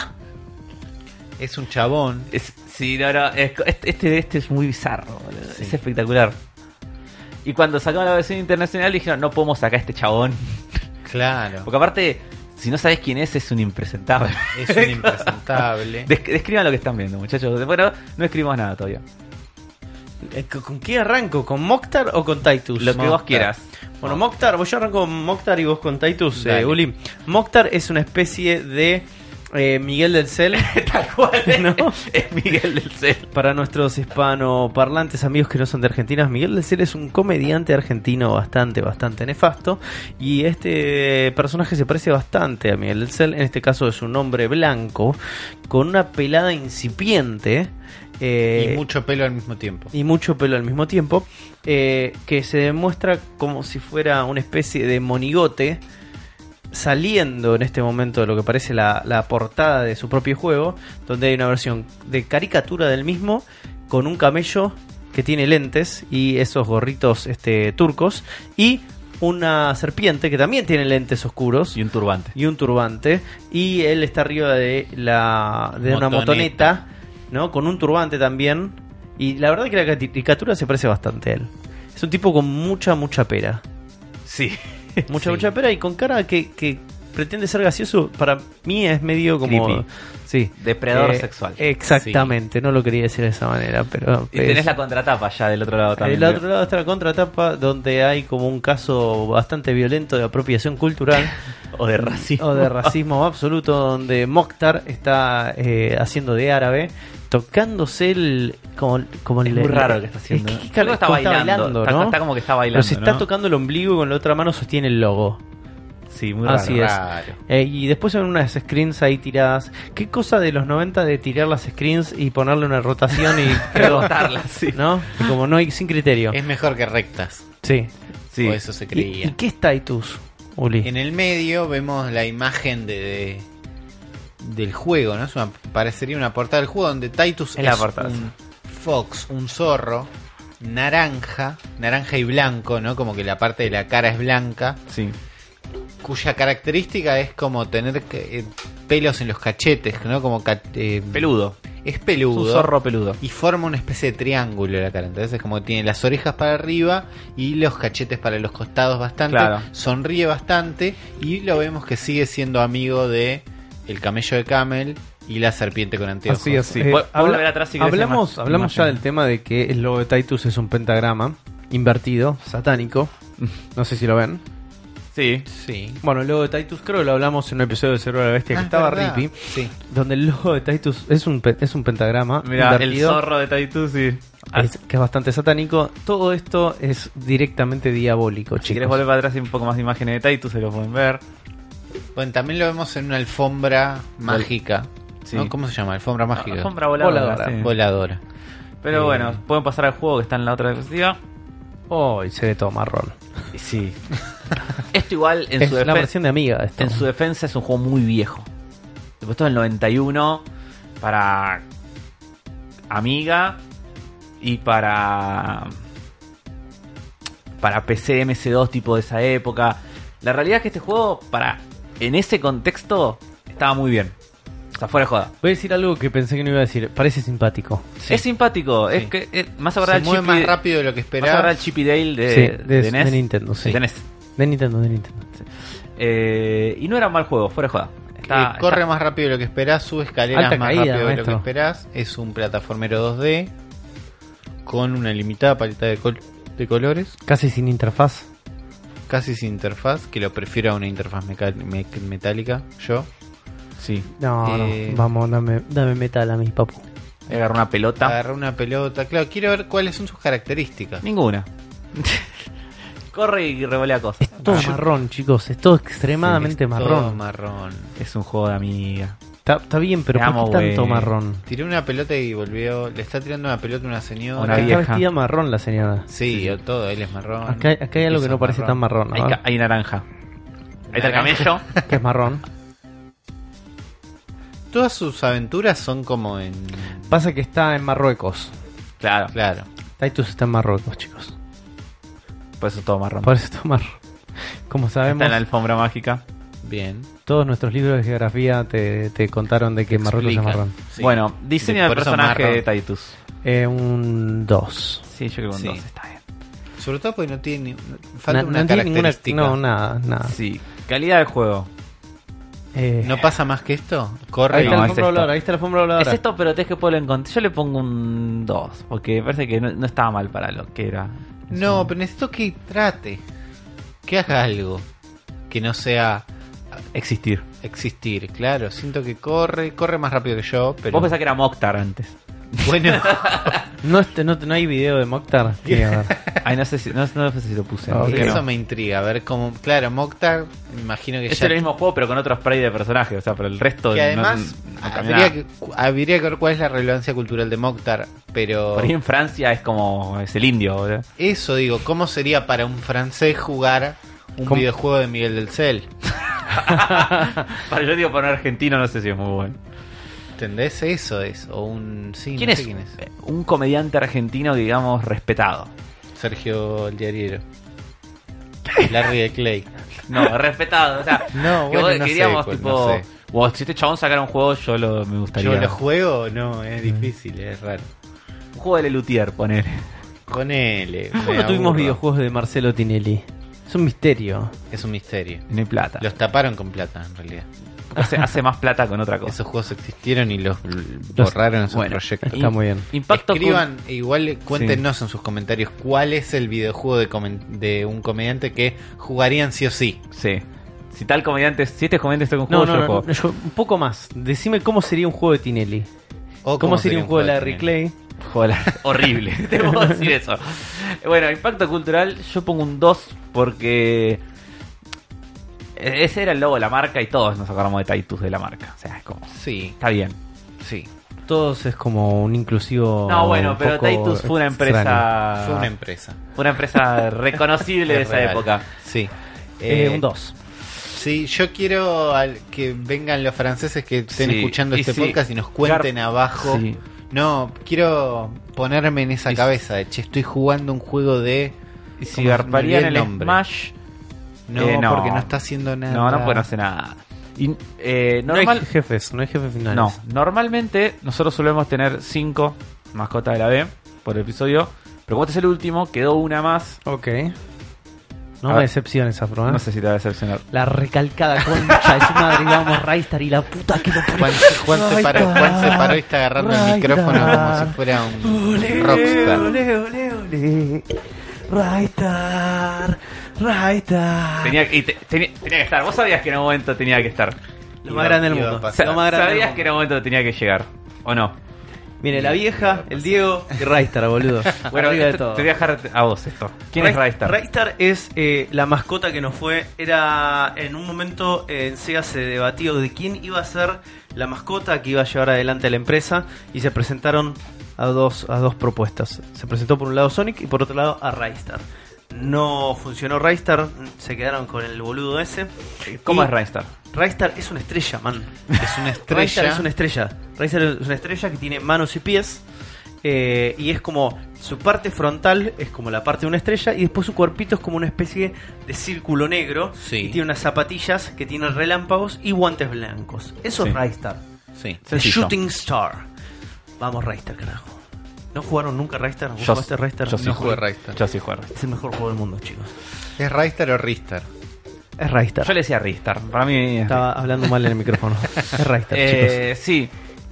Es un chabón. Es- sí, no, no, es- este, este, este es muy bizarro, boludo. Sí. Es espectacular. Y cuando sacaron la versión internacional dijeron, no podemos sacar a este chabón. Claro. Porque aparte, si no sabes quién es, es un impresentable. Es un impresentable. Des- describan lo que están viendo, muchachos. Bueno, no escribimos nada todavía. Eh, ¿Con qué arranco? ¿Con Mokhtar o con Titus? Lo que vos Mokhtar. quieras. Bueno, Mokhtar, vos yo arranco con Mokhtar y vos con Titus, Dale. eh, Uli. Mokhtar es una especie de eh, Miguel del Cel. Tal cual, ¿No? es Miguel del Cel. Para nuestros hispanoparlantes amigos que no son de Argentina, Miguel del Cel es un comediante argentino bastante, bastante nefasto. Y este personaje se parece bastante a Miguel del Cel. En este caso es un hombre blanco con una pelada incipiente. eh, Y mucho pelo al mismo tiempo. y mucho pelo al mismo tiempo, eh, que se demuestra como si fuera una especie de monigote saliendo en este momento de lo que parece la, la portada de su propio juego, donde hay una versión de caricatura del mismo con un camello que tiene lentes y esos gorritos este, turcos y una serpiente que también tiene lentes oscuros Y un turbante. y un turbante y él está arriba de la de una Motoneta. motoneta, ¿no? Con un turbante también. Y la verdad que la caricatura se parece bastante a él. Es un tipo con mucha, mucha pera. Sí. Mucha, Sí. mucha pera y con cara que, que pretende ser gracioso, para mí es medio como... Creepy. Sí. Depredador Eh, sexual. Exactamente, no lo quería decir de esa manera, pero... Y tenés la contratapa ya del otro lado también. Del otro lado está la contratapa, donde hay como un caso bastante violento de apropiación cultural O de racismo. o de racismo absoluto, donde Mokhtar está eh, haciendo de árabe, tocándose el... Como, como Es el- muy el- raro lo que está haciendo. es que- Creo que está como está bailando. Está- ¿no? está como que está bailando, Pero se está ¿no? tocando el ombligo y con la otra mano sostiene el logo. Sí, muy raro. Así es. Raro. Eh, y después son unas screens ahí tiradas. ¿Qué cosa de los noventa de tirar las screens y ponerle una rotación y quedó? Rebotarlas, sí. ¿No? Y como no hay sin criterio. Es mejor que rectas. Sí. Sí. O eso se ¿Y, creía. y qué es Titus, Uli? En el medio vemos la imagen de, de- del juego, ¿no? Es una, parecería una portada del juego donde Titus Es es, la portada, un fox, un zorro, naranja, naranja y blanco, ¿no? Como que la parte de la cara es blanca, Sí. cuya característica es como tener que- eh, pelos en los cachetes, ¿no? Como ca- eh, Peludo. es Es peludo. un zorro peludo. Y forma una especie de triángulo la cara. Entonces es como que tiene las orejas para arriba y los cachetes para los costados bastante. Claro. Sonríe bastante y lo vemos que sigue siendo amigo de el camello de Camel y la serpiente con anteojos. Así es. Sí, Eh, puedo- puedo habla- volver atrás si querés hablamos hacer más hablamos ya imagen. del tema de que el logo de Titus es un pentagrama invertido, satánico. No sé si lo ven. Sí. Sí. Bueno, el logo de Titus creo que lo hablamos en un episodio de Cerebro de la Bestia que Ah, estaba ¿verdad? Rippy, Sí. donde el logo de Titus es un, pe- es un pentagrama Mira, el invertido. zorro de Titus, sí. Ah, Es- que es bastante satánico. Todo esto es directamente diabólico, si chicos. querés volver para atrás y un poco más de imágenes de Titus, se lo pueden ver. Bueno, también lo vemos en una alfombra mágica. Sí. ¿No? ¿Cómo se llama? Alfombra mágica. Alfombra voladora. Voladora. sí. Voladora. Pero Eh, bueno, pueden pasar al juego que está en la otra diapositiva. Oh, y se ve todo marrón. Sí. Esto igual, en Es su, la defen- versión de Amiga de esto. en su defensa, es un juego muy viejo. Puesto en el noventa y uno para Amiga y para para P C M S dos tipo de esa época. La realidad es que este juego, para en ese contexto, estaba muy bien. O sea, fuera de joda. Voy a decir algo que pensé que no iba a decir. Parece simpático. Sí. Es simpático. Sí. Es que es más Se ahora el mueve Chip más y- rápido de lo que más ahora el esperaba. Chip y Dale de, Sí, de, de- NES. de Nintendo, sí. De NES. De Nintendo, de Nintendo. Eh, y no era un mal juego, fuera de joda. Está- Eh, corre está- más rápido de lo que esperás, sube escaleras Alta más caída, rápido de lo que maestro. esperás. Es un plataformero dos D con una limitada paleta de, col- de colores, Casi sin interfaz. casi sin interfaz, que lo prefiero a una interfaz meca- me- metálica. Yo. Sí. No, Eh, no. Vamos, dame, dame metal a mi papu. Agarró una pelota. Agarré una pelota. Claro, quiero ver cuáles son sus características. Ninguna. Corre y revolea cosas. Es todo yo- marrón, chicos. Es todo extremadamente Es todo marrón. marrón. Es un juego de amiga. Está, está bien, pero Te ¿por qué amo, tanto güey. marrón? Tiré una pelota y volvió. Le está tirando una pelota a una señora. Una Acá vieja. está vestida marrón la señora. Sí, o todo, él es marrón. Acá, acá hay algo que Piso no parece tan marrón. ¿no? Hay, ca- hay naranja. Ahí está el camello. Que es marrón. Todas sus aventuras son como en. Pasa que está en Marruecos. Claro, Claro. Titus está en Marruecos, chicos. por eso es todo marrón. Por eso está marrón. Como sabemos, Está en la alfombra mágica. Bien. todos nuestros libros de geografía te, te contaron de que Marruecos es Explican. marrón. Sí. Bueno, diseño De- de por eso personaje marrón. de Titus. Eh, un dos. Sí, yo creo que un Sí. dos está bien. Sobre todo porque no tiene. ni- Falta Na- una no tiene ninguna. característica. No, nada, nada. Sí. Calidad del juego. Eh, ¿No pasa más que esto? Corre ahí y. está no, la es alfombra esto. voladora, ahí está la alfombra voladora. Es esto, pero tenés que poderlo encontrar. Yo le pongo un dos, porque me parece que no, no estaba mal para lo que era. No, pero necesito que trate. Que haga algo. Que no sea Existir. existir. Claro, siento que corre. Corre más rápido que yo. Pero. Vos pensás que era Mokhtar antes. Bueno. No, este, no, no hay video de Mokhtar. Sí, a ver. Ay, no sé si, no, no sé si lo puse. Ah, creo que Eso no. me intriga. A ver cómo. Claro, Mokhtar. Me imagino que Es ya. el mismo juego, pero con otro spray de personaje. O sea, pero el resto. Que no- además. no cambia habría, nada. que, habría que ver cuál es la relevancia cultural de Mokhtar. Pero. Por ahí en Francia es como. Es el indio, boludo. Eso digo, ¿cómo sería para un francés jugar un ¿Cómo? videojuego de Miguel del Cel? Para yo digo, para un argentino no sé si es muy bueno. ¿Entendés? Eso es. O un. Sí, ¿Quién no es? sé quién es. Eh, Un comediante argentino, digamos, respetado. Sergio el Diariero. Larry de Clay. No, respetado. O sea, No, que bueno, vos no sé, queríamos, pues, tipo. no sé. "Wow, si este chabón sacara un juego, yo lo, me gustaría. ¿Yo lo juego? No, es difícil, es raro. Un juego de Lelutier, poner. Con él. ¿Cómo no tuvimos videojuegos de Marcelo Tinelli? Es un misterio. Es un misterio. No hay plata. Los taparon con plata, en realidad. Hace, hace más plata con otra cosa. Esos juegos existieron y los borraron en sus bueno, proyectos. Está muy bien. Impacto Escriban, igual cuéntenos en sus comentarios cuál es el videojuego de, comen- de un comediante que jugarían sí o sí. Sí. Si tal comediante, si este comediante está con un No, juego, no, yo no, juego. no, yo- un poco más. Decime cómo sería un juego de Tinelli. O ¿Cómo sería un juego de Larry Tinelli. Clay? Joder, horrible. Te puedo decir eso. Bueno, impacto cultural, yo pongo un dos porque ese era el logo de la marca y todos nos acordamos de Titus de la marca. O sea, es como, Sí, está bien. sí. Todos es como un inclusivo. No, bueno, un pero poco Titus fue una extraño. empresa. Fue una empresa. Fue una empresa reconocible de Es esa real. época. Sí. Eh, Eh, un dos. Sí, yo quiero al- que vengan los franceses que estén Sí, escuchando y este sí. podcast y nos cuenten Gar- abajo. Sí. No, quiero ponerme en esa Y- cabeza de, che, estoy jugando un juego de... Y si ¿cómo se me garparían olvidó el nombre? Smash. No, Eh, no. porque no está haciendo nada. No, no pueden hacer nada. Y, eh, No normal, hay jefes, no hay jefes finales. No, normalmente nosotros solemos tener cinco mascotas de la B por episodio, pero como este es el último, quedó una más. Ok. No A me ver. decepciones, Afro, ¿eh? No sé si te va a decepcionar. La recalcada concha de su madre, y vamos, Raistar y la puta que lo Juan, Juan se paró, Juan se paró y está agarrando el micrófono como si fuera un rockstar. Ole, ole, ole. Raistar, Raistar. Tenía, y te- tenía, tenía que estar. Vos sabías que en un momento tenía que estar. Lo más grande del Iba a mundo. pasar. Lo más grande del Sabías mundo. que en un momento tenía que llegar. ¿O no? Mire, la vieja, el Diego y Raistar, boludo. Bueno, Arriba de esto- todo. te voy a dejar a vos esto. ¿Quién es Raistar? Raistar es eh, la mascota que nos fue. Era en un momento eh, en Sega se debatió de quién iba a ser la mascota que iba a llevar adelante a la empresa y se presentaron a dos, a dos propuestas. Se presentó por un lado Sonic y por otro lado a Raistar. No funcionó Raistar, se quedaron con el boludo ese. ¿Cómo Y es Raistar? Raistar es una estrella, man. Es una Raistar estrella. es una estrella. Raistar es una estrella que tiene manos y pies. eh, y es como su parte frontal es como la parte de una estrella. Y después su cuerpito es como una especie de círculo negro. Sí. Y tiene unas zapatillas que tienen relámpagos y guantes blancos. Eso Sí. es Raistar. Sí. El Sencillo. Shooting Star. Vamos, Raistar, carajo. ¿No jugaron nunca Raistar? ¿Vos Yo- jugaste Raistar? yo sí No jugué. jugué Raistar. Yo sí juego Raistar. Es el mejor juego del mundo, chicos. ¿Es Raistar o Ristar? Es Raistar. Yo le decía Ristar. Para mí es Estaba hablando mal en el micrófono. Es Raistar, chicos. Eh, sí.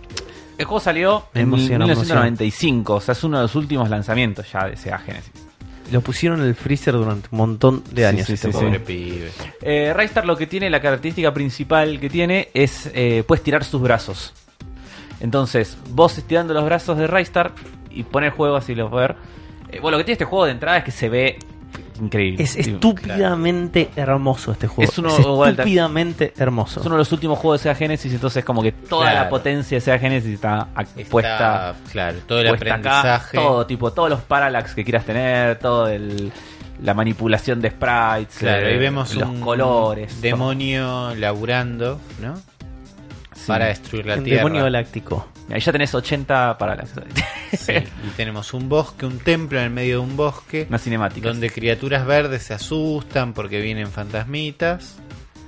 El juego salió Me en emociona, mil novecientos noventa y cinco, o sea, es uno de los últimos lanzamientos ya de Sega Genesis. Lo pusieron en el freezer durante un montón de años. sí, este sí, juego. Pobre pibe. Eh, Raistar lo que tiene, la característica principal que tiene es eh, puedes tirar sus brazos. Entonces, vos estirando los brazos de Raistar y poner el juego así lo puedes ver. Eh, bueno, lo que tiene este juego de entrada es que se ve increíble. Es estúpidamente hermoso este juego. Es uno- Es Walter, estúpidamente hermoso. Es uno de los últimos juegos de Sega Genesis, entonces como que toda Claro. la potencia de Sega Genesis está ac- puesta, Está, claro, todo el puesta acá. aprendizaje. Todo, tipo, todos los parallax que quieras tener, todo el la manipulación de sprites, Claro, eh, ahí vemos los un colores. demonio laburando, ¿no? Sí. Para destruir la un Tierra. demonio galáctico. Ahí ya tenés ochenta parallax. Sí, y tenemos un bosque, un templo en el medio de un bosque, Una cinemática. donde criaturas verdes se asustan porque vienen fantasmitas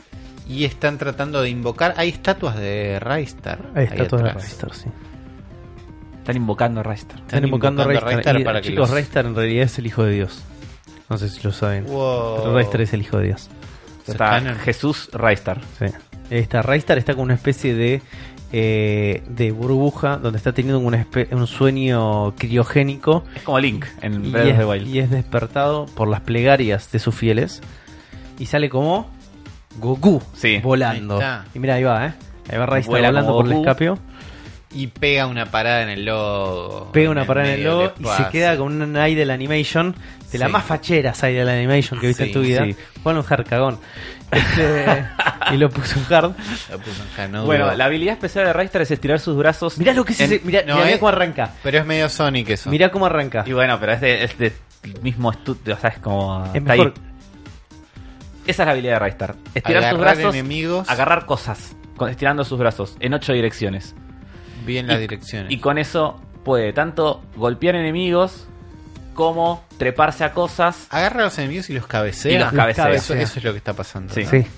y están tratando de invocar. Hay estatuas de Raistar. Ahí está todo de atrás. Raistar, sí. Están invocando a Raistar. Están invocando a Raistar. Raistar y, para que chicos, los- Raistar en realidad es el hijo de Dios. No sé si lo saben. Wow. Pero Raistar es el hijo de Dios. Está Están- Jesús Raistar. Sí. Ahí está. Raistar está con una especie de eh, de burbuja donde está teniendo una espe- un sueño criogénico Es como Link en y Breath of es, the Wild. y es despertado por las plegarias de sus fieles y sale como Goku Sí. volando. Ahí está. Y mira, ahí va, ¿eh? Ahí va Raistar Vuela volando como por el Goku. escapio. Y pega una parada en el logo. Pega una parada en el medio logo del y se espacio. queda con un Idle Animation de la Sí. más fachera Idle Animation que viste Sí, en tu vida. sí. Ponle un hard cagón. Este, y lo puso un hard. Lo puso en Hanover. Bueno, la habilidad especial de Raistar es estirar sus brazos. Mirá lo que es en- ese. Mirá, no, mirá eh. cómo arranca. Pero es medio Sonic eso. Mirá cómo arranca. Y bueno, pero es de, es de mismo estudio, o sea, es como... Es está mejor. ahí. Esa es la habilidad de Raistar. Estirar sus Agarrar brazos, enemigos. agarrar cosas, con- estirando sus brazos en ocho direcciones. Bien las Y- direcciones. Y con eso puede tanto golpear enemigos como treparse a cosas. Agarra a los enemigos y los cabecea. Y los cabecea. Eso, eso es lo que está pasando. Sí. Sí.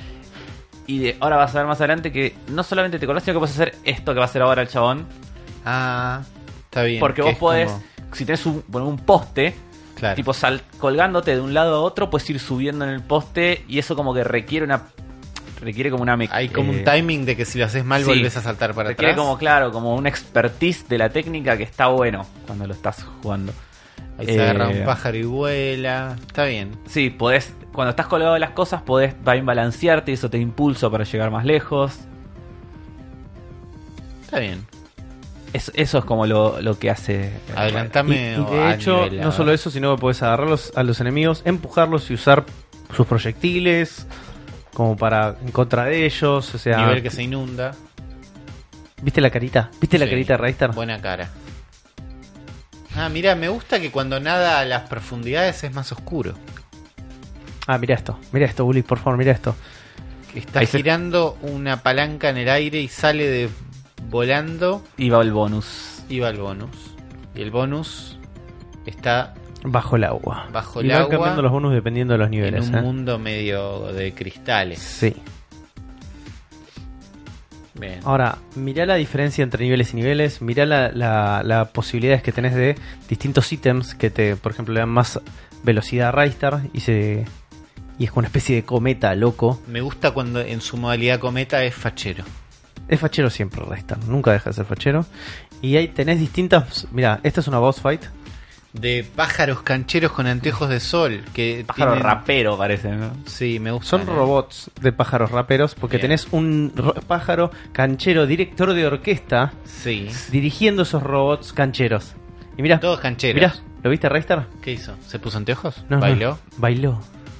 Y de, ahora vas a ver más adelante que no solamente te conoces, sino que puedes hacer esto que va a hacer ahora el chabón. Ah, está bien. Porque que vos es podés, como- si tenés un, bueno, un poste, Claro. Tipo sal, colgándote de un lado a otro, puedes ir subiendo en el poste y eso como que requiere una requiere como una Hay como eh, un timing de que si lo haces mal sí, volvés a saltar para requiere atrás. como claro, como un expertise de la técnica que está bueno cuando lo estás jugando. Ahí se agarra Eh, un pájaro y vuela. Está bien. Sí, podés, cuando estás colgado de las cosas podés también balancearte y eso te impulsa para llegar más lejos. Está bien. Es- eso es como lo, lo que hace. Y, Adelantame. y o de a hecho, nivel, a no ver. solo eso, sino que puedes agarrarlos a los enemigos, empujarlos y usar sus proyectiles como para en contra de ellos. O sea, Nivel que se inunda. ¿viste la carita? ¿Viste la Sí. carita de Raystar? Buena cara. Ah, mira, me gusta que cuando nada a las profundidades es más oscuro. Ah, mira esto, mira esto, Bully, por favor, mira esto. Está Ahí se- girando una palanca en el aire y sale de volando Y va el bonus. y va el bonus. Y el bonus está Bajo el agua. Bajo y el van agua, cambiando los bonus dependiendo de los niveles. en un ¿eh? mundo medio de cristales. Sí. Bien. Ahora, mirá la diferencia entre niveles y niveles. Mirá la, la, la posibilidades que tenés de distintos ítems que te, por ejemplo, le dan más velocidad a Raystar y se y es como una especie de cometa loco. Me gusta cuando en su modalidad cometa es fachero. Es fachero siempre Raystar, nunca deja de ser fachero. Y ahí tenés distintas. Mirá, esta es una boss fight. De pájaros cancheros con anteojos de sol. Que Pájaro tienen- rapero parece, ¿no? Sí, me gusta. Son robots de pájaros raperos porque Bien. tenés un ro- pájaro canchero, director de orquesta, Sí. dirigiendo esos robots cancheros. Y mirá, Todos cancheros. mirá, ¿lo viste Raystar? ¿Qué hizo? ¿Se puso anteojos? No, no, ¿Bailó? bailó.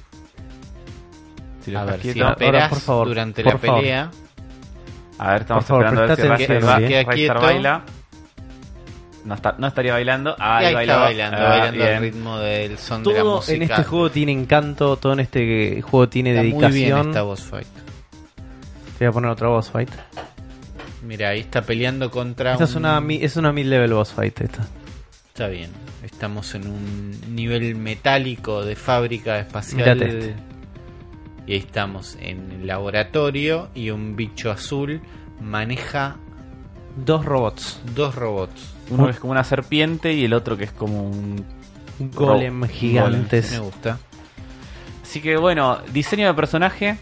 Si lo A estás ver, si quieto. Ahora, esperás por favor, durante por la favor. pelea. A ver, estamos Por favor, esperando a ver si presta Raystar, atención, va- queda Raystar quieto. baila. No, está, no estaría bailando. Ah, Y ahí bailó. está bailando, Ah, bailando al bien. ritmo del son de la Todo música. en este juego tiene encanto, todo en este juego tiene Está muy bien dedicación. esta boss fight. Te voy a poner otra boss fight. Mira, ahí está peleando contra Esta un... es una, mi- es una mid-level boss fight esta. Está bien. Estamos en un nivel metálico de fábrica espacial. Mirate este. Y ahí estamos en el laboratorio y un bicho azul maneja Dos robots. dos robots. Uno es como una serpiente y el otro que es como un... Un golem Ro- gigantes. Me gusta. Así que bueno, diseño de personaje.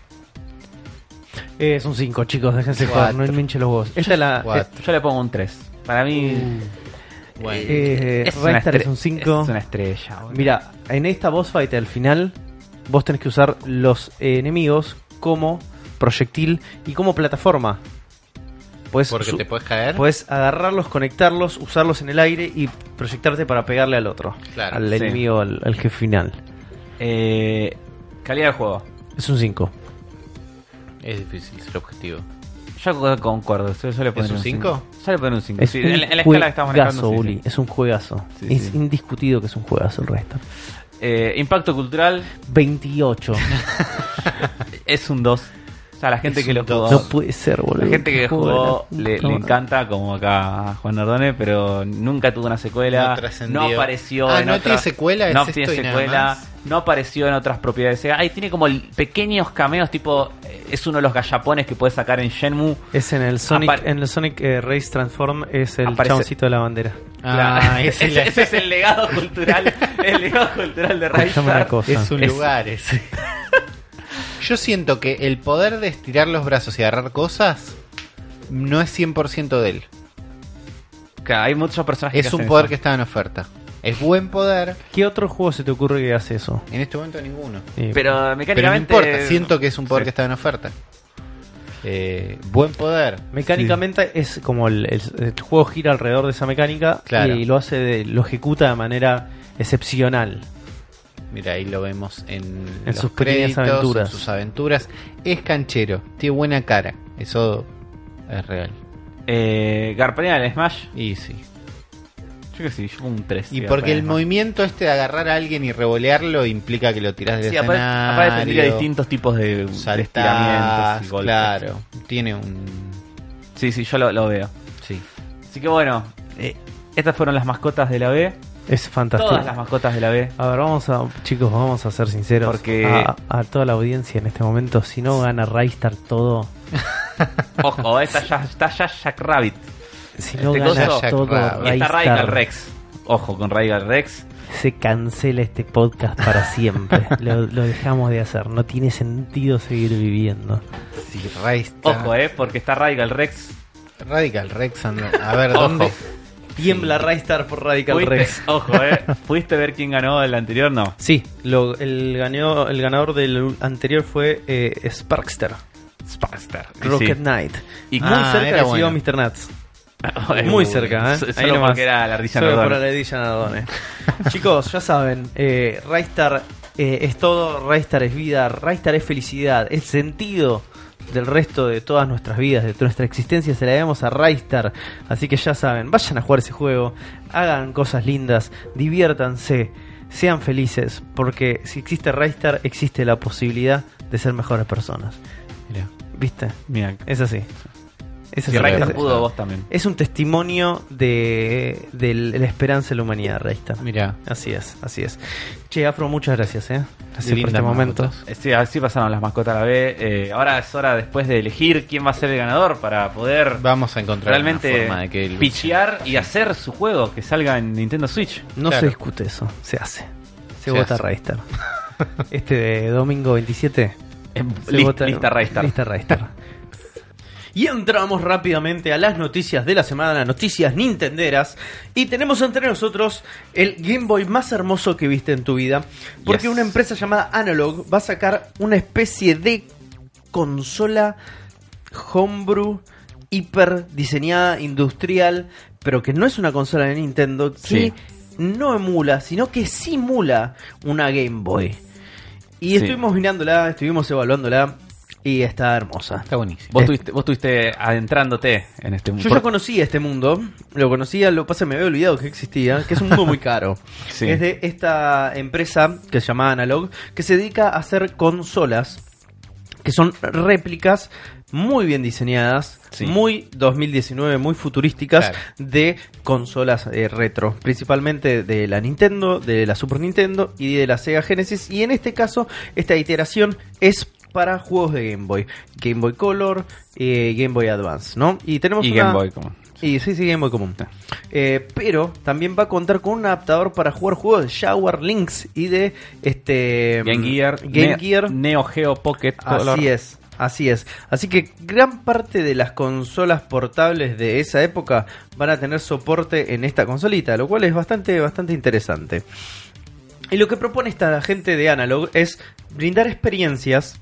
Eh, es un cinco, chicos, déjense Cuatro. jugar, no me hinchen los huevos. Esta es la. Cuatro. Yo le pongo un tres. Para mí... Bueno. Eh, es, una Raystar estre- es un cinco. es una estrella. boludo. Mira, en esta boss fight al final, vos tenés que usar los eh, enemigos como proyectil y como plataforma. Puedes, Porque su- te puedes caer. puedes agarrarlos, conectarlos, usarlos en el aire y proyectarte para pegarle al otro. Claro, al sí. enemigo, al, al jefe final. Eh, calidad de juego. Es un cinco. Es difícil ser objetivo. Yo co- concuerdo. Yo, yo le pondría un cinco? Yo le pondría un cinco. Es Sí, un en, la- en la escala que estamos juegazo, manejando. sí, Uli. sí. Es un juegazo. Sí, es sí. indiscutido que es un juegazo el resto. Eh, impacto cultural veintiocho. es un dos. O sea, la gente Es que lo un dos. jugó. No puede ser, boludo. La gente que Juego jugó de la le, puta le madre. encanta, como acá a Juan Nardone, pero nunca tuvo una secuela. No trascendió. No apareció Ah, en ¿no otras- tiene secuela? ¿Es No esto tiene y nada secuela. más? No apareció en otras propiedades. Ahí tiene como el- pequeños cameos, tipo. eh, Es uno de los gallapones que puedes sacar en Shenmue. Es en el Sonic, Apar- en el Sonic eh, Race Transform, es el Aparece- chaboncito de la bandera. Ah, Claro, ese ese, es, ese es el legado cultural. El legado cultural de Escuchame una Raystar. cosa. es un Es- lugar ese. Yo siento que el poder de estirar los brazos y agarrar cosas no es cien por ciento de él. Claro, hay muchos personajes Es que un hacen poder eso. que está en oferta. Es buen poder. ¿Qué otro juego se te ocurre que hace eso? En este momento ninguno. Eh, Pero Pero no mecánicamente. importa, siento que es un poder Sí. que está en oferta. Eh, buen poder. Mecánicamente es como el, el- el juego gira alrededor de esa mecánica Claro. y lo hace de- lo ejecuta de manera excepcional. Mira, ahí lo vemos en, En los sus pequeñas créditos, aventuras. en sus aventuras. Es canchero, tiene buena cara. Eso es real. Eh, Garpanea del Smash. Y sí. Yo que sí, yo un tres. Y porque el movimiento este de agarrar a alguien y revolearlo implica que lo tirás del Sí, aparte, escenario. aparte tendría distintos tipos de, de saltás, estiramientos y golpes. claro. Tiene un... Sí, sí, yo lo, lo veo. Sí. Así que bueno, eh, estas fueron las mascotas de la B. Es fantástico. Todas las mascotas de la B. A ver, vamos a, chicos, vamos a ser sinceros. Porque- a, a toda la audiencia en este momento, si no gana Raystar todo, Ojo, esta ya está ya Jack Rabbit. si no Este gana coso- todo Jack Rabbit. Y está Raystar, Radical Rex. Ojo con Radical Rex. se cancela este podcast para siempre. lo, lo dejamos de hacer. No tiene sentido seguir viviendo. Sí, Raystar. Ojo, eh, porque está Radical Rex. Radical Rex, anda. A ver, Ojo. ¿dónde? Tiembla Raystar por Radical ¿Pudiste- Rex. Ojo, eh. ¿Pudiste ver quién ganó el anterior? No. Sí, lo, el, ganó, el ganador del anterior fue eh, Sparkster. Sparkster. Rocket Sí. Knight. Y Muy Ah, cerca era de bueno. mister Nuts. Es Muy cerca, ¿eh? S- Ahí Solo nomás. porque era la ardilla Solo Nardone. por la ardilla Nardone. Chicos, ya saben, eh, Raystar eh, es todo, Raystar es vida, Raystar es felicidad, el sentido del resto de todas nuestras vidas, de nuestra existencia, se la debemos a Raystar. Así que ya saben, vayan a jugar ese juego, hagan cosas lindas, diviértanse, sean felices, porque si existe Raystar, existe la posibilidad de ser mejores personas. Mirá. ¿Viste? Mira, Es así. Es si así. Raystar Es- pudo, vos también. es un testimonio de, de la esperanza de la humanidad, Raystar. Mirá. Así es, así es. Che, Afro, muchas gracias, ¿eh? Gracias Qué por lindas este momento. mascotas. Eh, Sí, así pasaron las mascotas a la vez. Eh, ahora es hora después de elegir quién va a ser el ganador para poder Vamos a encontrar realmente una forma de que el- pichear y hacer su juego que salga en Nintendo Switch. No Claro. se discute eso, se hace. Se, Se vota hace. Raystar. Este de domingo veintisiete. Eh, Se lis- vota- lista Raystar. Lista Raystar. Y entramos rápidamente a las noticias de la semana, noticias nintenderas. Y tenemos entre nosotros el Game Boy más hermoso que viste en tu vida. Porque Yes. una empresa llamada Analog va a sacar una especie de consola homebrew, hiper diseñada, industrial, pero que no es una consola de Nintendo, que Sí. no emula, sino que simula una Game Boy. Y Sí. estuvimos mirándola, estuvimos evaluándola y está hermosa. Está buenísimo. Vos Eh. estuviste, vos estuviste adentrándote en este mundo. Yo ya conocía este mundo, lo conocía, lo que pasa es que me había olvidado que existía, que es un mundo muy caro. Sí. Es de esta empresa que se llama Analog, que se dedica a hacer consolas que son réplicas muy bien diseñadas, Sí. muy dos mil diecinueve, muy futurísticas, Claro. de consolas eh, retro, principalmente de la Nintendo, de la Super Nintendo y de la Sega Genesis. Y en este caso, esta iteración es para juegos de Game Boy, Game Boy Color, eh, Game Boy Advance, ¿no? Y tenemos Y una- Game Boy como. y sí, sí, Game Boy común. Eh, pero también va a contar con un adaptador para jugar juegos de Shower Links y de este Game Gear, Game Ne- Gear. Neo Geo Pocket Color. Así es, así es. Así que gran parte de las consolas portables de esa época van a tener soporte en esta consolita, lo cual es bastante, bastante interesante. Y lo que propone esta gente de Analog es brindar experiencias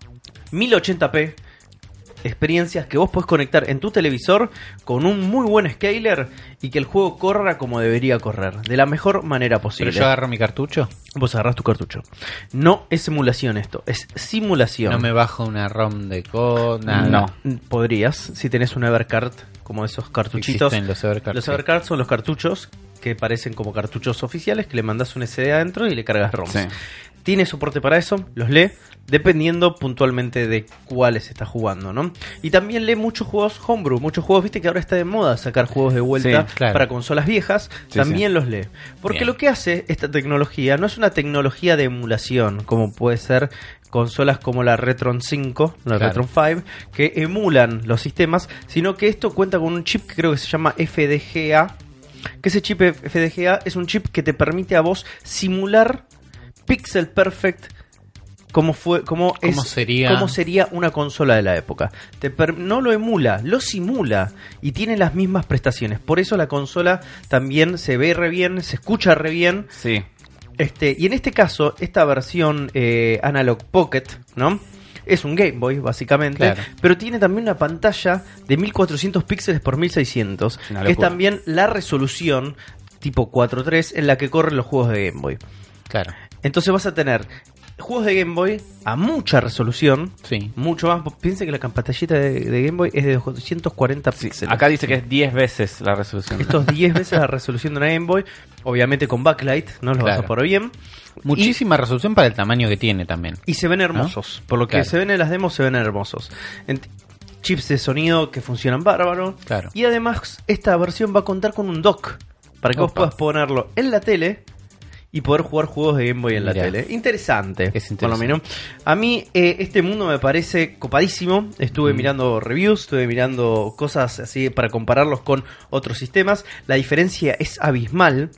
mil ochenta p, experiencias que vos podés conectar en tu televisor con un muy buen scaler y que el juego corra como debería correr, de la mejor manera Pero posible. yo agarro mi cartucho, Vos agarrás tu cartucho. No es simulación esto, es simulación. no me bajo una ROM de code, nada. No. Podrías, si tenés un Evercard, como esos cartuchitos. Existen los Evercard, Los sí. Evercard son los cartuchos que parecen como cartuchos oficiales, que le mandás un S D adentro y le cargas ROMs. Sí. Tiene soporte para eso, los lee, dependiendo puntualmente de cuáles está jugando, ¿no? Y también lee muchos juegos homebrew, muchos juegos, viste que ahora está de moda sacar juegos de vuelta Sí, claro. para consolas viejas, Sí, también sí. los lee. Porque Bien. lo que hace esta tecnología no es una tecnología de emulación, como puede ser consolas como la Retron cinco, la Claro. Retron cinco, que emulan los sistemas, sino que esto cuenta con un chip que creo que se llama F D G A, que ese chip F D G A es un chip que te permite a vos simular pixel perfect como fue como ¿Cómo es sería? cómo sería una consola de la época. Te per- no lo emula, lo simula y tiene las mismas prestaciones. Por eso la consola también se ve re bien, se escucha re bien. Sí. Este, y en este caso, esta versión eh, Analog Pocket, ¿no? Es un Game Boy, básicamente, Claro. pero tiene también una pantalla de mil cuatrocientos píxeles por mil seiscientos, Es una que es locura. también la resolución tipo cuatro tres en la que corren los juegos de Game Boy. Claro, Entonces vas a tener juegos de Game Boy a mucha resolución, sí. mucho más. Piense que la pantallita de, de Game Boy es de doscientos cuarenta Sí. píxeles. Acá dice que es diez veces la resolución. Esto es diez veces la resolución de una Game Boy, obviamente con backlight, no lo vas Claro. a por bien. Muchísima resolución para el tamaño que tiene también. Y se ven hermosos. Por lo que Claro. se ven en las demos, se ven hermosos. En- chips de sonido que funcionan bárbaro. Claro. Y además, esta versión va a contar con un dock para que vos Opa. puedas ponerlo en la tele y poder jugar juegos de Game Boy en la Mirá. tele. Interesante, Es por lo interesante. menos. A mí, eh, este mundo me parece copadísimo. Estuve Mm. mirando reviews, estuve mirando cosas así para compararlos con otros sistemas. La diferencia es abismal.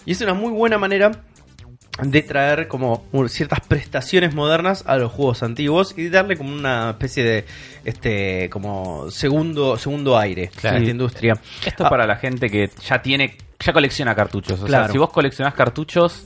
Y es una muy buena manera de traer como un- ciertas prestaciones modernas a los juegos antiguos y darle como una especie de este como segundo segundo aire Claro. a esta industria. Esto Ah. es para la gente que ya tiene, ya colecciona cartuchos. O Claro. sea, si vos coleccionás cartuchos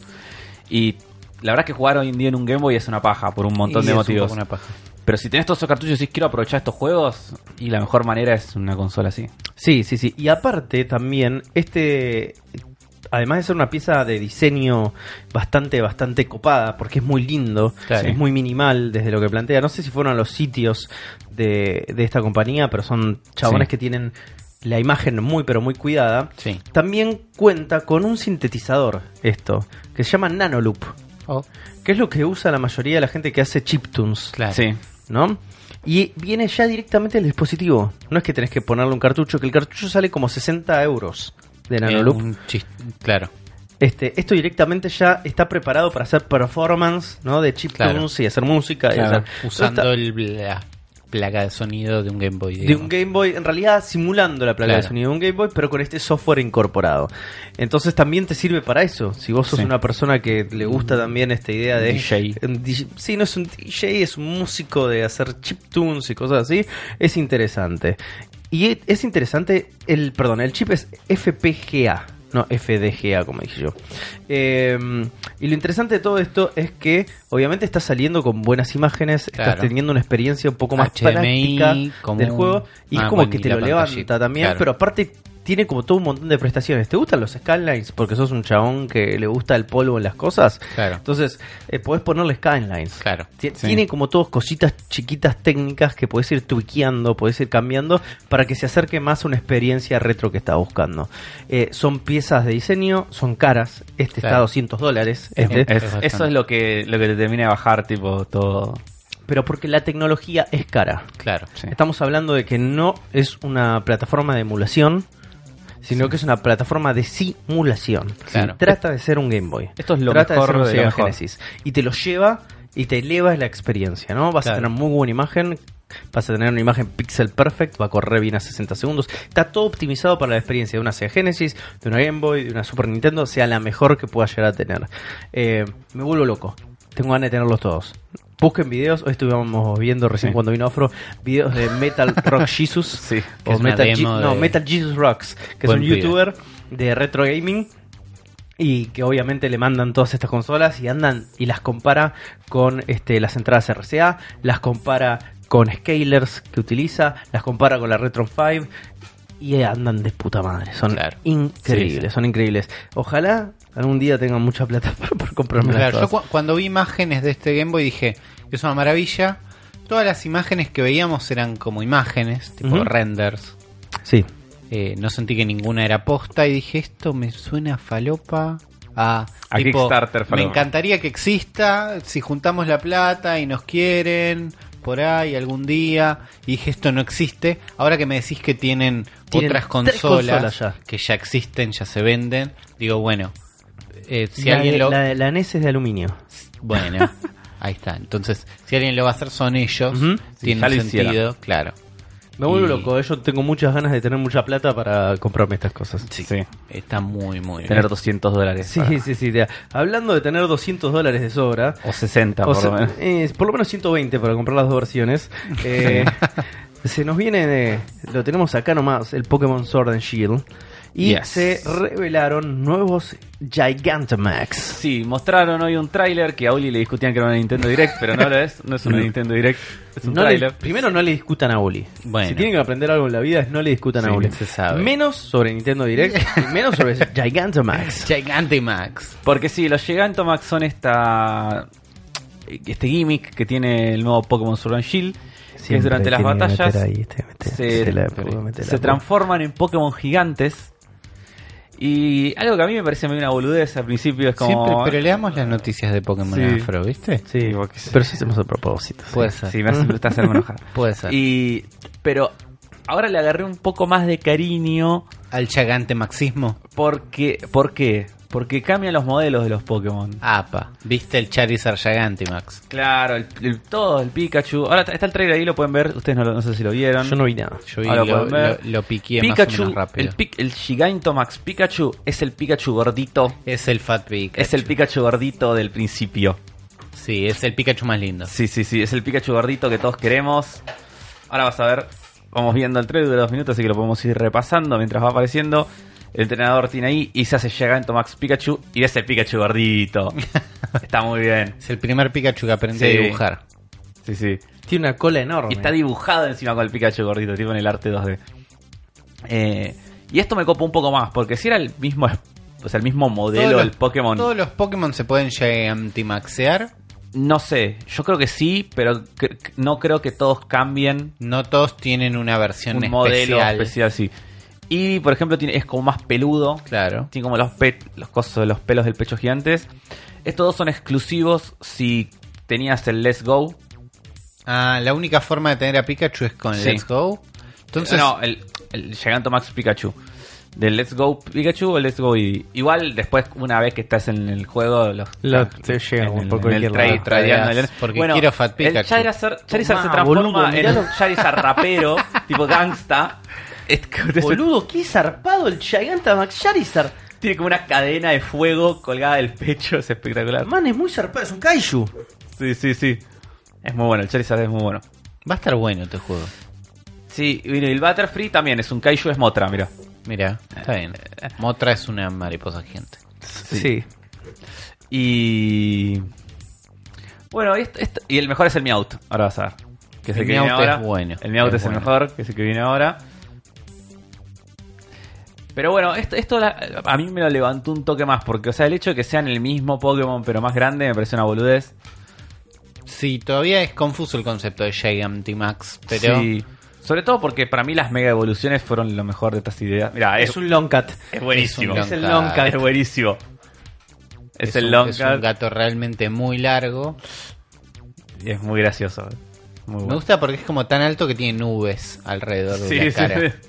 y la verdad es que jugar hoy en día en un Game Boy es una paja por un montón Y de es un motivos. poco una paja. Pero si tenés todos esos cartuchos y decís quiero aprovechar estos juegos, y la mejor manera es una consola así. Sí, sí, sí. Y aparte también, este, además de ser una pieza de diseño bastante, bastante copada, porque es muy lindo, Claro. es muy minimal desde lo que plantea. No sé si fueron a los sitios de, de esta compañía, pero son chabones Sí. que tienen la imagen muy, pero muy cuidada. Sí. También cuenta con un sintetizador, esto, que se llama Nanoloop, Oh, que es lo que usa la mayoría de la gente que hace chiptunes. claro. Sí. ¿No? Y viene ya directamente del dispositivo. No es que tenés que ponerle un cartucho, que el cartucho sale como sesenta euros de Eh, Nanoloop. un chis- claro. Este, esto directamente ya está preparado para hacer performance, ¿no? De chiptunes Claro. y hacer música. y Claro, hacer- usando Está- el, la placa de sonido de un Game Boy. de digamos. un Game Boy, en realidad simulando la placa Claro. de sonido de un Game Boy, pero con este software incorporado. Entonces también te sirve para eso. Si vos sos Sí. una persona que le gusta también esta idea de D J. un D J, sí, no es un D J, es un músico de hacer chiptunes y cosas así, es interesante. Y e- es interesante, el perdón, el chip es F P G A. No, F D G A, como dije yo. Eh, y lo interesante de todo esto es que obviamente está saliendo con buenas imágenes, estás Claro. teniendo una experiencia un poco más H D M I, práctica como del un- juego y Ah, es como bueno, que y te la lo pantallita, levanta también, claro. pero aparte tiene como todo un montón de prestaciones. ¿Te gustan los Skylines? Porque sos un chabón que le gusta el polvo en las cosas. Claro. Entonces, eh, podés ponerle Skylines. Claro. Ti- Sí. Tiene como todos cositas chiquitas técnicas que podés ir tweakeando, podés ir cambiando para que se acerque más a una experiencia retro que estás buscando. Eh, son piezas de diseño, son caras. Este está a Claro. doscientos dólares. Este, Es- bastante. eso es lo que, lo que te termina de bajar, tipo, todo. pero porque la tecnología es cara. Claro. Sí. Estamos hablando de que no es una plataforma de emulación, sino que es una plataforma de simulación. Claro. Sí, trata de ser un Game Boy. Esto es lo trata mejor de ser un de lo Sega mejor. Genesis. Y te lo lleva y te eleva la experiencia, ¿no? Vas Claro. a tener muy buena imagen. Vas a tener una imagen pixel perfect, va a correr bien a sesenta segundos. Está todo optimizado para la experiencia de una Sega Genesis, de una Game Boy, de una Super Nintendo, sea la mejor que pueda llegar a tener. Eh, me vuelvo loco. Tengo ganas de tenerlos todos. Busquen videos, hoy estuvimos viendo recién Sí. cuando vino Afro, videos de Metal Rock Jesus. Sí. Que O es una Metal, demo Je- no, de- Metal Jesus Rocks, que Buen es un pibe. youtuber de retro gaming y que obviamente le mandan todas estas consolas y andan y las compara con este, las entradas R C A, las compara con scalers que utiliza, las compara con la Retron cinco y andan de puta madre, son Claro. increíbles, Sí, sí. son increíbles. Ojalá algún día tengan mucha plata para, para comprarme las Claro, yo cosas. cu- cuando vi imágenes de este Game Boy dije, es una maravilla. Todas las imágenes que veíamos eran como imágenes, tipo Ujú. renders. Sí, Eh, no sentí que ninguna era posta y dije, esto me suena a falopa. A, A tipo, Kickstarter, me falopa. encantaría que exista, si juntamos la plata y nos quieren por ahí algún día. Y dije, esto no existe. Ahora que me decís que tienen, Tienen otras tres consolas, consolas ya. que ya existen, ya se venden, digo, bueno, eh, si la, alguien lo... la, la N E S es de aluminio. Bueno, ahí está. Entonces, si alguien lo va a hacer son ellos. Ujú. Tiene ya lo sentido, hicieron. claro. Me vuelvo Y- loco, eh, yo tengo muchas ganas de tener mucha plata para comprarme estas cosas. Sí. Está muy, muy bien. Tener doscientos dólares. Sí, para- sí, sí. te- Hablando de tener doscientos dólares de sobra, O sesenta, o por sea, lo menos. eh, por lo menos ciento veinte para comprar las dos versiones, eh, se nos viene de... Lo tenemos acá nomás, el Pokémon Sword and Shield. Y Yes. se revelaron nuevos Gigantamax. Sí, mostraron hoy un tráiler que a Uli le discutían que era una Nintendo Direct, pero no lo es, no es una Nintendo Direct, es un No le- tráiler. primero no le discutan a Uli. Bueno. Si tienen que aprender algo en la vida es no le discutan Sí, a Uli. se sabe. Menos sobre Nintendo Direct y menos sobre Gigantamax. Gigantamax. Porque sí, los Gigantamax son esta este gimmick que tiene el nuevo Pokémon Sword and Shield, que es durante las batallas se, se transforman en Pokémon gigantes. Y algo que a mí me parece medio una boludez al principio es como... Siempre, pero le damos las noticias de Pokémon Sí. Afro, ¿viste? Sí, Digo que sí. pero sí hacemos a propósito. sí. Puede ser. Sí, me hace, me está haciendo enojar. Puede ser. Y, pero ahora le agarré un poco más de cariño Al Gigantamaxismo. porque... ¿Por qué? Porque cambian los modelos de los Pokémon. Apa, ¿viste el Charizard Gigantimax? Claro, el, el- todo, el Pikachu. Ahora está el trailer ahí, lo pueden ver. Ustedes no, lo- no sé si lo vieron. Yo no vi nada. Yo vi Ahora lo, pueden ver. lo, lo piqué más o Pikachu, menos rápido. el, pic- el Gigantamax Pikachu es el Pikachu gordito. Es el Fat Pikachu. Es el Pikachu gordito del principio. Sí, es el Pikachu más lindo. Sí, sí, sí, es el Pikachu gordito que todos queremos. Ahora vas a ver, vamos viendo el trailer de dos minutos, así que lo podemos ir repasando mientras va apareciendo. El entrenador tiene ahí y se hace Gigantamax Pikachu y ves el Pikachu gordito. Está muy bien. Es el primer Pikachu que aprendí Sí. a dibujar. Sí, sí. Tiene una cola enorme. Y está dibujado encima con el Pikachu gordito, tipo en el arte dos D. Eh, y esto me copa un poco más, porque si era el mismo, o sea, el mismo modelo Todos del los- Pokémon, Todos los Pokémon se pueden Gigantimaxear. no sé, yo creo que sí, pero cre- no creo que todos cambien No todos tienen una versión un especial. modelo especial, sí. Y por ejemplo tiene, es como más peludo, Claro. tiene como los pe los cosos, los pelos del pecho gigantes. Estos dos son exclusivos si tenías el Let's Go. Ah, la única forma de tener a Pikachu es con el Sí. Let's Go. Entonces, no, el, el Gigantamax Pikachu. Del Let's Go Pikachu o Let's Go Eevee. Igual después, una vez que estás en el juego, los, Lo- te llega en un el, poco en el de trade- lado. tradeando el- Porque quiero Fat El Pikachu. Charizard, Charizard se Tomá, transforma boludo, en mirá un lo- Charizard rapero, tipo gangsta. Es que- Boludo, qué zarpado el Gigantamax Charizard. Tiene como una cadena de fuego colgada del pecho, es espectacular. Man, es muy zarpado, es un Kaiju. Sí, sí, sí. Es muy bueno, el Charizard es muy bueno. va a estar bueno este juego. Sí, y el Butterfree también es un Kaiju, es Motra, mira. Mira, está bien. Motra es una mariposa gigante. Sí. Y. Bueno, esto- esto- y el mejor es el Meowth. Ahora vas a ver. Que es el, El que viene Meowth ahora. es bueno, El Meowth es es, el bueno. mejor, que es el que viene ahora. Pero bueno, esto, esto la- a mí me lo levantó un toque más. Porque, o sea, el hecho de que sean el mismo Pokémon pero más grande me parece una boludez. Sí, todavía es confuso el concepto de Gigantimax, pero Sí. Sobre todo porque para mí las mega evoluciones fueron lo mejor de estas ideas. Mira, es, Es un long cat. es buenísimo. es un Es, long el long cat. cat. buenísimo. Es, el un, long es cat. un gato realmente muy largo. Y es muy gracioso. Muy Me bueno. gusta porque es como tan alto que tiene nubes alrededor de Sí, la sí, cara. sí.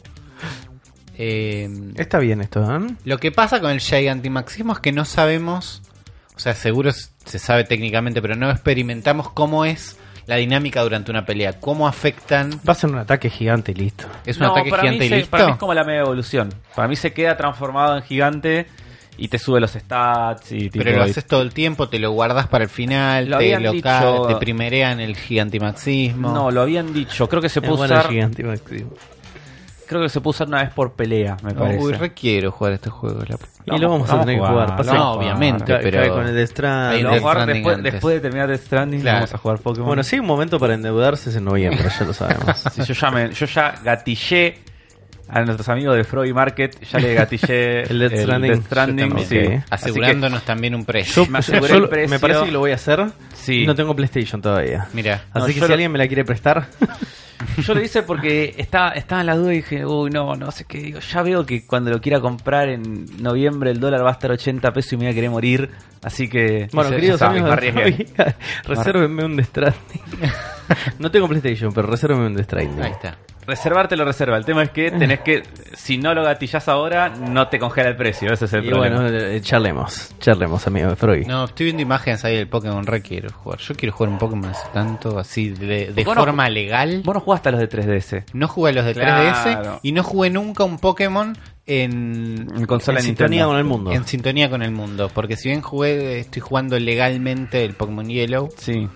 Eh, Está bien esto, ¿eh? Lo que pasa con el Gigantimaxismo es que no sabemos, o sea, seguro se sabe técnicamente, pero no experimentamos cómo es la dinámica durante una pelea, cómo afectan. Va a ser un ataque gigante y listo. Es un No, ataque para gigante mí y se- listo. Para mí es como la mega evolución. Para mí se queda transformado en gigante y te sube los stats y tipo, Pero lo y- haces todo el tiempo, te lo guardas para el final, Lo te habían lo dicho- ca- te primerean el Gigantimaxismo. No, lo habían dicho. Creo que se Es puede bueno usar. el Gigantamax. Creo que se puede usar una vez por pelea, me parece. Uy, requiero jugar este juego. la puta. Y lo vamos a tener que jugar. Pasa No, que- obviamente, Cae- pero- cae con el Death Ahí Stranding. lo vamos a jugar Stranding después, antes. después de terminar Death Stranding. Claro. Vamos a jugar Pokémon. Bueno, sí, hay un momento para endeudarse es en noviembre, ya lo sabemos. Sí, yo, ya me- yo ya gatillé a nuestros amigos de Froggy Market. Ya le gatillé El Death Stranding. Death Stranding, Yo también. sí. Ok. Así que- Asegurándonos también un precio. Yo, Me yo- aseguré yo- el precio. me parece que lo voy a hacer. Sí. Y no tengo PlayStation todavía. Mira, Así No, que yo si lo- alguien me la quiere prestar, Yo lo hice porque estaba, estaba en la duda y dije, uy, no, no sé qué. Digo, ya veo que cuando lo quiera comprar en noviembre el dólar va a estar ochenta pesos y me voy a querer morir. Así que. bueno, ya- ya queridos está, amigos, me arriesgué. resérvenme un Death Stranding. No tengo PlayStation, pero resérvenme un Death Stranding. ahí está. Reservarte lo reserva. El tema es que tenés que. Si no lo gatillas ahora, no te congela el precio. Ese es el Y problema. bueno, eh, charlemos, charlemos, amigo de Froggy. No, estoy viendo imágenes ahí del Pokémon Re quiero jugar. Yo quiero jugar un Pokémon hace tanto, así, de, de Vos no- forma legal. Vos no jugaste a los de tres D S. No jugué a los de Claro. tres D S y no jugué nunca un Pokémon en, En consola en de sintonía Nintendo. con el mundo. en sintonía con el mundo. Porque si bien jugué, estoy jugando legalmente el Pokémon Yellow, Sí,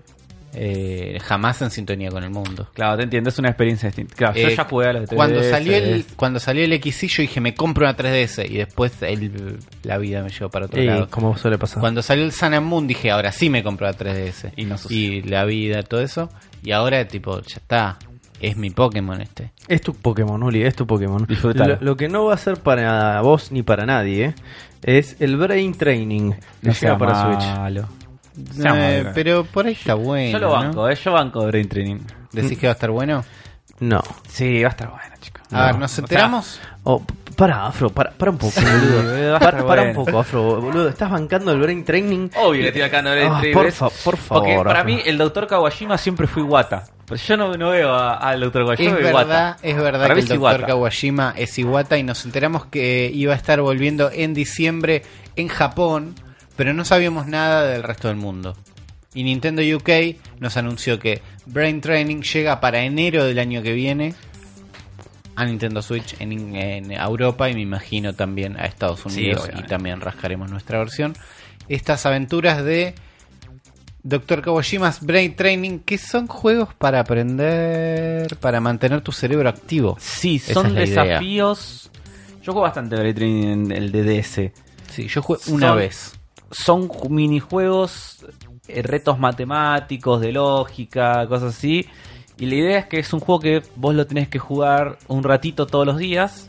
eh, jamás en sintonía con el mundo. claro, te entiendo. Es una experiencia distinta. Claro, yo Eh, ya jugué a los de tres D S. Cuando salió el cuando salió el X Y yo dije me compro una tres D S y después el- la vida me llevó para otro Y lado. como suele pasar. Cuando salió el Sun and Moon dije ahora sí me compro la tres D S Y no sucedió. y la vida, todo eso. Y ahora tipo ya está, es mi Pokémon este. Es tu Pokémon, Uli, es tu Pokémon. Disfrutalo. Lo, lo que no va a ser para vos ni para nadie ¿eh? es el Brain Training que No llega sea para Switch. malo. Sea Eh, malo. pero por ahí está bueno. Yo lo banco, ¿no? eh, yo banco Brain Training. ¿Decís que va a estar bueno? No. Sí, va a estar bueno, chicos. A ver, No, ¿nos o sea, enteramos? Oh, p- para, Afro, para, para un poco, boludo. va a Para, estar para un bueno. poco, Afro, boludo. ¿Estás bancando el Brain Training? Obvio que estoy acá en Brain Ah, Training. por ¿ves? fa- por favor, Porque para Afro. mí el doctor Kawashima siempre fue Iwata. Pues yo no, no veo a- al doctor Kawashima. Es veo a Iwata. verdad, es verdad Para que mí el es doctor Iwata. Kawashima es Iwata y nos enteramos que iba a estar volviendo en diciembre en Japón, pero no sabíamos nada del resto del mundo. Y Nintendo U K nos anunció que Brain Training llega para enero del año que viene a Nintendo Switch en, en Europa y me imagino también a Estados Unidos, y obviamente. también rascaremos nuestra versión. Estas aventuras de doctor Kawashima's Brain Training, que son juegos para aprender, para mantener tu cerebro activo. Sí, Esa son es la idea. desafíos. Yo juego bastante Brain Training en el de D S. Sí, yo jugué una Son- vez. Son ju- minijuegos, eh, retos matemáticos, de lógica, cosas así. Y la idea es que es un juego que vos lo tenés que jugar un ratito todos los días.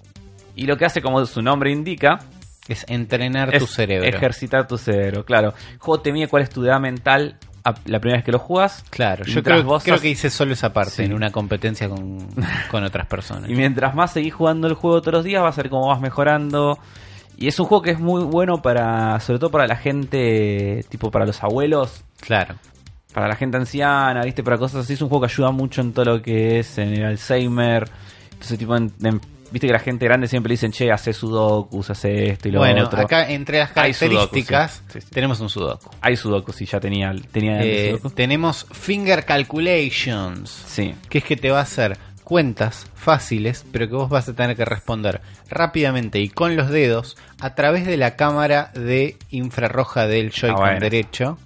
Y lo que hace, como su nombre indica, Es entrenar es tu cerebro. ejercitar tu cerebro. Claro, el juego te mide cuál es tu edad mental a- la primera vez que lo jugás. Claro, yo Mientras creo, vos creo sos- que hice solo esa parte Sí. en una competencia con, con otras personas. Y mientras más seguís jugando el juego todos los días, vas a ver cómo vas mejorando. Y es un juego que es muy bueno para, sobre todo para la gente, tipo para los abuelos, Claro. para la gente anciana, viste, para cosas así. Es un juego que ayuda mucho en todo lo que es en el Alzheimer. Entonces, tipo, en- en- viste que la gente grande siempre le dicen, che, hace sudokus, hace esto y lo Bueno, otro. acá entre las Hay sudoku, características sí. Sí, sí. tenemos un sudoku. Hay sudoku, sí, ya tenía, tenía Eh, sudoku. tenemos finger calculations, Sí. que es que te va a hacer cuentas fáciles, pero que vos vas a tener que responder rápidamente y con los dedos a través de la cámara de infrarroja del Joy-Con Ah, bueno. derecho.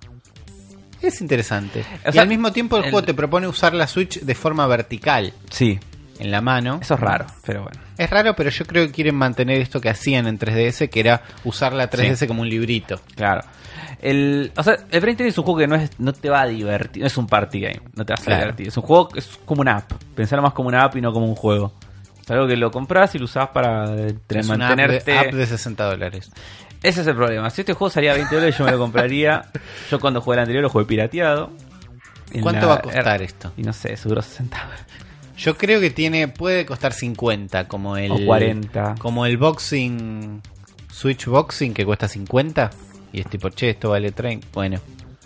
Es interesante. O y sea, al mismo tiempo el, el- juego te propone usar la Switch de forma vertical Sí, en la mano. eso es raro, pero bueno. Es raro, pero yo creo que quieren mantener esto que hacían en tres D S, que era usar la tres D S Sí. como un librito. Claro. El, o sea, el Brain Training es un juego que no, es, no te va a divertir, no es un party game, no te vas a Claro. divertir. Es un juego que es como una app. Pensarlo más como una app y no como un juego. Es algo que lo compras y lo usás para eh, Es una app de, mantenerte. app de sesenta dólares. Ese es el problema. Si este juego salía a veinte dólares, yo me lo compraría. Yo cuando jugué el anterior lo jugué pirateado. En ¿Cuánto la- va a costar esto? Y no sé, seguro sesenta. Yo creo que tiene puede costar cincuenta, como el O cuarenta. como el boxing Switch Boxing que cuesta cincuenta y es tipo, che, esto vale treinta. Bueno,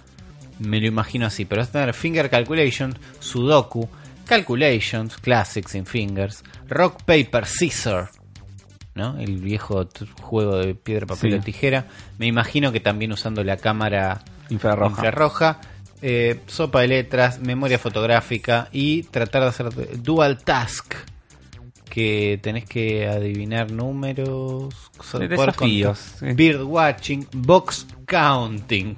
me lo imagino así, pero vas a tener Finger Calculations, Sudoku, Calculations, Classics in Fingers, Rock Paper Scissor, ¿no? El viejo t- juego de piedra, papel Sí. o tijera. Me imagino que también usando la cámara Infrarroja. infrarroja, eh, sopa de letras, memoria fotográfica y tratar de hacer dual task, que tenés que adivinar números, De poder desafíos, contar- sí. bird watching, box counting.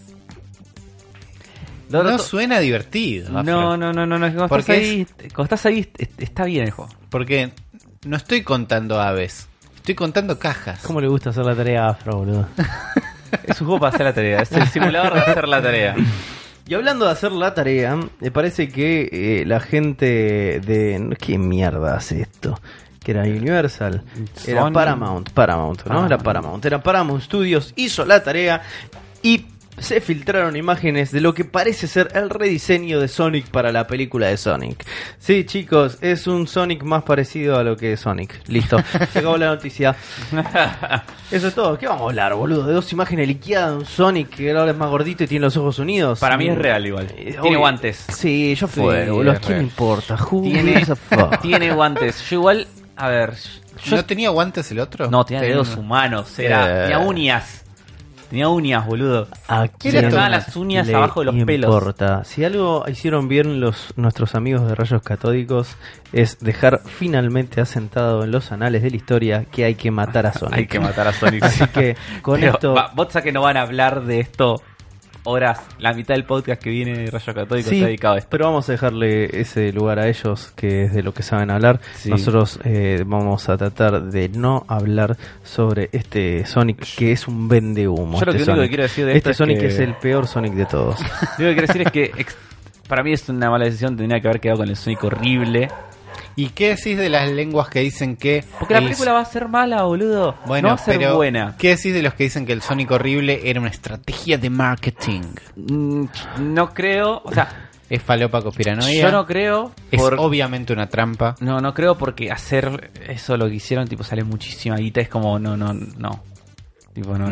Lo- No lo- suena divertido. no, Afro, no, no, no, no. Cuando Porque estás ahí, cuando estás ahí, est- está bien el juego. porque no estoy contando aves, estoy contando cajas. ¿Cómo le gusta hacer la tarea a Afro, boludo? Es un juego para hacer la tarea. Es el simulador de hacer la tarea. Y hablando de hacer la tarea, me parece que eh, la gente de... ¿Qué mierda hace esto? Que era Universal, era Sony. Paramount, Paramount, ¿no? Ah. Era Paramount, era Paramount Studios, hizo la tarea y se filtraron imágenes de lo que parece ser el rediseño de Sonic para la película de Sonic. Sí, chicos, es un Sonic más parecido a lo que es Sonic. Listo, se acabó la noticia. Eso es todo. ¿Qué vamos a hablar, boludo? De dos imágenes liqueadas de un Sonic que ahora es más gordito y tiene los ojos unidos. Para mí es real igual. Eh, Tiene obvio. guantes. Sí, yo Sí, fue, boludo. ¿A es quién real. le importa? Who Tiene, gives a fuck? tiene guantes. Yo igual, a ver. Yo, ¿No tenía guantes el otro? no, tenía Tenía dedos uno. humanos. Era, Eh. tenía uñas. Tenía uñas, boludo. ¿A Se quién le estaban las uñas le abajo de los pelos. importa? Si algo hicieron bien los nuestros amigos de Rayos Catódicos es dejar finalmente asentado en los anales de la historia que hay que matar a Sonic. Hay que matar a Sonic. Así que con Pero, esto... va- vos sabés que no van a hablar de esto horas. La mitad del podcast que viene de Rayo Católico Sí, está dedicado a esto. pero vamos a dejarle ese lugar a ellos, que es de lo que saben hablar. Sí. Nosotros eh, vamos a tratar de no hablar sobre este Sonic, que es un vende humo. Yo lo este que único Sonic. que quiero decir de Este esto es Sonic que- es el peor Sonic de todos. Lo único que quiero decir es que ex- para mí es una mala decisión. Tendría que haber quedado con el Sonic horrible. ¿Y qué decís de las lenguas que dicen que Porque la el- película va a ser mala, boludo. Bueno, no va a ser pero buena. ¿qué decís de los que dicen que el Sonic horrible era una estrategia de marketing? Mm, No creo. O sea, Es falopa conspiranoia. yo no creo. Es por- obviamente una trampa. No, no creo porque hacer eso lo que hicieron, tipo, sale muchísima guita. Es como, no, no, no. Tipo, no, ¿No? no.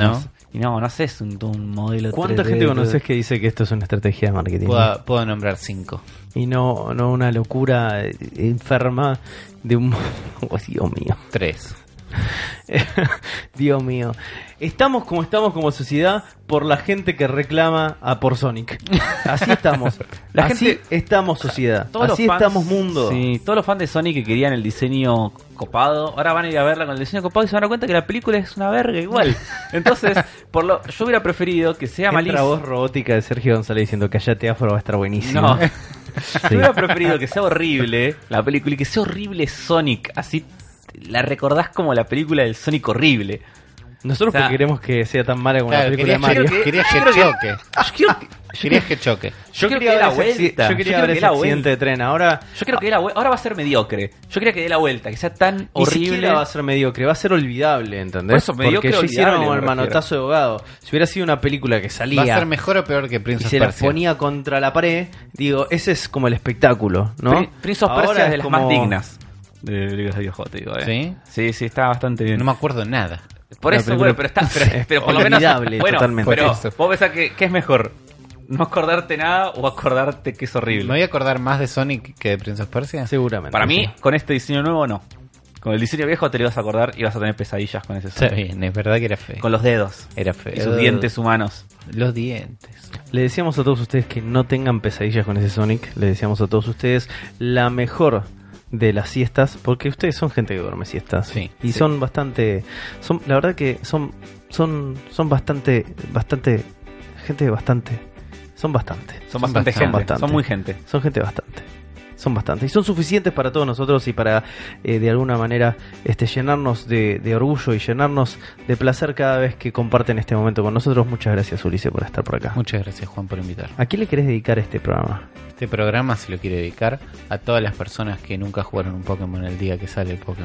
Y no, no sé, es un, un modelo ¿Cuánta tres D, gente todo. conoces que dice que esto es una estrategia de marketing? Puedo, puedo nombrar cinco. Y no, no una locura eh, enferma de un... Oh, Dios mío. Tres. Dios mío. Estamos como estamos como sociedad por la gente que reclama a por Sonic. Así estamos. La Así gente- estamos sociedad. Todos Así los fans- estamos mundo. Sí, todos los fans de Sonic que querían el diseño copado, ahora van a ir a verla con el diseño copado y se van a dar cuenta que la película es una verga igual. Entonces, por lo, yo hubiera preferido que sea Entra malísimo. voz robótica de Sergio González diciendo callate afro, va a estar buenísimo. No. Sí. Yo hubiera preferido que sea horrible la película y que sea horrible Sonic. Así la recordás como la película del Sonic horrible. Nosotros O sea, porque queremos que sea tan mala como Claro, la película de querías, Mario. querías que yo creo que- choque. Yo quiero que, Querías que choque. yo Yo quiero quería que dé ver la ese acci- vuelta. yo quería quiero ver que ese dé la accidente vuelta. de tren. Ahora Yo creo que dé la vuelta. Ahora va a ser mediocre. Yo quería que dé la vuelta, que sea tan ni horrible. siquiera va a ser mediocre, va a ser olvidable, ¿entendés? Por eso, mediocre, Porque ya hicieron olvidable, el me refiero. manotazo de abogado. Si hubiera sido una película que salía ¿Va a ser mejor o peor que y Prince of se la Persia? ponía contra la pared, digo, ese es como el espectáculo, ¿no? Prin- Prince of Ahora Persia es de es las como- más dignas de películas de videojuegos, te digo, eh. ¿Sí? Sí, sí, está bastante bien. No me acuerdo nada. Por La eso, película- bueno, pero está, pero, pero por lo menos, Olvidable, bueno, totalmente. pero Por eso. vos pensás que, ¿qué es mejor? ¿No acordarte nada o acordarte que es ¿Me horrible? voy a acordar más de Sonic que de Prince of Persia? Seguramente. Para mí, sí. con este diseño nuevo, no. Con el diseño viejo te lo ibas a acordar y vas a tener pesadillas con ese Está Sonic. bien, es verdad que era feo. Con los dedos Era feo. y sus dientes humanos. Los dientes. Le decíamos a todos ustedes que no tengan pesadillas con ese Sonic. Le decíamos a todos ustedes la mejor de las siestas, porque ustedes son gente que duerme siestas. Sí, y sí. son bastante, son, la verdad que son, son, son bastante, bastante, gente bastante, son bastante, Son bastante bastante. gente. Bastante. Son muy gente. son gente bastante. Son bastante. Y son suficientes para todos nosotros y para, eh, de alguna manera, este, llenarnos de, de orgullo y llenarnos de placer cada vez que comparten este momento con nosotros. Muchas gracias, Ulises, por estar por acá. Muchas gracias, Juan, por invitar. ¿A quién le querés dedicar este programa? Este programa se lo quiere dedicar a todas las personas que nunca jugaron un Pokémon el día que sale el Pokémon.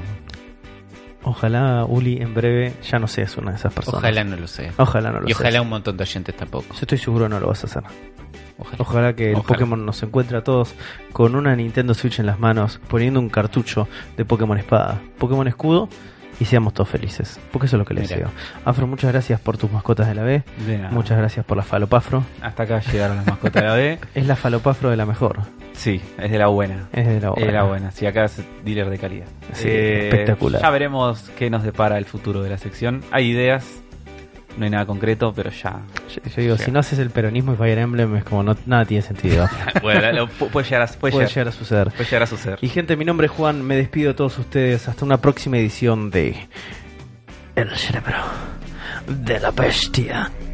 Ojalá Uli en breve ya no seas una de esas personas. Ojalá no lo sea. Ojalá no lo Y ojalá seas. un montón de oyentes tampoco. Yo estoy seguro no lo vas a hacer. Ojalá. Ojalá que el Ojalá. Pokémon nos encuentre a todos con una Nintendo Switch en las manos, poniendo un cartucho de Pokémon Espada, Pokémon Escudo, y seamos todos felices. Porque eso es lo que les Mira. deseo. Afro, muchas gracias por tus mascotas de la B. De nada. Muchas gracias por la falopafro. Hasta acá llegaron las mascotas de la B. Es la falopafro de la mejor. Sí, es de la buena. Es de la Es buena. de la buena. Sí, acá es dealer de calidad. Sí, espectacular. Ya veremos qué nos depara el futuro de la sección. Hay ideas. No hay nada concreto, pero ya. Yo, yo digo, Sí. si no haces el peronismo y Fire Emblem, es como no, nada tiene sentido. Bueno, lo- pu- puede llegar a, puede Puede llegar, llegar a suceder. puede llegar a suceder. Y gente, mi nombre es Juan, me despido de todos ustedes hasta una próxima edición de El cerebro de la bestia.